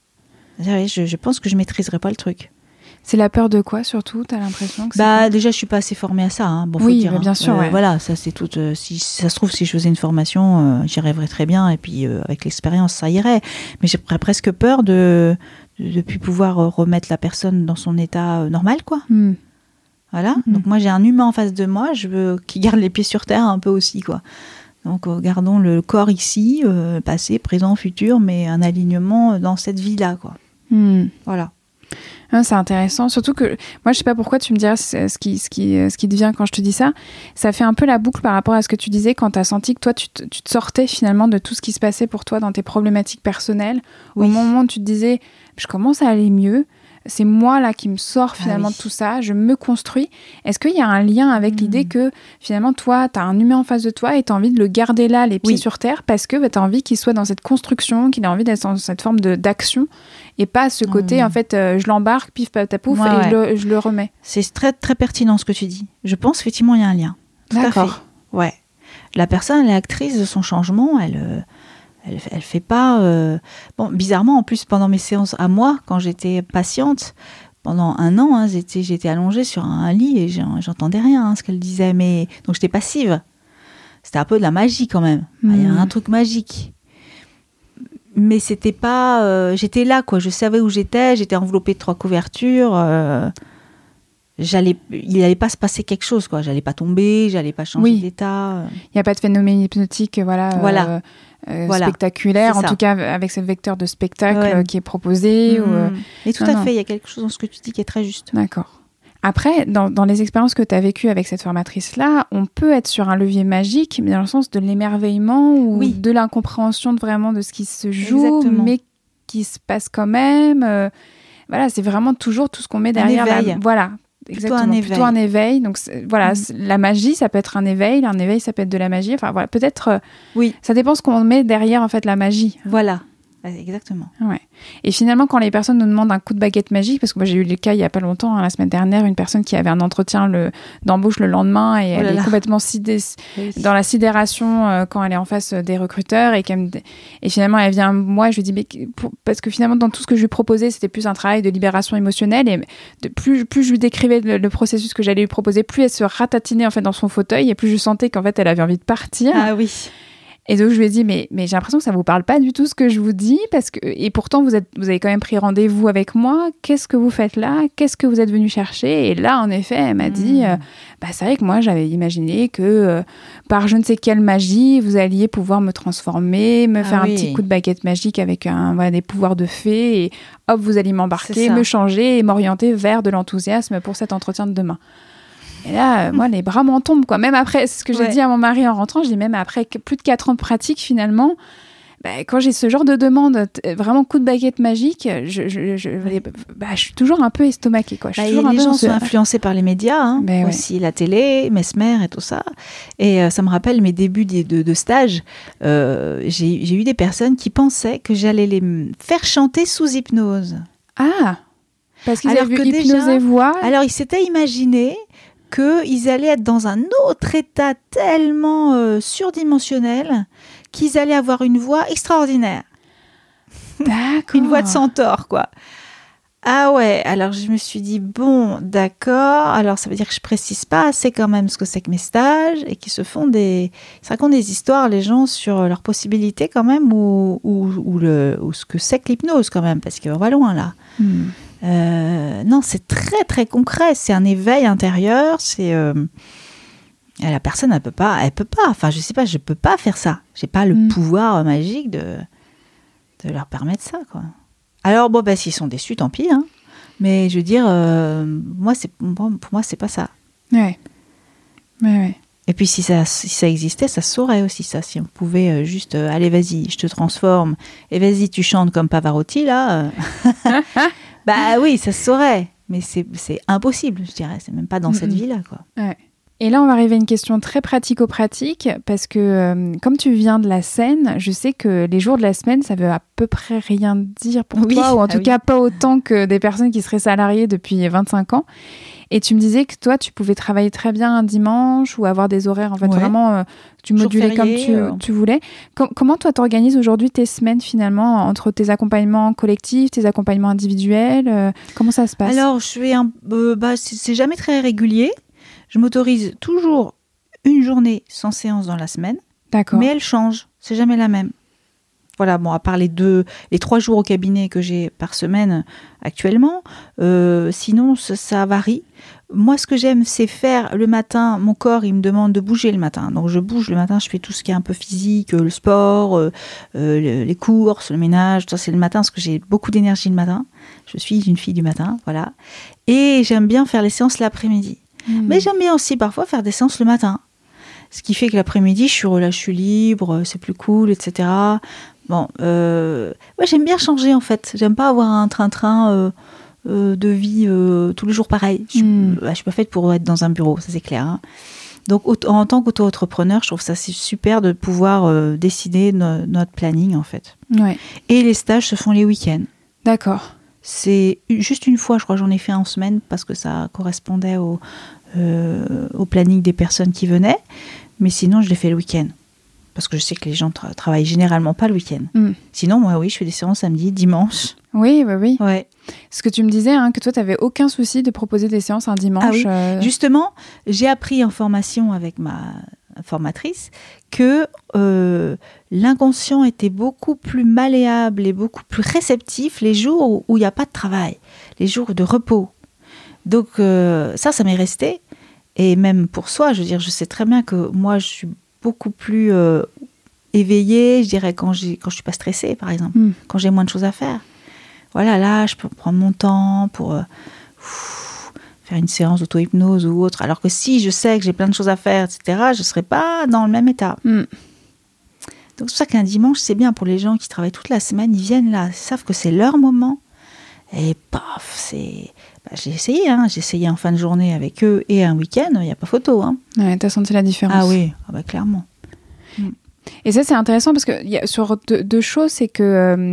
Je, je pense que je maîtriserai pas le truc. C'est la peur de quoi, surtout? T'as l'impression que c'est bah, quoi? déjà, je suis pas assez formée à ça. Hein. Bon, faut oui, dire, bah, bien hein. sûr. Euh, ouais. Voilà, ça, c'est tout. Euh, si, si ça se trouve, si je faisais une formation, euh, j'y rêverais très bien. Et puis, euh, avec l'expérience, ça irait. Mais j'ai presque peur de... de plus pouvoir remettre la personne dans son état normal, quoi. Mm. Voilà. Mm. Donc moi, j'ai un humain en face de moi, je veux qu'il garde les pieds sur terre un peu aussi, quoi. Donc euh, gardons le corps ici, euh, passé, présent, futur, mais un alignement dans cette vie-là, quoi. Mm. Voilà. Ah, c'est intéressant, surtout que moi je sais pas pourquoi tu me diras ce qui, ce, qui, ce qui devient quand je te dis ça, ça fait un peu la boucle par rapport à ce que tu disais quand tu as senti que toi tu te, tu te sortais finalement de tout ce qui se passait pour toi dans tes problématiques personnelles, oui. Au moment où tu te disais je commence à aller mieux, c'est moi là qui me sors finalement ah oui. de tout ça, je me construis. Est-ce qu'il y a un lien avec mmh. l'idée que finalement toi tu as un humain en face de toi et tu as envie de le garder là les pieds oui. sur terre parce que bah, tu as envie qu'il soit dans cette construction, qu'il ait envie d'être dans cette forme de, d'action et pas ce côté mmh. en fait euh, je l'embarque, pif patapouf ouais, et ouais. Je, le, je le remets. C'est très très pertinent ce que tu dis. Je pense effectivement il y a un lien. Tout D'accord. À fait. Ouais. La personne elle est actrice de son changement, elle... Euh... Elle, elle fait pas... Euh... Bon, bizarrement, en plus, pendant mes séances à moi, quand j'étais patiente, pendant un an, hein, j'étais, j'étais allongée sur un lit et j'entendais rien, hein, ce qu'elle disait. Mais... Donc, j'étais passive. C'était un peu de la magie, quand même. Il mmh. y a un truc magique. Mais c'était pas... Euh... J'étais là, quoi. Je savais où j'étais. J'étais enveloppée de trois couvertures. Euh... J'allais... Il n'allait pas se passer quelque chose, quoi. J'allais pas tomber, j'allais pas changer oui. d'état. Il n'y a pas de phénomène hypnotique, voilà. Voilà. Euh... Euh, voilà, spectaculaire, en tout cas avec ce vecteur de spectacle ouais. euh, qui est proposé. Mmh. Ou, euh... Et tout non, à fait, il y a quelque chose dans ce que tu dis qui est très juste. D'accord. Après, dans, dans les expériences que tu as vécues avec cette formatrice-là, on peut être sur un levier magique, mais dans le sens de l'émerveillement ou oui. de l'incompréhension de vraiment de ce qui se joue, Exactement. Mais qui se passe quand même. Euh, voilà, c'est vraiment toujours tout ce qu'on met derrière. Un éveil. La... Voilà. Exactement, plutôt un éveil. Plutôt un éveil. Donc voilà, mmh. la magie, ça peut être un éveil, un éveil, ça peut être de la magie. Enfin voilà, peut-être. Euh, oui. Ça dépend ce qu'on met derrière en fait la magie. Voilà. Exactement. Ouais. Et finalement, quand les personnes nous demandent un coup de baguette magique, parce que moi j'ai eu le cas il y a pas longtemps, hein, la semaine dernière, une personne qui avait un entretien le, d'embauche le lendemain et oh elle est là. complètement sidé, oui. dans la sidération euh, quand elle est en face des recruteurs et, qu'elle me, et finalement elle vient moi, je lui dis mais pour, parce que finalement dans tout ce que je lui proposais, c'était plus un travail de libération émotionnelle et de, plus, plus je lui décrivais le, le processus que j'allais lui proposer, plus elle se ratatinait en fait dans son fauteuil et plus je sentais qu'en fait elle avait envie de partir. Ah oui. Et donc je lui ai dit mais mais j'ai l'impression que ça vous parle pas du tout ce que je vous dis parce que et pourtant vous êtes vous avez quand même pris rendez-vous avec moi. Qu'est-ce que vous faites là? Qu'est-ce que vous êtes venu chercher? Et là en effet elle m'a mmh. dit euh, bah c'est vrai que moi j'avais imaginé que euh, par je ne sais quelle magie vous alliez pouvoir me transformer, me ah faire oui. un petit coup de baguette magique avec un voilà des pouvoirs de fée et hop vous allez m'embarquer, me changer et m'orienter vers de l'enthousiasme pour cet entretien de demain. Et là, euh, moi, les bras m'en tombent, quoi. Même après, c'est ce que j'ai ouais. dit à mon mari en rentrant, je dis même après plus de quatre ans de pratique, finalement, bah, quand j'ai ce genre de demande, t- vraiment coup de baguette magique, je, je, je, ouais. bah, je suis toujours un peu estomaquée, quoi. Je suis bah, toujours les un gens peu sont ce... influencés par les médias, hein, bah, aussi ouais. la télé, Mesmer et tout ça. Et euh, ça me rappelle mes débuts de, de, de stage. Euh, j'ai, j'ai eu des personnes qui pensaient que j'allais les faire chanter sous hypnose. Ah, parce qu'ils alors avaient vu que hypnose déjà, et voix. Alors, ils s'étaient imaginés qu'ils allaient être dans un autre état tellement euh, surdimensionnel qu'ils allaient avoir une voix extraordinaire. D'accord. Une voix de centaure, quoi. Ah ouais, alors je me suis dit, bon, d'accord, alors ça veut dire que je précise pas assez quand même ce que c'est que mes stages et qu'ils se font des... Ils se racontent des histoires, les gens, sur leurs possibilités quand même ou, ou, ou, le, ou ce que c'est que l'hypnose quand même, parce qu'on va loin là. Hmm. Euh, non, c'est très très concret, c'est un éveil intérieur, c'est euh, la personne elle peut pas, elle peut pas, enfin je sais pas, je peux pas faire ça, j'ai pas le mm. pouvoir magique de de leur permettre ça quoi. Alors bon bah s'ils sont déçus, tant pis, hein. Mais je veux dire, euh, moi, c'est, pour moi, c'est pas ça. Ouais. Ouais, ouais. Et puis si ça, si ça existait, ça se saurait aussi ça. Si on pouvait euh, juste, euh, allez vas-y, je te transforme, et vas-y tu chantes comme Pavarotti là, euh... bah oui, ça se saurait. Mais c'est, c'est impossible, je dirais. C'est même pas dans mm-hmm. cette vie-là, quoi. Ouais. Et là, on va arriver à une question très pratico-pratique, parce que euh, comme tu viens de la scène, je sais que les jours de la semaine, ça veut à peu près rien dire pour oui, toi, ou en ah tout oui. cas pas autant que des personnes qui seraient salariées depuis vingt-cinq ans. Et tu me disais que toi, tu pouvais travailler très bien un dimanche ou avoir des horaires, en fait, ouais. vraiment, euh, tu modulais comme tu, euh... tu voulais. Com- comment toi, t'organises aujourd'hui tes semaines, finalement, entre tes accompagnements collectifs, tes accompagnements individuels euh, comment ça se passe? Alors, je fais un, euh, bah, c'est, c'est jamais très régulier. Je m'autorise toujours une journée sans séance dans la semaine. D'accord. Mais elle change, c'est jamais la même. Voilà, bon, à part les deux, les trois jours au cabinet que j'ai par semaine actuellement, euh, sinon ça, ça varie. Moi, ce que j'aime, c'est faire le matin. Mon corps, il me demande de bouger le matin, donc je bouge le matin. Je fais tout ce qui est un peu physique, le sport, euh, euh, les courses, le ménage. Ça, c'est le matin parce que j'ai beaucoup d'énergie le matin. Je suis une fille du matin, voilà. Et j'aime bien faire les séances l'après-midi. Mmh. Mais j'aime bien aussi parfois faire des séances le matin. Ce qui fait que l'après-midi, je suis relâche, je suis libre, c'est plus cool, et cetera. Bon, euh, ouais, j'aime bien changer en fait. J'aime pas avoir un train-train euh, euh, de vie euh, tous les jours pareil. Je, mm. bah, je suis pas faite pour être dans un bureau, ça c'est clair. Hein. Donc, en tant qu'auto-entrepreneur, je trouve ça c'est super de pouvoir euh, décider no- notre planning en fait. Ouais. Et les stages se font les week-ends. D'accord. C'est juste une fois, je crois, j'en ai fait en semaine parce que ça correspondait au, euh, au planning des personnes qui venaient. Mais sinon, je l'ai fait le week-end. Parce que je sais que les gens tra- travaillent généralement pas le week-end. Mm. Sinon, moi, oui, je fais des séances samedi, dimanche. Oui, oui, oui. Ouais. Ce que tu me disais, hein, que toi, tu n'avais aucun souci de proposer des séances un dimanche. Ah oui. Euh... Justement, j'ai appris en formation avec ma formatrice que euh, l'inconscient était beaucoup plus malléable et beaucoup plus réceptif les jours où il n'y a pas de travail, les jours de repos. Donc, euh, ça, ça m'est resté. Et même pour soi, je veux dire, je sais très bien que moi, je suis beaucoup plus euh, éveillée, je dirais, quand, j'ai, quand je ne suis pas stressée, par exemple, mm. quand j'ai moins de choses à faire. Voilà, là, je peux prendre mon temps pour euh, ouf, faire une séance d'auto-hypnose ou autre. Alors que si je sais que j'ai plein de choses à faire, et cetera, je ne serai pas dans le même état. Mm. Donc, c'est pour ça qu'un dimanche, c'est bien pour les gens qui travaillent toute la semaine. Ils viennent là, ils savent que c'est leur moment. Et paf, c'est... Bah, j'ai essayé, hein. j'ai essayé en fin de journée avec eux et un week-end, il n'y a pas photo. Hein. Ouais, t'as senti la différence. Ah oui, ah bah, clairement. Mm. Et ça, c'est intéressant parce que y a, sur deux, deux choses, c'est que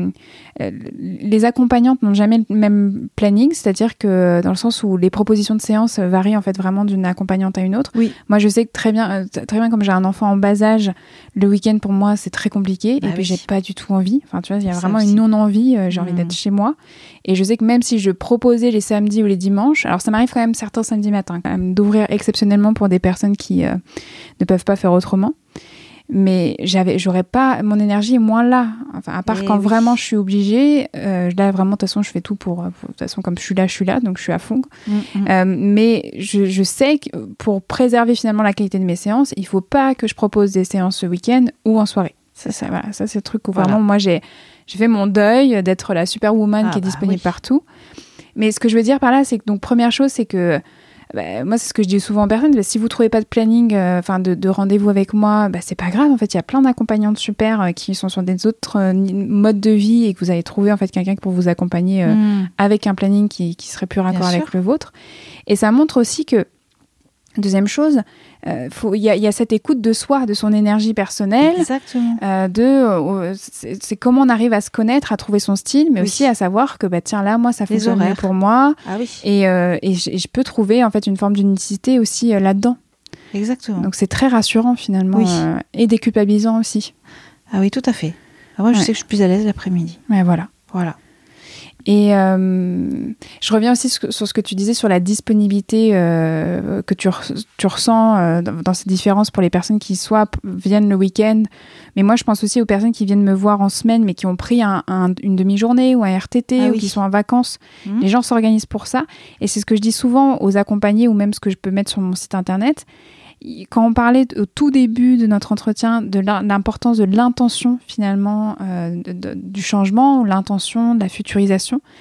euh, les accompagnantes n'ont jamais le même planning, c'est-à-dire que dans le sens où les propositions de séance varient en fait vraiment d'une accompagnante à une autre. Oui. Moi, je sais que très bien, très bien comme j'ai un enfant en bas âge, le week-end pour moi c'est très compliqué bah et puis oui. j'ai pas du tout envie. Enfin, tu vois, il y a ça vraiment aussi. Une non-envie. Euh, j'ai mmh. envie d'être chez moi. Et je sais que même si je proposais les samedis ou les dimanches, alors ça m'arrive quand même certains samedis matins, quand même d'ouvrir exceptionnellement pour des personnes qui euh, ne peuvent pas faire autrement. Mais j'avais, j'aurais pas, mon énergie est moins là. Enfin, à part et quand oui. vraiment je suis obligée. Euh, là, vraiment, de toute façon, je fais tout pour. De toute façon, comme je suis là, je suis là, donc je suis à fond. Mm-hmm. Euh, mais je, je sais que pour préserver finalement la qualité de mes séances, il faut pas que je propose des séances ce week-end ou en soirée. Ça, ça, voilà, ça c'est le truc où voilà. vraiment, moi, j'ai, j'ai fait mon deuil d'être la superwoman ah, qui est bah, disponible oui. partout. Mais ce que je veux dire par là, c'est que, donc, première chose, c'est que. Bah, moi, c'est ce que je dis souvent en personne. Bah, si vous ne trouvez pas de planning, enfin euh, de, de rendez-vous avec moi, bah, c'est pas grave. En fait, il y a plein d'accompagnantes super euh, qui sont sur des autres euh, modes de vie et que vous allez trouver en fait quelqu'un pour vous accompagner euh, mmh. avec un planning qui, qui serait plus raccord avec le vôtre. Et ça montre aussi que, deuxième chose, il euh, y, y a cette écoute de soi, de son énergie personnelle. Exactement. Euh, de, euh, c'est, c'est comment on arrive à se connaître, à trouver son style, mais oui. aussi à savoir que bah, tiens, là, moi, ça fonctionne mieux pour moi. Ah oui. Et, euh, et, je, et je peux trouver en fait, une forme d'unicité aussi euh, là-dedans. Exactement. Donc c'est très rassurant finalement oui. euh, et déculpabilisant aussi. Ah oui, tout à fait. Ah, moi, je ouais. sais que je suis plus à l'aise l'après-midi. Ouais, voilà. Voilà. Et euh, je reviens aussi sur ce que tu disais sur la disponibilité euh, que tu, re- tu ressens euh, dans, dans ces différences pour les personnes qui soit p- viennent le week-end, mais moi je pense aussi aux personnes qui viennent me voir en semaine mais qui ont pris un, un, une demi-journée ou un R T T ah, ou oui. qui sont en vacances. Mmh. Les gens s'organisent pour ça et c'est ce que je dis souvent aux accompagnés ou même ce que je peux mettre sur mon site internet. Quand on parlait au tout début de notre entretien de l'importance de l'intention finalement euh, de, de, du changement, ou l'intention de la futurisation,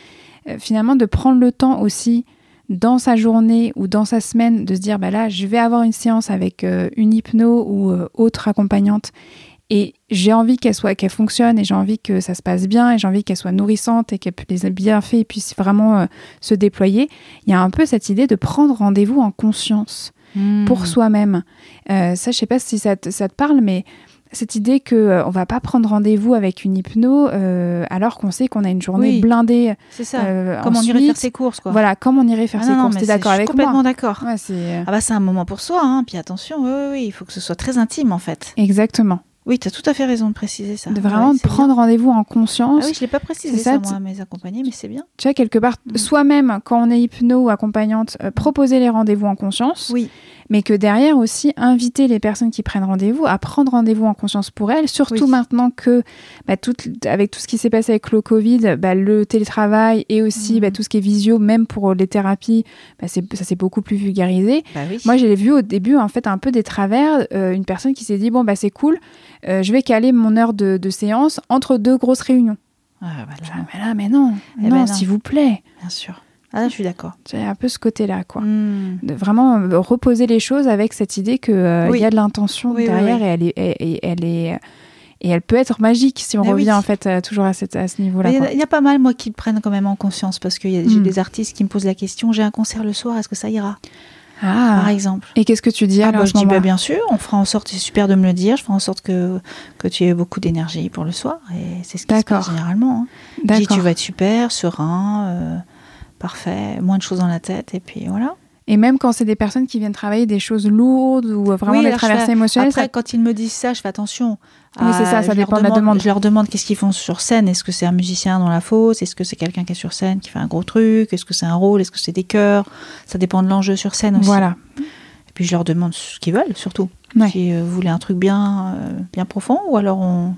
euh, finalement de prendre le temps aussi dans sa journée ou dans sa semaine de se dire bah là je vais avoir une séance avec euh, une hypno ou euh, autre accompagnante et j'ai envie qu'elle soit qu'elle fonctionne et j'ai envie que ça se passe bien et j'ai envie qu'elle soit nourrissante et que les bienfaits puissent vraiment euh, se déployer. Il y a un peu cette idée de prendre rendez-vous en conscience mmh. pour soi-même. Euh, ça je sais pas si ça te, ça te parle, mais cette idée qu'on euh, ne va pas prendre rendez-vous avec une hypno euh, alors qu'on sait qu'on a une journée oui, blindée. C'est ça, euh, comme ensuite, on irait faire ses courses. Quoi. Voilà, comme on irait faire ah ses non, courses. T'es d'accord avec moi ? Je suis complètement d'accord. Ouais, c'est... Ah bah, c'est un moment pour soi, hein. Puis attention, oui, oui, oui, il faut que ce soit très intime en fait. Exactement. Oui, tu as tout à fait raison de préciser ça. De vraiment ouais, prendre bien. Rendez-vous en conscience. Ah oui, je ne l'ai pas précisé ça, ça moi, à mes accompagnés, mais c'est bien. Tu vois, quelque part, mmh. soi-même, quand on est hypno ou accompagnante, euh, proposer les rendez-vous en conscience. Oui. Mais que derrière aussi, inviter les personnes qui prennent rendez-vous à prendre rendez-vous en conscience pour elles, surtout oui. maintenant que, bah, tout, avec tout ce qui s'est passé avec le Covid, bah, le télétravail et aussi mmh. bah, tout ce qui est visio, même pour les thérapies, bah, c'est, ça s'est beaucoup plus vulgarisé. Bah oui. Moi, j'ai vu au début, en fait, un peu des travers, euh, une personne qui s'est dit, bon, bah, c'est cool, euh, je vais caler mon heure de, de séance entre deux grosses réunions. Ah, bah là. Genre, mais là, mais non, eh non, ben non, s'il vous plaît. Bien sûr. Ah, là, je suis d'accord. C'est un peu ce côté-là, quoi. Mm. De vraiment euh, reposer les choses avec cette idée qu'il euh, oui. y a de l'intention oui, derrière oui, oui. et elle est, et, et, elle est, et elle peut être magique si on mais revient oui. en fait euh, toujours à, cette, à ce niveau-là. Il y, y a pas mal, moi, qui le prennent quand même en conscience parce que y a, mm. j'ai des artistes qui me posent la question, j'ai un concert le soir, est-ce que ça ira ? Ah. Par exemple. Et qu'est-ce que tu dis ah, alors bah, Je dis bah, bien sûr, on fera en sorte, c'est super de me le dire, je ferai en sorte que, que tu aies beaucoup d'énergie pour le soir et c'est ce qui D'accord. se passe généralement. Hein. D'accord. Je dis tu vas être super, serein, euh, parfait, moins de choses dans la tête et puis voilà. Et même quand c'est des personnes qui viennent travailler des choses lourdes ou vraiment oui, des traversées fais... émotionnelles. Après, ça... quand ils me disent ça, je fais attention. Oui, c'est ça, ça dépend de la demande. Je leur demande qu'est-ce qu'ils font sur scène. Est-ce que c'est un musicien dans la fosse ? Est-ce que c'est quelqu'un qui est sur scène qui fait un gros truc ? Est-ce que c'est un rôle ? Est-ce que c'est des chœurs ? Ça dépend de l'enjeu sur scène aussi. Voilà. Et puis je leur demande ce qu'ils veulent, surtout. Ouais. Si euh, vous voulez un truc bien, euh, bien profond, ou alors on...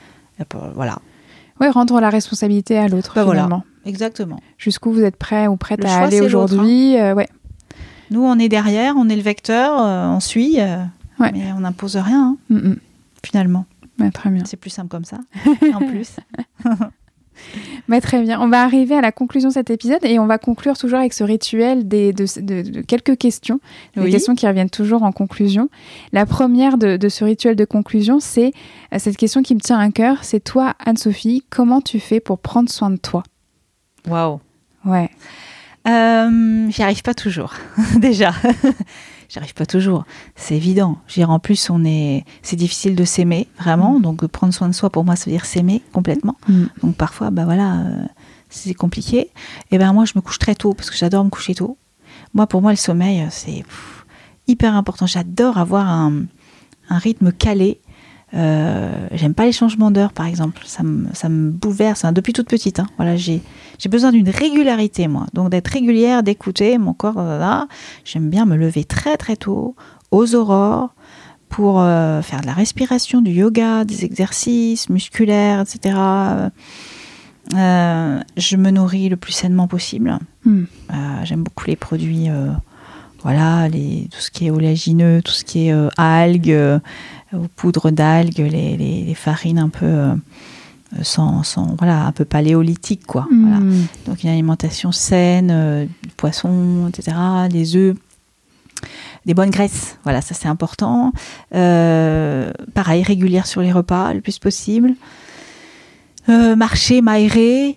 Voilà. Oui, rendre la responsabilité à l'autre, bah finalement. Voilà. Exactement. Jusqu'où vous êtes prêt ou prête le à choix, aller aujourd'hui. Hein. Euh, ouais. Nous, on est derrière, on est le vecteur, euh, on suit, euh, ouais. mais on n'impose rien, hein, mm-hmm. finalement. Bah, très bien. C'est plus simple comme ça, en plus. Bah, très bien. On va arriver à la conclusion de cet épisode et on va conclure toujours avec ce rituel des, de, de, de quelques questions, des oui. questions qui reviennent toujours en conclusion. La première de, de ce rituel de conclusion, c'est euh, cette question qui me tient à cœur. C'est toi, Anne-Sophie, comment tu fais pour prendre soin de toi ? Waouh. Ouais. Euh, j'y arrive pas toujours, déjà. J'y arrive pas toujours, c'est évident. Je veux dire, en plus, on est... c'est difficile de s'aimer, vraiment. Mmh. Donc, prendre soin de soi, pour moi, ça veut dire s'aimer complètement. Mmh. Donc, parfois, bah, voilà, euh, c'est compliqué. Et ben moi, je me couche très tôt, parce que j'adore me coucher tôt. Moi, pour moi, le sommeil, c'est pff, hyper important. J'adore avoir un, un rythme calé. Euh, j'aime pas les changements d'heure, par exemple. Ça me, ça me bouleverse, hein, depuis toute petite. Hein. Voilà, j'ai, j'ai besoin d'une régularité, moi. Donc, d'être régulière, d'écouter mon corps. Là, j'aime bien me lever très, très tôt, aux aurores, pour euh, faire de la respiration, du yoga, des exercices musculaires, et cetera. Euh, je me nourris le plus sainement possible. Mm. Euh, j'aime beaucoup les produits, euh, voilà, les, tout ce qui est oléagineux, tout ce qui est euh, algues, euh, aux poudres d'algues, les, les, les farines un peu euh, sans, sans, voilà, un peu paléolithiques, quoi. Mm. Voilà. Donc une alimentation saine, euh, du poisson, et cetera, des œufs, des bonnes graisses. Voilà, ça c'est important. Euh, pareil, régulière sur les repas, le plus possible. Euh, marcher, m'aérer,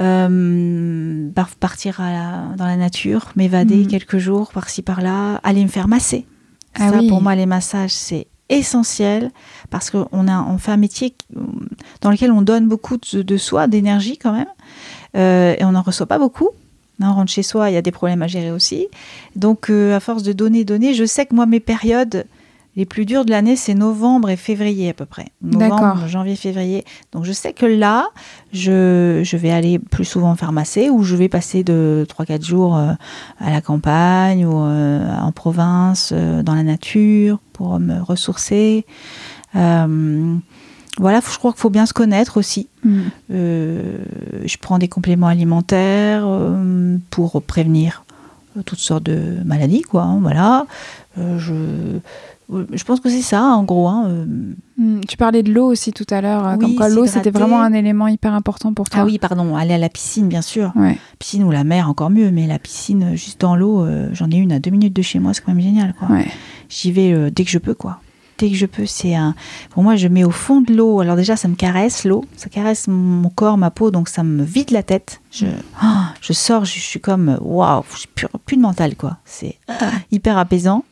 euh, partir à la, dans la nature, m'évader mm. quelques jours par-ci par-là, aller me faire masser. Ah ça, oui. Pour moi, les massages, c'est essentiel parce qu'on a, on fait un métier dans lequel on donne beaucoup de, de soi, d'énergie quand même, euh, et on n'en reçoit pas beaucoup. On rentre chez soi, il y a des problèmes à gérer aussi. Donc, euh, à force de donner, donner, je sais que moi, mes périodes les plus dures de l'année, c'est novembre et février à peu près. Novembre, D'accord. janvier, février. Donc, je sais que là, je, je vais aller plus souvent faire masser ou je vais passer de trois à quatre jours euh, à la campagne ou euh, en province, euh, dans la nature, pour me ressourcer. Euh, voilà, je crois qu'il faut bien se connaître aussi. Mmh. Euh, je prends des compléments alimentaires euh, pour prévenir toutes sortes de maladies, quoi. Hein, voilà. Euh, je... Je pense que c'est ça, en gros. Hein. Euh... Mmh, tu parlais de l'eau aussi tout à l'heure, oui, comme quoi l'eau, c'était vraiment un élément hyper important pour toi. Ah oui, pardon, aller à la piscine, bien sûr. Ouais. Piscine ou la mer, encore mieux, mais la piscine, juste dans l'eau, euh, j'en ai une à deux minutes de chez moi, c'est quand même génial, quoi. Ouais. J'y vais euh, dès que je peux, quoi. Dès que je peux, c'est un... Pour moi, je mets au fond de l'eau. Alors déjà, ça me caresse, l'eau. Ça caresse mon corps, ma peau, donc ça me vide la tête. Je, oh, je sors, je, je suis comme... Waouh, j'ai plus, plus de mental, quoi. C'est ah, hyper apaisant.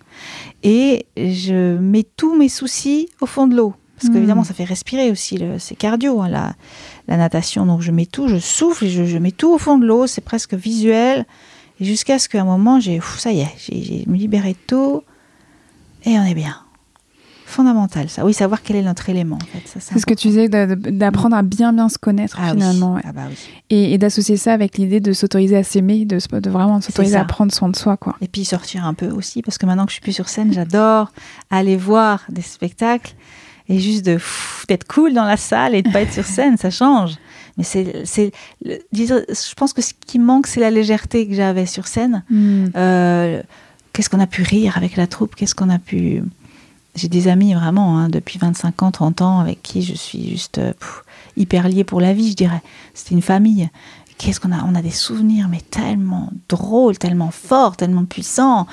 Et je mets tous mes soucis au fond de l'eau. Parce mmh. qu'évidemment, ça fait respirer aussi. Le, c'est cardio, hein, la, la natation. Donc, je mets tout, je souffle, et je, je mets tout au fond de l'eau. C'est presque visuel. Et jusqu'à ce qu'à un moment, j'ai, ouf, ça y est, j'ai, j'ai me libéré de tout. Et on est bien. Fondamental, ça. Oui, savoir quel est notre élément, en fait. Ça, c'est c'est ce que tu disais, de, de, d'apprendre à bien, bien se connaître, ah finalement. Oui. Ouais. Ah bah oui. Et, et d'associer ça avec l'idée de s'autoriser à s'aimer, de, de vraiment s'autoriser à prendre soin de soi, quoi. Et puis sortir un peu aussi, parce que maintenant que je suis plus sur scène, j'adore aller voir des spectacles et juste de, pff, d'être cool dans la salle et de pas être sur scène, ça change. Mais c'est, c'est, le, je pense que ce qui manque, c'est la légèreté que j'avais sur scène. Mm. Euh, qu'est-ce qu'on a pu rire avec la troupe, qu'est-ce qu'on a pu... J'ai des amis vraiment hein, depuis vingt-cinq ans, trente ans avec qui je suis juste pff, hyper liée pour la vie, je dirais. C'était une famille. Qu'est-ce qu'on a ? On a des souvenirs mais tellement drôles, tellement forts, tellement puissants.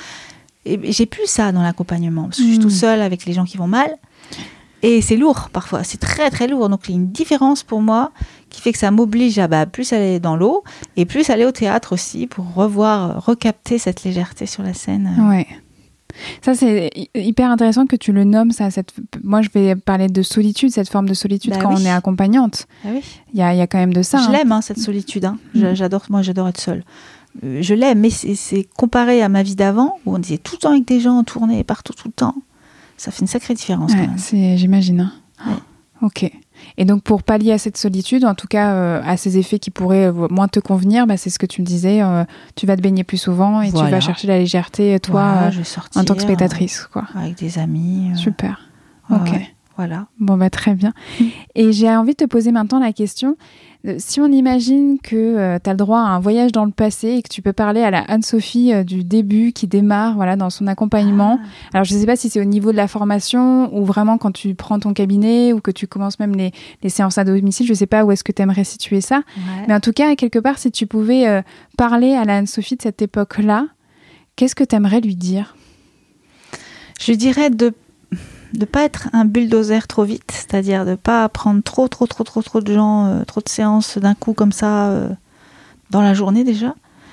Et j'ai plus ça dans l'accompagnement parce que mmh. je suis tout seule avec les gens qui vont mal. Et c'est lourd parfois, c'est très très lourd. Donc il y a une différence pour moi qui fait que ça m'oblige à bah, plus aller dans l'eau et plus aller au théâtre aussi pour revoir, recapter cette légèreté sur la scène. Ouais. Ça, c'est hyper intéressant que tu le nommes. Ça, cette... Moi, je vais parler de solitude, cette forme de solitude bah quand oui. on est accompagnante. Il bah oui. y, a, y a quand même de ça. Je hein. l'aime, hein, cette solitude. Hein. Mmh. J'adore, moi, j'adore être seule. Euh, je l'aime, mais c'est, c'est comparé à ma vie d'avant, où on était tout le temps avec des gens en tournée, partout, tout le temps. Ça fait une sacrée différence. Ouais, quand même. C'est, j'imagine. Hein. Ouais. Ok. Et donc, pour pallier à cette solitude, en tout cas euh, à ces effets qui pourraient euh, moins te convenir, bah, c'est ce que tu me disais, euh, tu vas te baigner plus souvent et voilà. tu vas chercher la légèreté, toi, voilà, euh, je vais sortir, en tant que spectatrice. Quoi. Avec des amis. Euh... Super. Ouais, ok. Ouais, voilà. Bon, bah, très bien. Mmh. Et j'ai envie de te poser maintenant la question, euh, si on imagine que euh, tu as le droit à un voyage dans le passé et que tu peux parler à la Anne-Sophie euh, du début qui démarre voilà, dans son accompagnement. Ah. Alors, je ne sais pas si c'est au niveau de la formation ou vraiment quand tu prends ton cabinet ou que tu commences même les, les séances à domicile. Je ne sais pas où est-ce que tu aimerais situer ça. Ouais. Mais en tout cas, quelque part, si tu pouvais euh, parler à la Anne-Sophie de cette époque-là, qu'est-ce que tu aimerais lui dire ? Je dirais de de pas être un bulldozer trop vite, c'est-à-dire de pas prendre trop trop trop trop trop de gens, euh, trop de séances d'un coup comme ça euh, dans la journée déjà.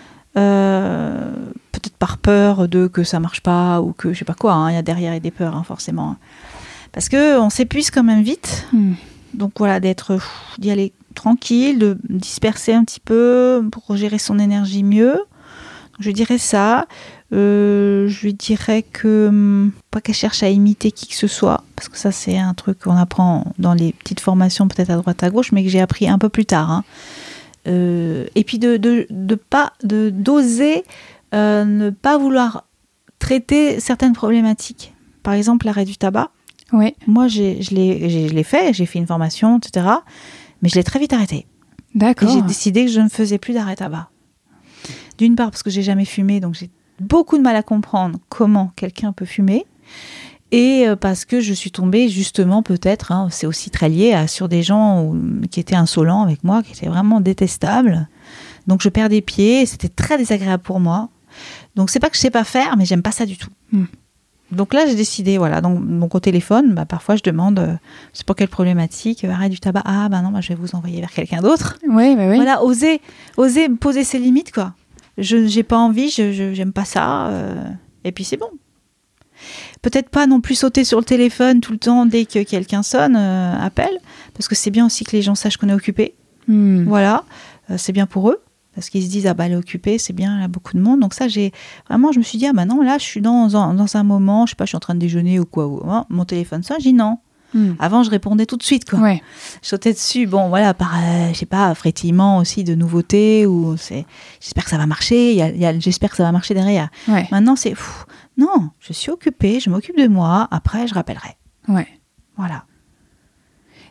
Euh, peut-être par peur de que ça marche pas ou que je sais pas quoi. Il hein, y a derrière et des peurs hein, forcément, parce que on s'épuise quand même vite. Mm. Donc voilà, d'être pff, d'y aller tranquille, de disperser un petit peu pour gérer son énergie mieux. Je dirais ça. Euh, je lui dirais que pas qu'elle cherche à imiter qui que ce soit, parce que ça c'est un truc qu'on apprend dans les petites formations peut-être à droite à gauche, mais que j'ai appris un peu plus tard. Hein. Euh, et puis de de de pas de d'oser euh, ne pas vouloir traiter certaines problématiques. Par exemple l'arrêt du tabac. Oui. Moi j'ai je l'ai j'ai, je l'ai fait, j'ai fait une formation, et cetera. Mais je l'ai très vite arrêté. D'accord. Et j'ai décidé que je ne faisais plus d'arrêt tabac. D'une part parce que j'ai jamais fumé, donc j'ai beaucoup de mal à comprendre comment quelqu'un peut fumer, et parce que je suis tombée justement peut-être, hein, c'est aussi très lié à, sur des gens où, qui étaient insolents avec moi, qui étaient vraiment détestables. Donc je perds des pieds, c'était très désagréable pour moi. Donc c'est pas que je sais pas faire, mais j'aime pas ça du tout. Mm. Donc là j'ai décidé, voilà, donc, donc au téléphone, bah, parfois je demande, euh, c'est pour quelle problématique, euh, arrêt du tabac, ah bah non, bah, je vais vous envoyer vers quelqu'un d'autre. Oui, bah oui. Voilà, oser, oser poser ses limites, quoi. Je j'ai pas envie, je, je j'aime pas ça, euh, et puis c'est bon. Peut-être pas non plus sauter sur le téléphone tout le temps dès que quelqu'un sonne, euh, appelle, parce que c'est bien aussi que les gens sachent qu'on est occupé. Mm. Voilà, euh, c'est bien pour eux, parce qu'ils se disent ah bah elle est occupée, c'est bien, il y a beaucoup de monde. Donc ça j'ai vraiment, je me suis dit ah bah non, là je suis dans dans, dans un moment, je sais pas, je suis en train de déjeuner ou quoi, ou, hein, mon téléphone sonne, j'ai dit non. Mm. Avant, je répondais tout de suite, quoi. Ouais. Je sautais dessus, bon, voilà, par, euh, je sais pas, frétillement aussi de nouveautés, ou c'est, j'espère que ça va marcher, y a, y a, j'espère que ça va marcher derrière. Ouais. Maintenant, c'est, pff, non, je suis occupée, je m'occupe de moi, après, je rappellerai. Ouais. Voilà.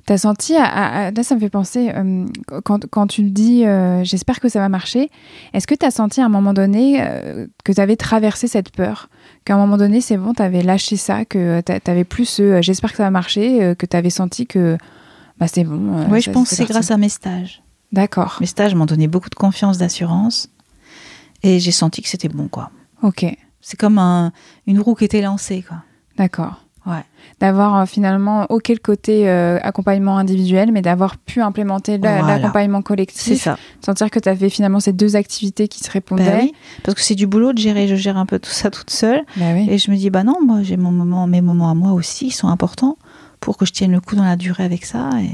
T'as senti, à, à, là ça me fait penser, euh, quand, quand tu le dis, euh, j'espère que ça va marcher, est-ce que t'as senti à un moment donné euh, que t'avais traversé cette peur, qu'à un moment donné c'est bon, t'avais lâché ça, que t'avais plus ce euh, j'espère que ça va marcher, euh, que t'avais senti que bah, c'est bon. Euh, oui, ça, je pense que c'est parti. grâce à mes stages. D'accord. Mes stages m'ont donné beaucoup de confiance, d'assurance, et j'ai senti que c'était bon, quoi. Ok. C'est comme un, une roue qui était lancée, quoi. D'accord. Ouais. D'avoir euh, finalement, ok, le côté euh, accompagnement individuel, mais d'avoir pu implémenter la, voilà. l'accompagnement collectif. C'est ça. Sentir que tu avais finalement ces deux activités qui se répondaient. Bah oui, parce que c'est du boulot de gérer. Je gère un peu tout ça toute seule. Bah oui. Et je me dis, bah non, moi, j'ai mon moment, mes moments à moi aussi, ils sont importants pour que je tienne le coup dans la durée avec ça. Et,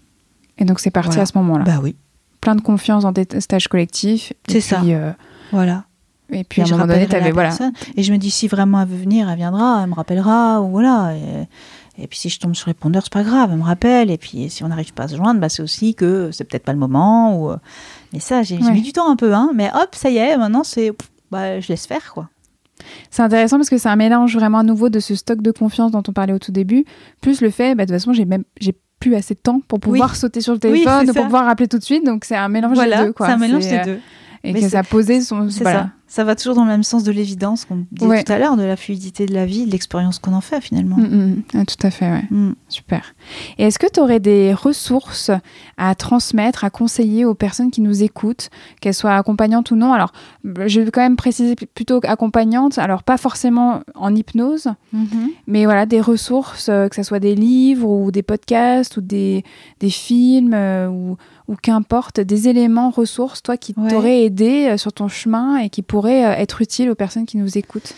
et donc, c'est parti voilà. à ce moment-là. Bah oui. Plein de confiance dans tes stages collectifs. C'est et ça. Puis, euh, voilà. Et puis, et à un je moment donné, tu avais. Voilà. Et je me dis, si vraiment elle veut venir, elle viendra, elle me rappellera, ou voilà. Et, et puis, si je tombe sur répondeur, c'est pas grave, elle me rappelle. Et puis, si on n'arrive pas à se joindre, bah, c'est aussi que c'est peut-être pas le moment. Ou... Mais ça, j'ai, ouais. j'ai mis du temps un peu, hein. Mais hop, ça y est, maintenant, c'est. Bah, je laisse faire, quoi. C'est intéressant parce que c'est un mélange vraiment à nouveau de ce stock de confiance dont on parlait au tout début, plus le fait, bah, de toute façon, j'ai même. J'ai plus assez de temps pour pouvoir oui. sauter sur le téléphone, oui, pour pouvoir appeler tout de suite. Donc, c'est un mélange voilà, des deux, quoi. C'est un mélange c'est, des deux. Et Mais que ça posait son... C'est voilà. ça. Ça va toujours dans le même sens de l'évidence qu'on disait ouais. tout à l'heure, de la fluidité de la vie, de l'expérience qu'on en fait, finalement. Mmh, mmh. Tout à fait, ouais. Mmh. Super. Et est-ce que tu aurais des ressources à transmettre, à conseiller aux personnes qui nous écoutent, qu'elles soient accompagnantes ou non ? Alors, je vais quand même préciser plutôt accompagnantes, alors pas forcément en hypnose, mmh. mais voilà, des ressources, euh, que ce soit des livres ou des podcasts ou des, des films euh, ou... ou qu'importe, des éléments, ressources, toi, qui ouais. t'auraient aidé euh, sur ton chemin et qui pourraient euh, être utiles aux personnes qui nous écoutent.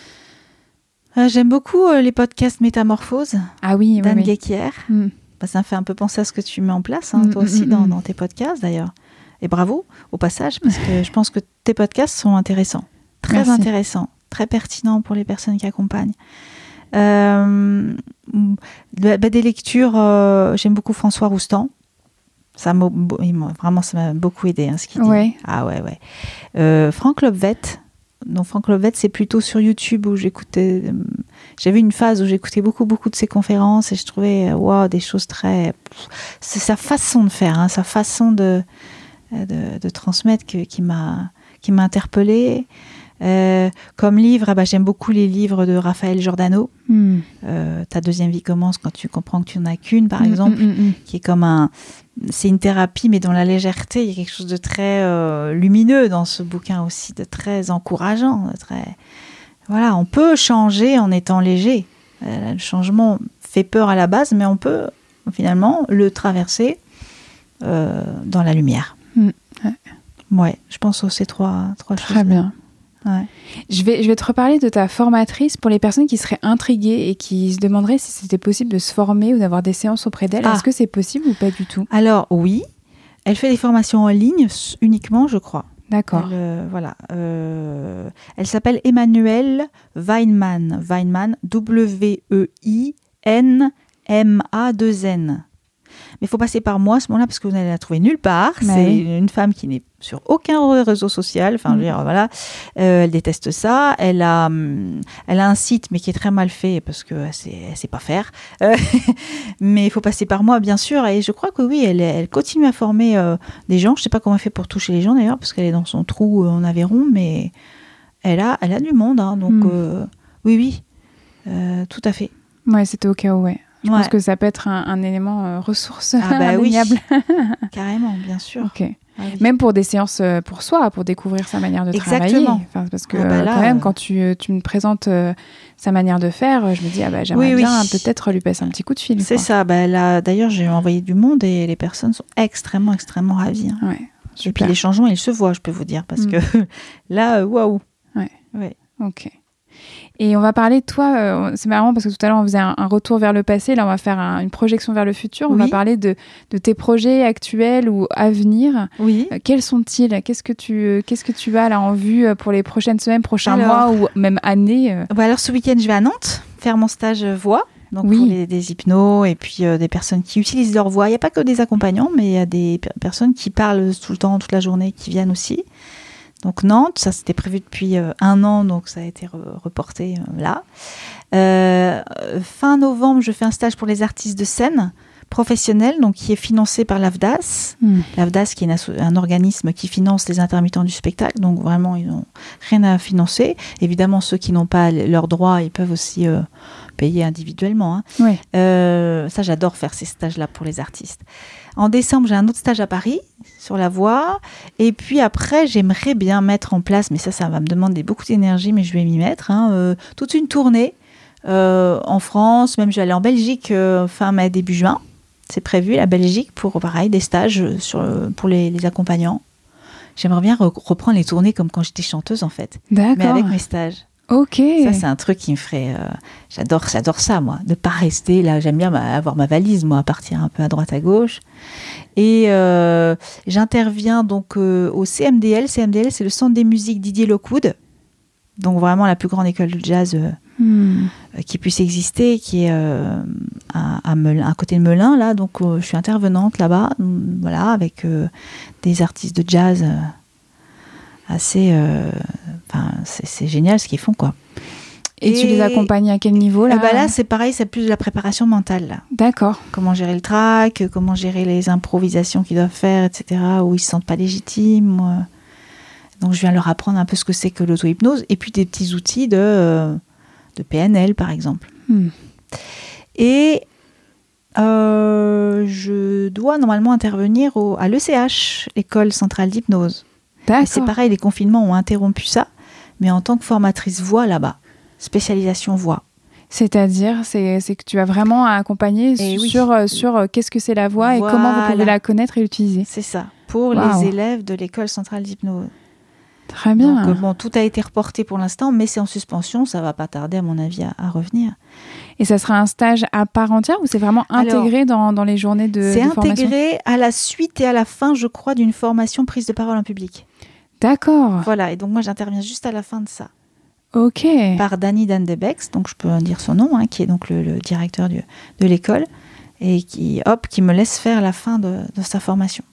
euh, J'aime beaucoup euh, les podcasts Métamorphose ah oui, d'Anne oui, Guéquière. oui. Mm. Bah, ça me fait un peu penser à ce que tu mets en place, hein, mm, toi aussi, mm, dans, dans tes podcasts, d'ailleurs. Et bravo, au passage, parce que je pense que tes podcasts sont intéressants. Très Merci. intéressants, très pertinents pour les personnes qui accompagnent. Euh, bah, des lectures, euh, j'aime beaucoup François Roustan. Ça m'a, vraiment, ça m'a beaucoup aidé, hein, ce qu'il dit. Ouais. Ah ouais, ouais. Euh, Franck Lobvet. Donc, Franck Lobvet, c'est plutôt sur YouTube où j'écoutais... J'avais une phase où j'écoutais beaucoup, beaucoup de ses conférences et je trouvais, wow, des choses très... C'est sa façon de faire, hein, sa façon de, de, de transmettre que, qui m'a, qui m'a interpellée. Euh, comme livre, eh ben, j'aime beaucoup les livres de Raphaël Giordano. Mm. Euh, Ta deuxième vie commence quand tu comprends que tu n'en as qu'une, par mm, exemple, mm, mm, qui est comme un... C'est une thérapie, mais dans la légèreté. Il y a quelque chose de très euh, lumineux dans ce bouquin aussi, de très encourageant. De très... Voilà, on peut changer en étant léger. Euh, le changement fait peur à la base, mais on peut finalement le traverser euh, dans la lumière. Mm. Ouais. Ouais, je pense aux ces trois, trois très choses. Très bien. Ouais. Je vais, je vais te reparler de ta formatrice pour les personnes qui seraient intriguées et qui se demanderaient si c'était possible de se former ou d'avoir des séances auprès d'elle. Ah. Est-ce que c'est possible ou pas du tout ? Alors oui, elle fait des formations en ligne uniquement, je crois. D'accord. Elle, euh, voilà. Euh, elle s'appelle Emmanuelle Weinmann. Weinmann, W E I N M A deux N. Mais il faut passer par moi à ce moment-là parce que vous n'allez la trouver nulle part. Ouais. C'est une femme qui n'est sur aucun réseau social. Enfin, mmh. je veux dire, voilà. Euh, elle déteste ça. Elle a, hum, elle a un site, mais qui est très mal fait parce qu'elle ne sait, elle sait pas faire. Euh, mais il faut passer par moi, bien sûr. Et je crois que oui, elle, elle continue à former euh, des gens. Je ne sais pas comment elle fait pour toucher les gens, d'ailleurs, parce qu'elle est dans son trou en Aveyron. Mais elle a, elle a du monde. Hein, donc, mmh. euh, oui, oui, euh, tout à fait. Ouais, c'était au cas où, ouais. Je ouais. pense que ça peut être un, un élément euh, ressource ah bah indéniable. Oui. Carrément, bien sûr. Okay. Ah oui. Même pour des séances euh, pour soi, pour découvrir sa manière de Exactement. travailler. Enfin, parce que ah bah là, euh, quand même, euh... quand tu, tu me présentes euh, sa manière de faire, je me dis, ah bah, j'aimerais oui, bien oui. peut-être lui passer un petit coup de fil. C'est quoi. ça. Bah, là, d'ailleurs, j'ai envoyé du monde et les personnes sont extrêmement, extrêmement ravies. Hein. Ouais, et puis les changements, ils se voient, je peux vous dire. Parce mm. que là, waouh. Ouais. ouais. Ok. Et on va parler de toi, euh, c'est marrant parce que tout à l'heure on faisait un, un retour vers le passé, là on va faire un, une projection vers le futur, on oui. va parler de, de tes projets actuels ou à venir. Oui. Euh, quels sont-ils ? Qu'est-ce que tu, qu'est-ce que tu as là en vue pour les prochaines semaines, prochains alors, mois ou même années euh... bah Alors ce week-end je vais à Nantes faire mon stage voix. Donc oui. pour les, des hypnos et puis euh, des personnes qui utilisent leur voix. Il n'y a pas que des accompagnants, mais il y a des p- personnes qui parlent tout le temps, toute la journée, qui viennent aussi. Donc Nantes, ça c'était prévu depuis euh, un an, donc ça a été re- reporté euh, là. Euh, fin novembre, je fais un stage pour les artistes de scène professionnel, donc qui est financé par l'A F D A S. Mmh. L'A F D A S qui est un, un organisme qui finance les intermittents du spectacle, donc vraiment ils n'ont rien à financer. Évidemment, ceux qui n'ont pas leurs droits, ils peuvent aussi euh, payer individuellement. Hein. Oui. Euh, ça, j'adore faire ces stages-là pour les artistes. En décembre, j'ai un autre stage à Paris, sur la voix. Et puis après, j'aimerais bien mettre en place, mais ça, ça va me demander beaucoup d'énergie, mais je vais m'y mettre, hein, euh, toute une tournée euh, en France. Même je vais aller en Belgique euh, fin mai, début juin. C'est prévu, la Belgique, pour pareil, des stages sur, pour les, les accompagnants. J'aimerais bien re- reprendre les tournées comme quand j'étais chanteuse, en fait. D'accord. Mais avec mes stages. Ok. Ça, c'est un truc qui me ferait... Euh, j'adore, j'adore ça, moi. De ne pas rester là. J'aime bien bah, avoir ma valise, moi, partir un peu à droite, à gauche. Et euh, j'interviens donc euh, au C M D L. C M D L, c'est le Centre des musiques Didier Lockwood. Donc vraiment la plus grande école de jazz euh, hmm. euh, qui puisse exister, qui est euh, à, à, Melun, à côté de Melun. Là. Donc euh, je suis intervenante là-bas, voilà, avec euh, des artistes de jazz... Euh, assez euh, c'est, c'est génial ce qu'ils font, quoi. Et, et tu les accompagnes à quel niveau là? Eh ben là c'est pareil, c'est plus de la préparation mentale là. D'accord. Comment gérer le track, comment gérer les improvisations qu'ils doivent faire, etc., où ils se sentent pas légitimes. euh. Donc je viens leur apprendre un peu ce que c'est que l'auto-hypnose et puis des petits outils de, euh, de P N L par exemple. hmm. Et euh, je dois normalement intervenir au, à l'E C H, l'école centrale d'hypnose. Et c'est pareil, les confinements ont interrompu ça, mais en tant que formatrice voix là-bas, spécialisation voix. C'est-à-dire, c'est, c'est que tu vas vraiment accompagner sur, oui. sur, euh, sur euh, qu'est-ce que c'est la voix voilà. et comment vous pouvez la connaître et l'utiliser. C'est ça, pour wow. les élèves de l'école centrale d'hypnose. Très bien. Donc, bon, tout a été reporté pour l'instant, mais c'est en suspension, ça ne va pas tarder à mon avis à, à revenir. Et ça sera un stage à part entière ou c'est vraiment intégré Alors, dans, dans les journées de, c'est de formation? C'est intégré à la suite et à la fin, je crois, d'une formation prise de parole en public. D'accord. Voilà, et donc moi j'interviens juste à la fin de ça. Ok. Par Danny Dandebex, donc je peux dire son nom, hein, qui est donc le, le directeur du, de l'école, et qui, hop, qui me laisse faire la fin de, de sa formation.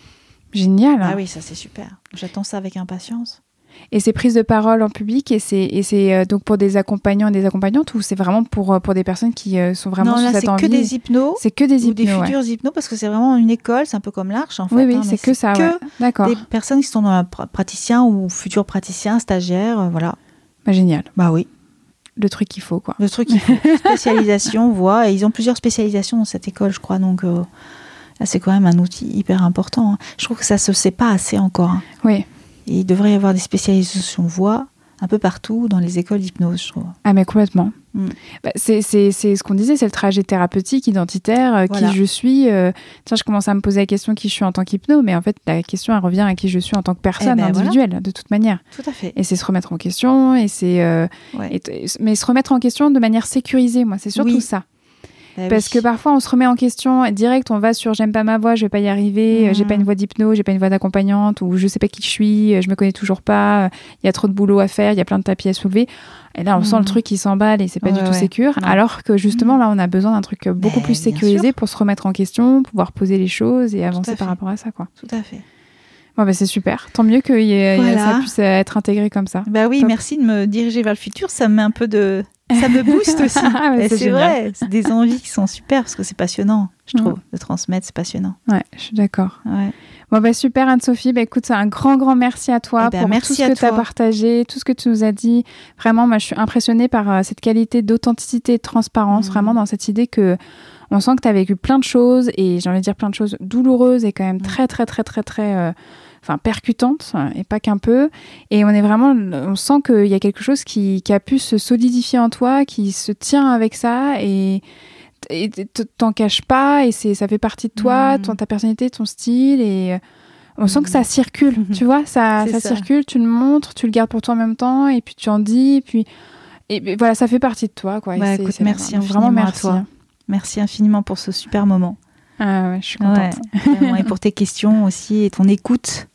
Génial. Ah oui, ça c'est super. J'attends ça avec impatience. Et c'est prise de parole en public et c'est, et c'est euh, donc pour des accompagnants et des accompagnantes ou c'est vraiment pour, pour des personnes qui euh, sont vraiment non, sous là, cette envie? Non, là c'est que des hypnos. C'est que des hypnos, ou des futurs ouais. hypnos parce que c'est vraiment une école, c'est un peu comme l'Arche en fait. Oui, oui, hein, c'est que ça, que ouais. D'accord. Des personnes qui sont dans la pr- praticiens ou futurs praticiens, stagiaires, euh, voilà. Bah, génial. Bah oui. Le truc qu'il faut, quoi. Le truc qu'il faut. Spécialisation, voix. Et ils ont plusieurs spécialisations dans cette école, je crois. Donc euh, là, c'est quand même un outil hyper important. Hein. Je trouve que ça ne se sait pas assez encore. Hein. Oui. Et il devrait y avoir des spécialisations voix un peu partout dans les écoles d'hypnose, je trouve. Ah, mais complètement. Mm. Bah, c'est, c'est, c'est ce qu'on disait, c'est le trajet thérapeutique, identitaire, euh, voilà. Qui je suis. Euh... Tiens, je commence à me poser la question qui je suis en tant qu'hypno, mais en fait, la question, elle revient à qui je suis en tant que personne eh ben individuelle, voilà. De toute manière. Tout à fait. Et c'est se remettre en question, et c'est, euh, ouais. et t- mais se remettre en question de manière sécurisée, moi, c'est surtout oui. ça. Bah Parce oui. que parfois, on se remet en question, et direct, on va sur « j'aime pas ma voix, je vais pas y arriver, mmh. j'ai pas une voix d'hypno, j'ai pas une voix d'accompagnante, ou je sais pas qui je suis, je me connais toujours pas, il y a trop de boulot à faire, il y a plein de tapis à soulever. » Et là, on mmh. sent le truc qui s'emballe et c'est pas ouais, du tout ouais. sécure. Non. Alors que justement, là, on a besoin d'un truc beaucoup Mais plus sécurisé pour se remettre en question, pouvoir poser les choses et avancer par rapport à ça, quoi. Tout à fait. Bon, bah, c'est super. Tant mieux que y ait, voilà. y ait, ça puisse être intégré comme ça. Bah oui, Top. Merci de me diriger vers le futur. Ça me met un peu de... Ça me booste aussi. ah, ouais, c'est c'est vrai, c'est des envies qui sont super parce que c'est passionnant, je trouve, mmh. de transmettre, c'est passionnant. Ouais, je suis d'accord. Ouais. Bon, bah super Anne-Sophie, bah, écoute, un grand, grand merci à toi eh ben, pour merci tout ce que tu as partagé, tout ce que tu nous as dit. Vraiment, moi, je suis impressionnée par euh, cette qualité d'authenticité et de transparence, mmh. vraiment dans cette idée que on sent que tu as vécu plein de choses et j'ai envie de dire plein de choses douloureuses et quand même mmh. très, très, très, très, très... Euh, enfin percutante et pas qu'un peu, et on est vraiment, on sent qu'il y a quelque chose qui, qui a pu se solidifier en toi, qui se tient avec ça et, et t'en caches pas et c'est, ça fait partie de toi, mmh. ton, ta personnalité, ton style et on mmh. sent que ça circule, tu vois, ça, ça, ça circule, tu le montres, tu le gardes pour toi en même temps et puis tu en dis et puis et voilà, ça fait partie de toi, quoi. Bah, c'est, écoute, c'est merci vraiment, infiniment vraiment merci à toi. Merci infiniment pour ce super moment. Ah ouais, je suis contente. Ouais, et pour tes questions aussi et ton écoute.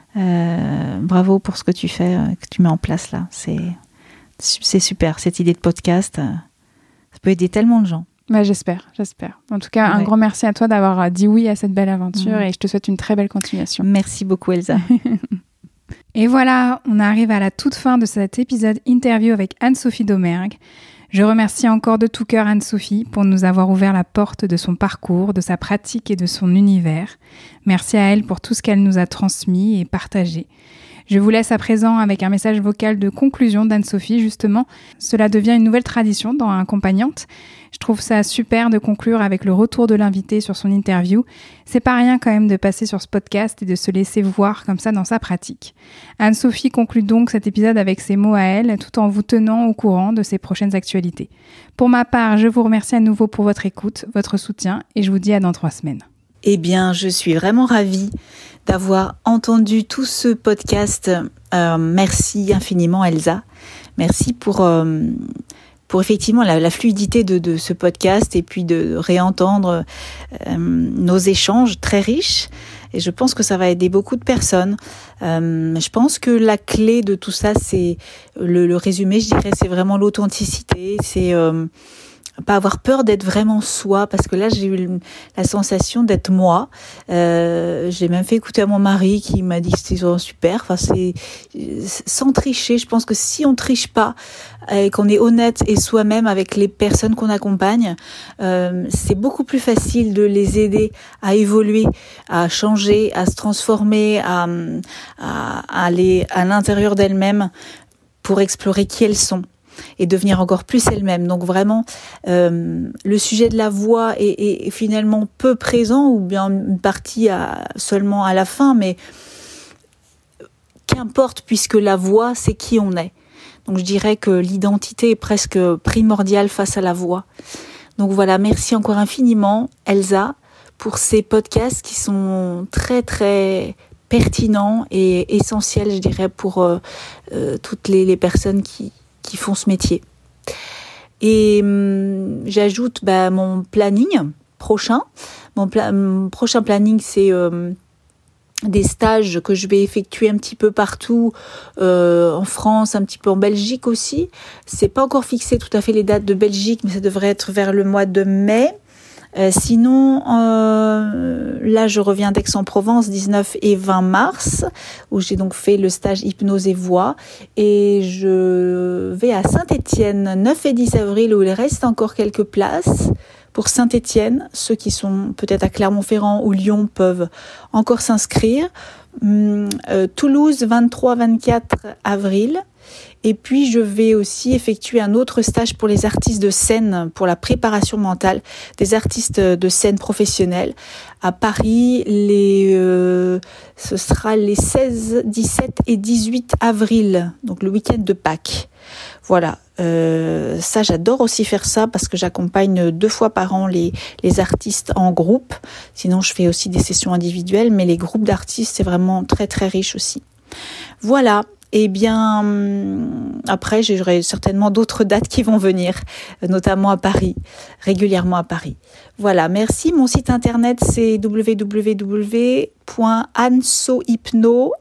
Euh, bravo pour ce que tu fais, euh, que tu mets en place là. C'est, c'est super, cette idée de podcast. Euh, ça peut aider tellement de gens. Bah, j'espère, j'espère. En tout cas, ouais. un grand merci à toi d'avoir dit oui à cette belle aventure mmh. et je te souhaite une très belle continuation. Merci beaucoup Elsa. Et voilà, on arrive à la toute fin de cet épisode interview avec Anne-Sophie Domergue. Je remercie encore de tout cœur Anne-Sophie pour nous avoir ouvert la porte de son parcours, de sa pratique et de son univers. Merci à elle pour tout ce qu'elle nous a transmis et partagé. Je vous laisse à présent avec un message vocal de conclusion d'Anne-Sophie, justement. Cela devient une nouvelle tradition dans Accompagnante. Je trouve ça super de conclure avec le retour de l'invité sur son interview. C'est pas rien quand même de passer sur ce podcast et de se laisser voir comme ça dans sa pratique. Anne-Sophie conclut donc cet épisode avec ses mots à elle, tout en vous tenant au courant de ses prochaines actualités. Pour ma part, je vous remercie à nouveau pour votre écoute, votre soutien, et je vous dis à dans trois semaines. Eh bien, je suis vraiment ravie d'avoir entendu tout ce podcast. Euh, merci infiniment, Elsa. Merci pour, euh, pour effectivement la, la fluidité de, de ce podcast et puis de réentendre euh, nos échanges très riches. Et je pense que ça va aider beaucoup de personnes. Euh, je pense que la clé de tout ça, c'est le, le résumé, je dirais, c'est vraiment l'authenticité. C'est... Euh, pas avoir peur d'être vraiment soi, parce que là j'ai eu la sensation d'être moi. Euh, j'ai même fait écouter à mon mari qui m'a dit que c'était super. Enfin, c'est sans tricher. Je pense que si on triche pas et qu'on est honnête et soi-même avec les personnes qu'on accompagne, euh, c'est beaucoup plus facile de les aider à évoluer, à changer, à se transformer, à, à, à aller à l'intérieur d'elles-mêmes pour explorer qui elles sont et devenir encore plus elle-même. Donc vraiment, euh, le sujet de la voix est, est, est finalement peu présent, ou bien une partie à, seulement à la fin, mais qu'importe, puisque la voix, c'est qui on est. Donc je dirais que l'identité est presque primordiale face à la voix. Donc voilà, merci encore infiniment, Elsa, pour ces podcasts qui sont très très pertinents et essentiels, je dirais, pour euh, euh, toutes les, les personnes qui qui font ce métier. Et hum, j'ajoute bah, mon planning prochain. Mon, pla- mon prochain planning, c'est euh, des stages que je vais effectuer un petit peu partout, euh, en France, un petit peu en Belgique aussi. C'est pas encore fixé tout à fait les dates de Belgique, mais ça devrait être vers le mois de mai. Euh, sinon, euh, là, je reviens d'Aix-en-Provence, dix-neuf et vingt mars, où j'ai donc fait le stage hypnose et voix. Et je vais à Saint-Étienne, neuf et dix avril, où il reste encore quelques places. Pour Saint-Étienne, ceux qui sont peut-être à Clermont-Ferrand ou Lyon peuvent encore s'inscrire. Hum, euh, Toulouse, vingt-trois vingt-quatre avril. Et puis, je vais aussi effectuer un autre stage pour les artistes de scène, pour la préparation mentale des artistes de scène professionnels à Paris. Les, euh, ce sera les seize, dix-sept et dix-huit avril, donc le week-end de Pâques. Voilà, euh, ça j'adore aussi faire ça parce que j'accompagne deux fois par an les, les artistes en groupe. Sinon, je fais aussi des sessions individuelles, mais les groupes d'artistes, c'est vraiment très très riche aussi. Voilà. Eh bien, après, j'aurai certainement d'autres dates qui vont venir, notamment à Paris, régulièrement à Paris. Voilà, merci. Mon site internet, c'est w w w point ansohypno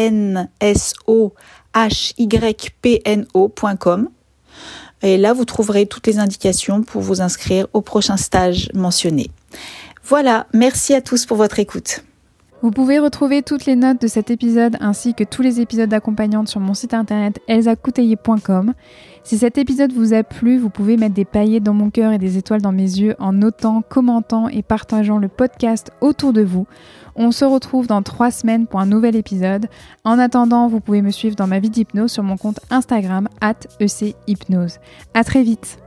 point com. Et là, vous trouverez toutes les indications pour vous inscrire au prochain stage mentionné. Voilà, merci à tous pour votre écoute. Vous pouvez retrouver toutes les notes de cet épisode ainsi que tous les épisodes d'accompagnante sur mon site internet elsa couteiller point com. Si cet épisode vous a plu, vous pouvez mettre des paillettes dans mon cœur et des étoiles dans mes yeux en notant, commentant et partageant le podcast autour de vous. On se retrouve dans trois semaines pour un nouvel épisode. En attendant, vous pouvez me suivre dans ma vie d'hypnose sur mon compte Instagram arobase echypnose. À très vite.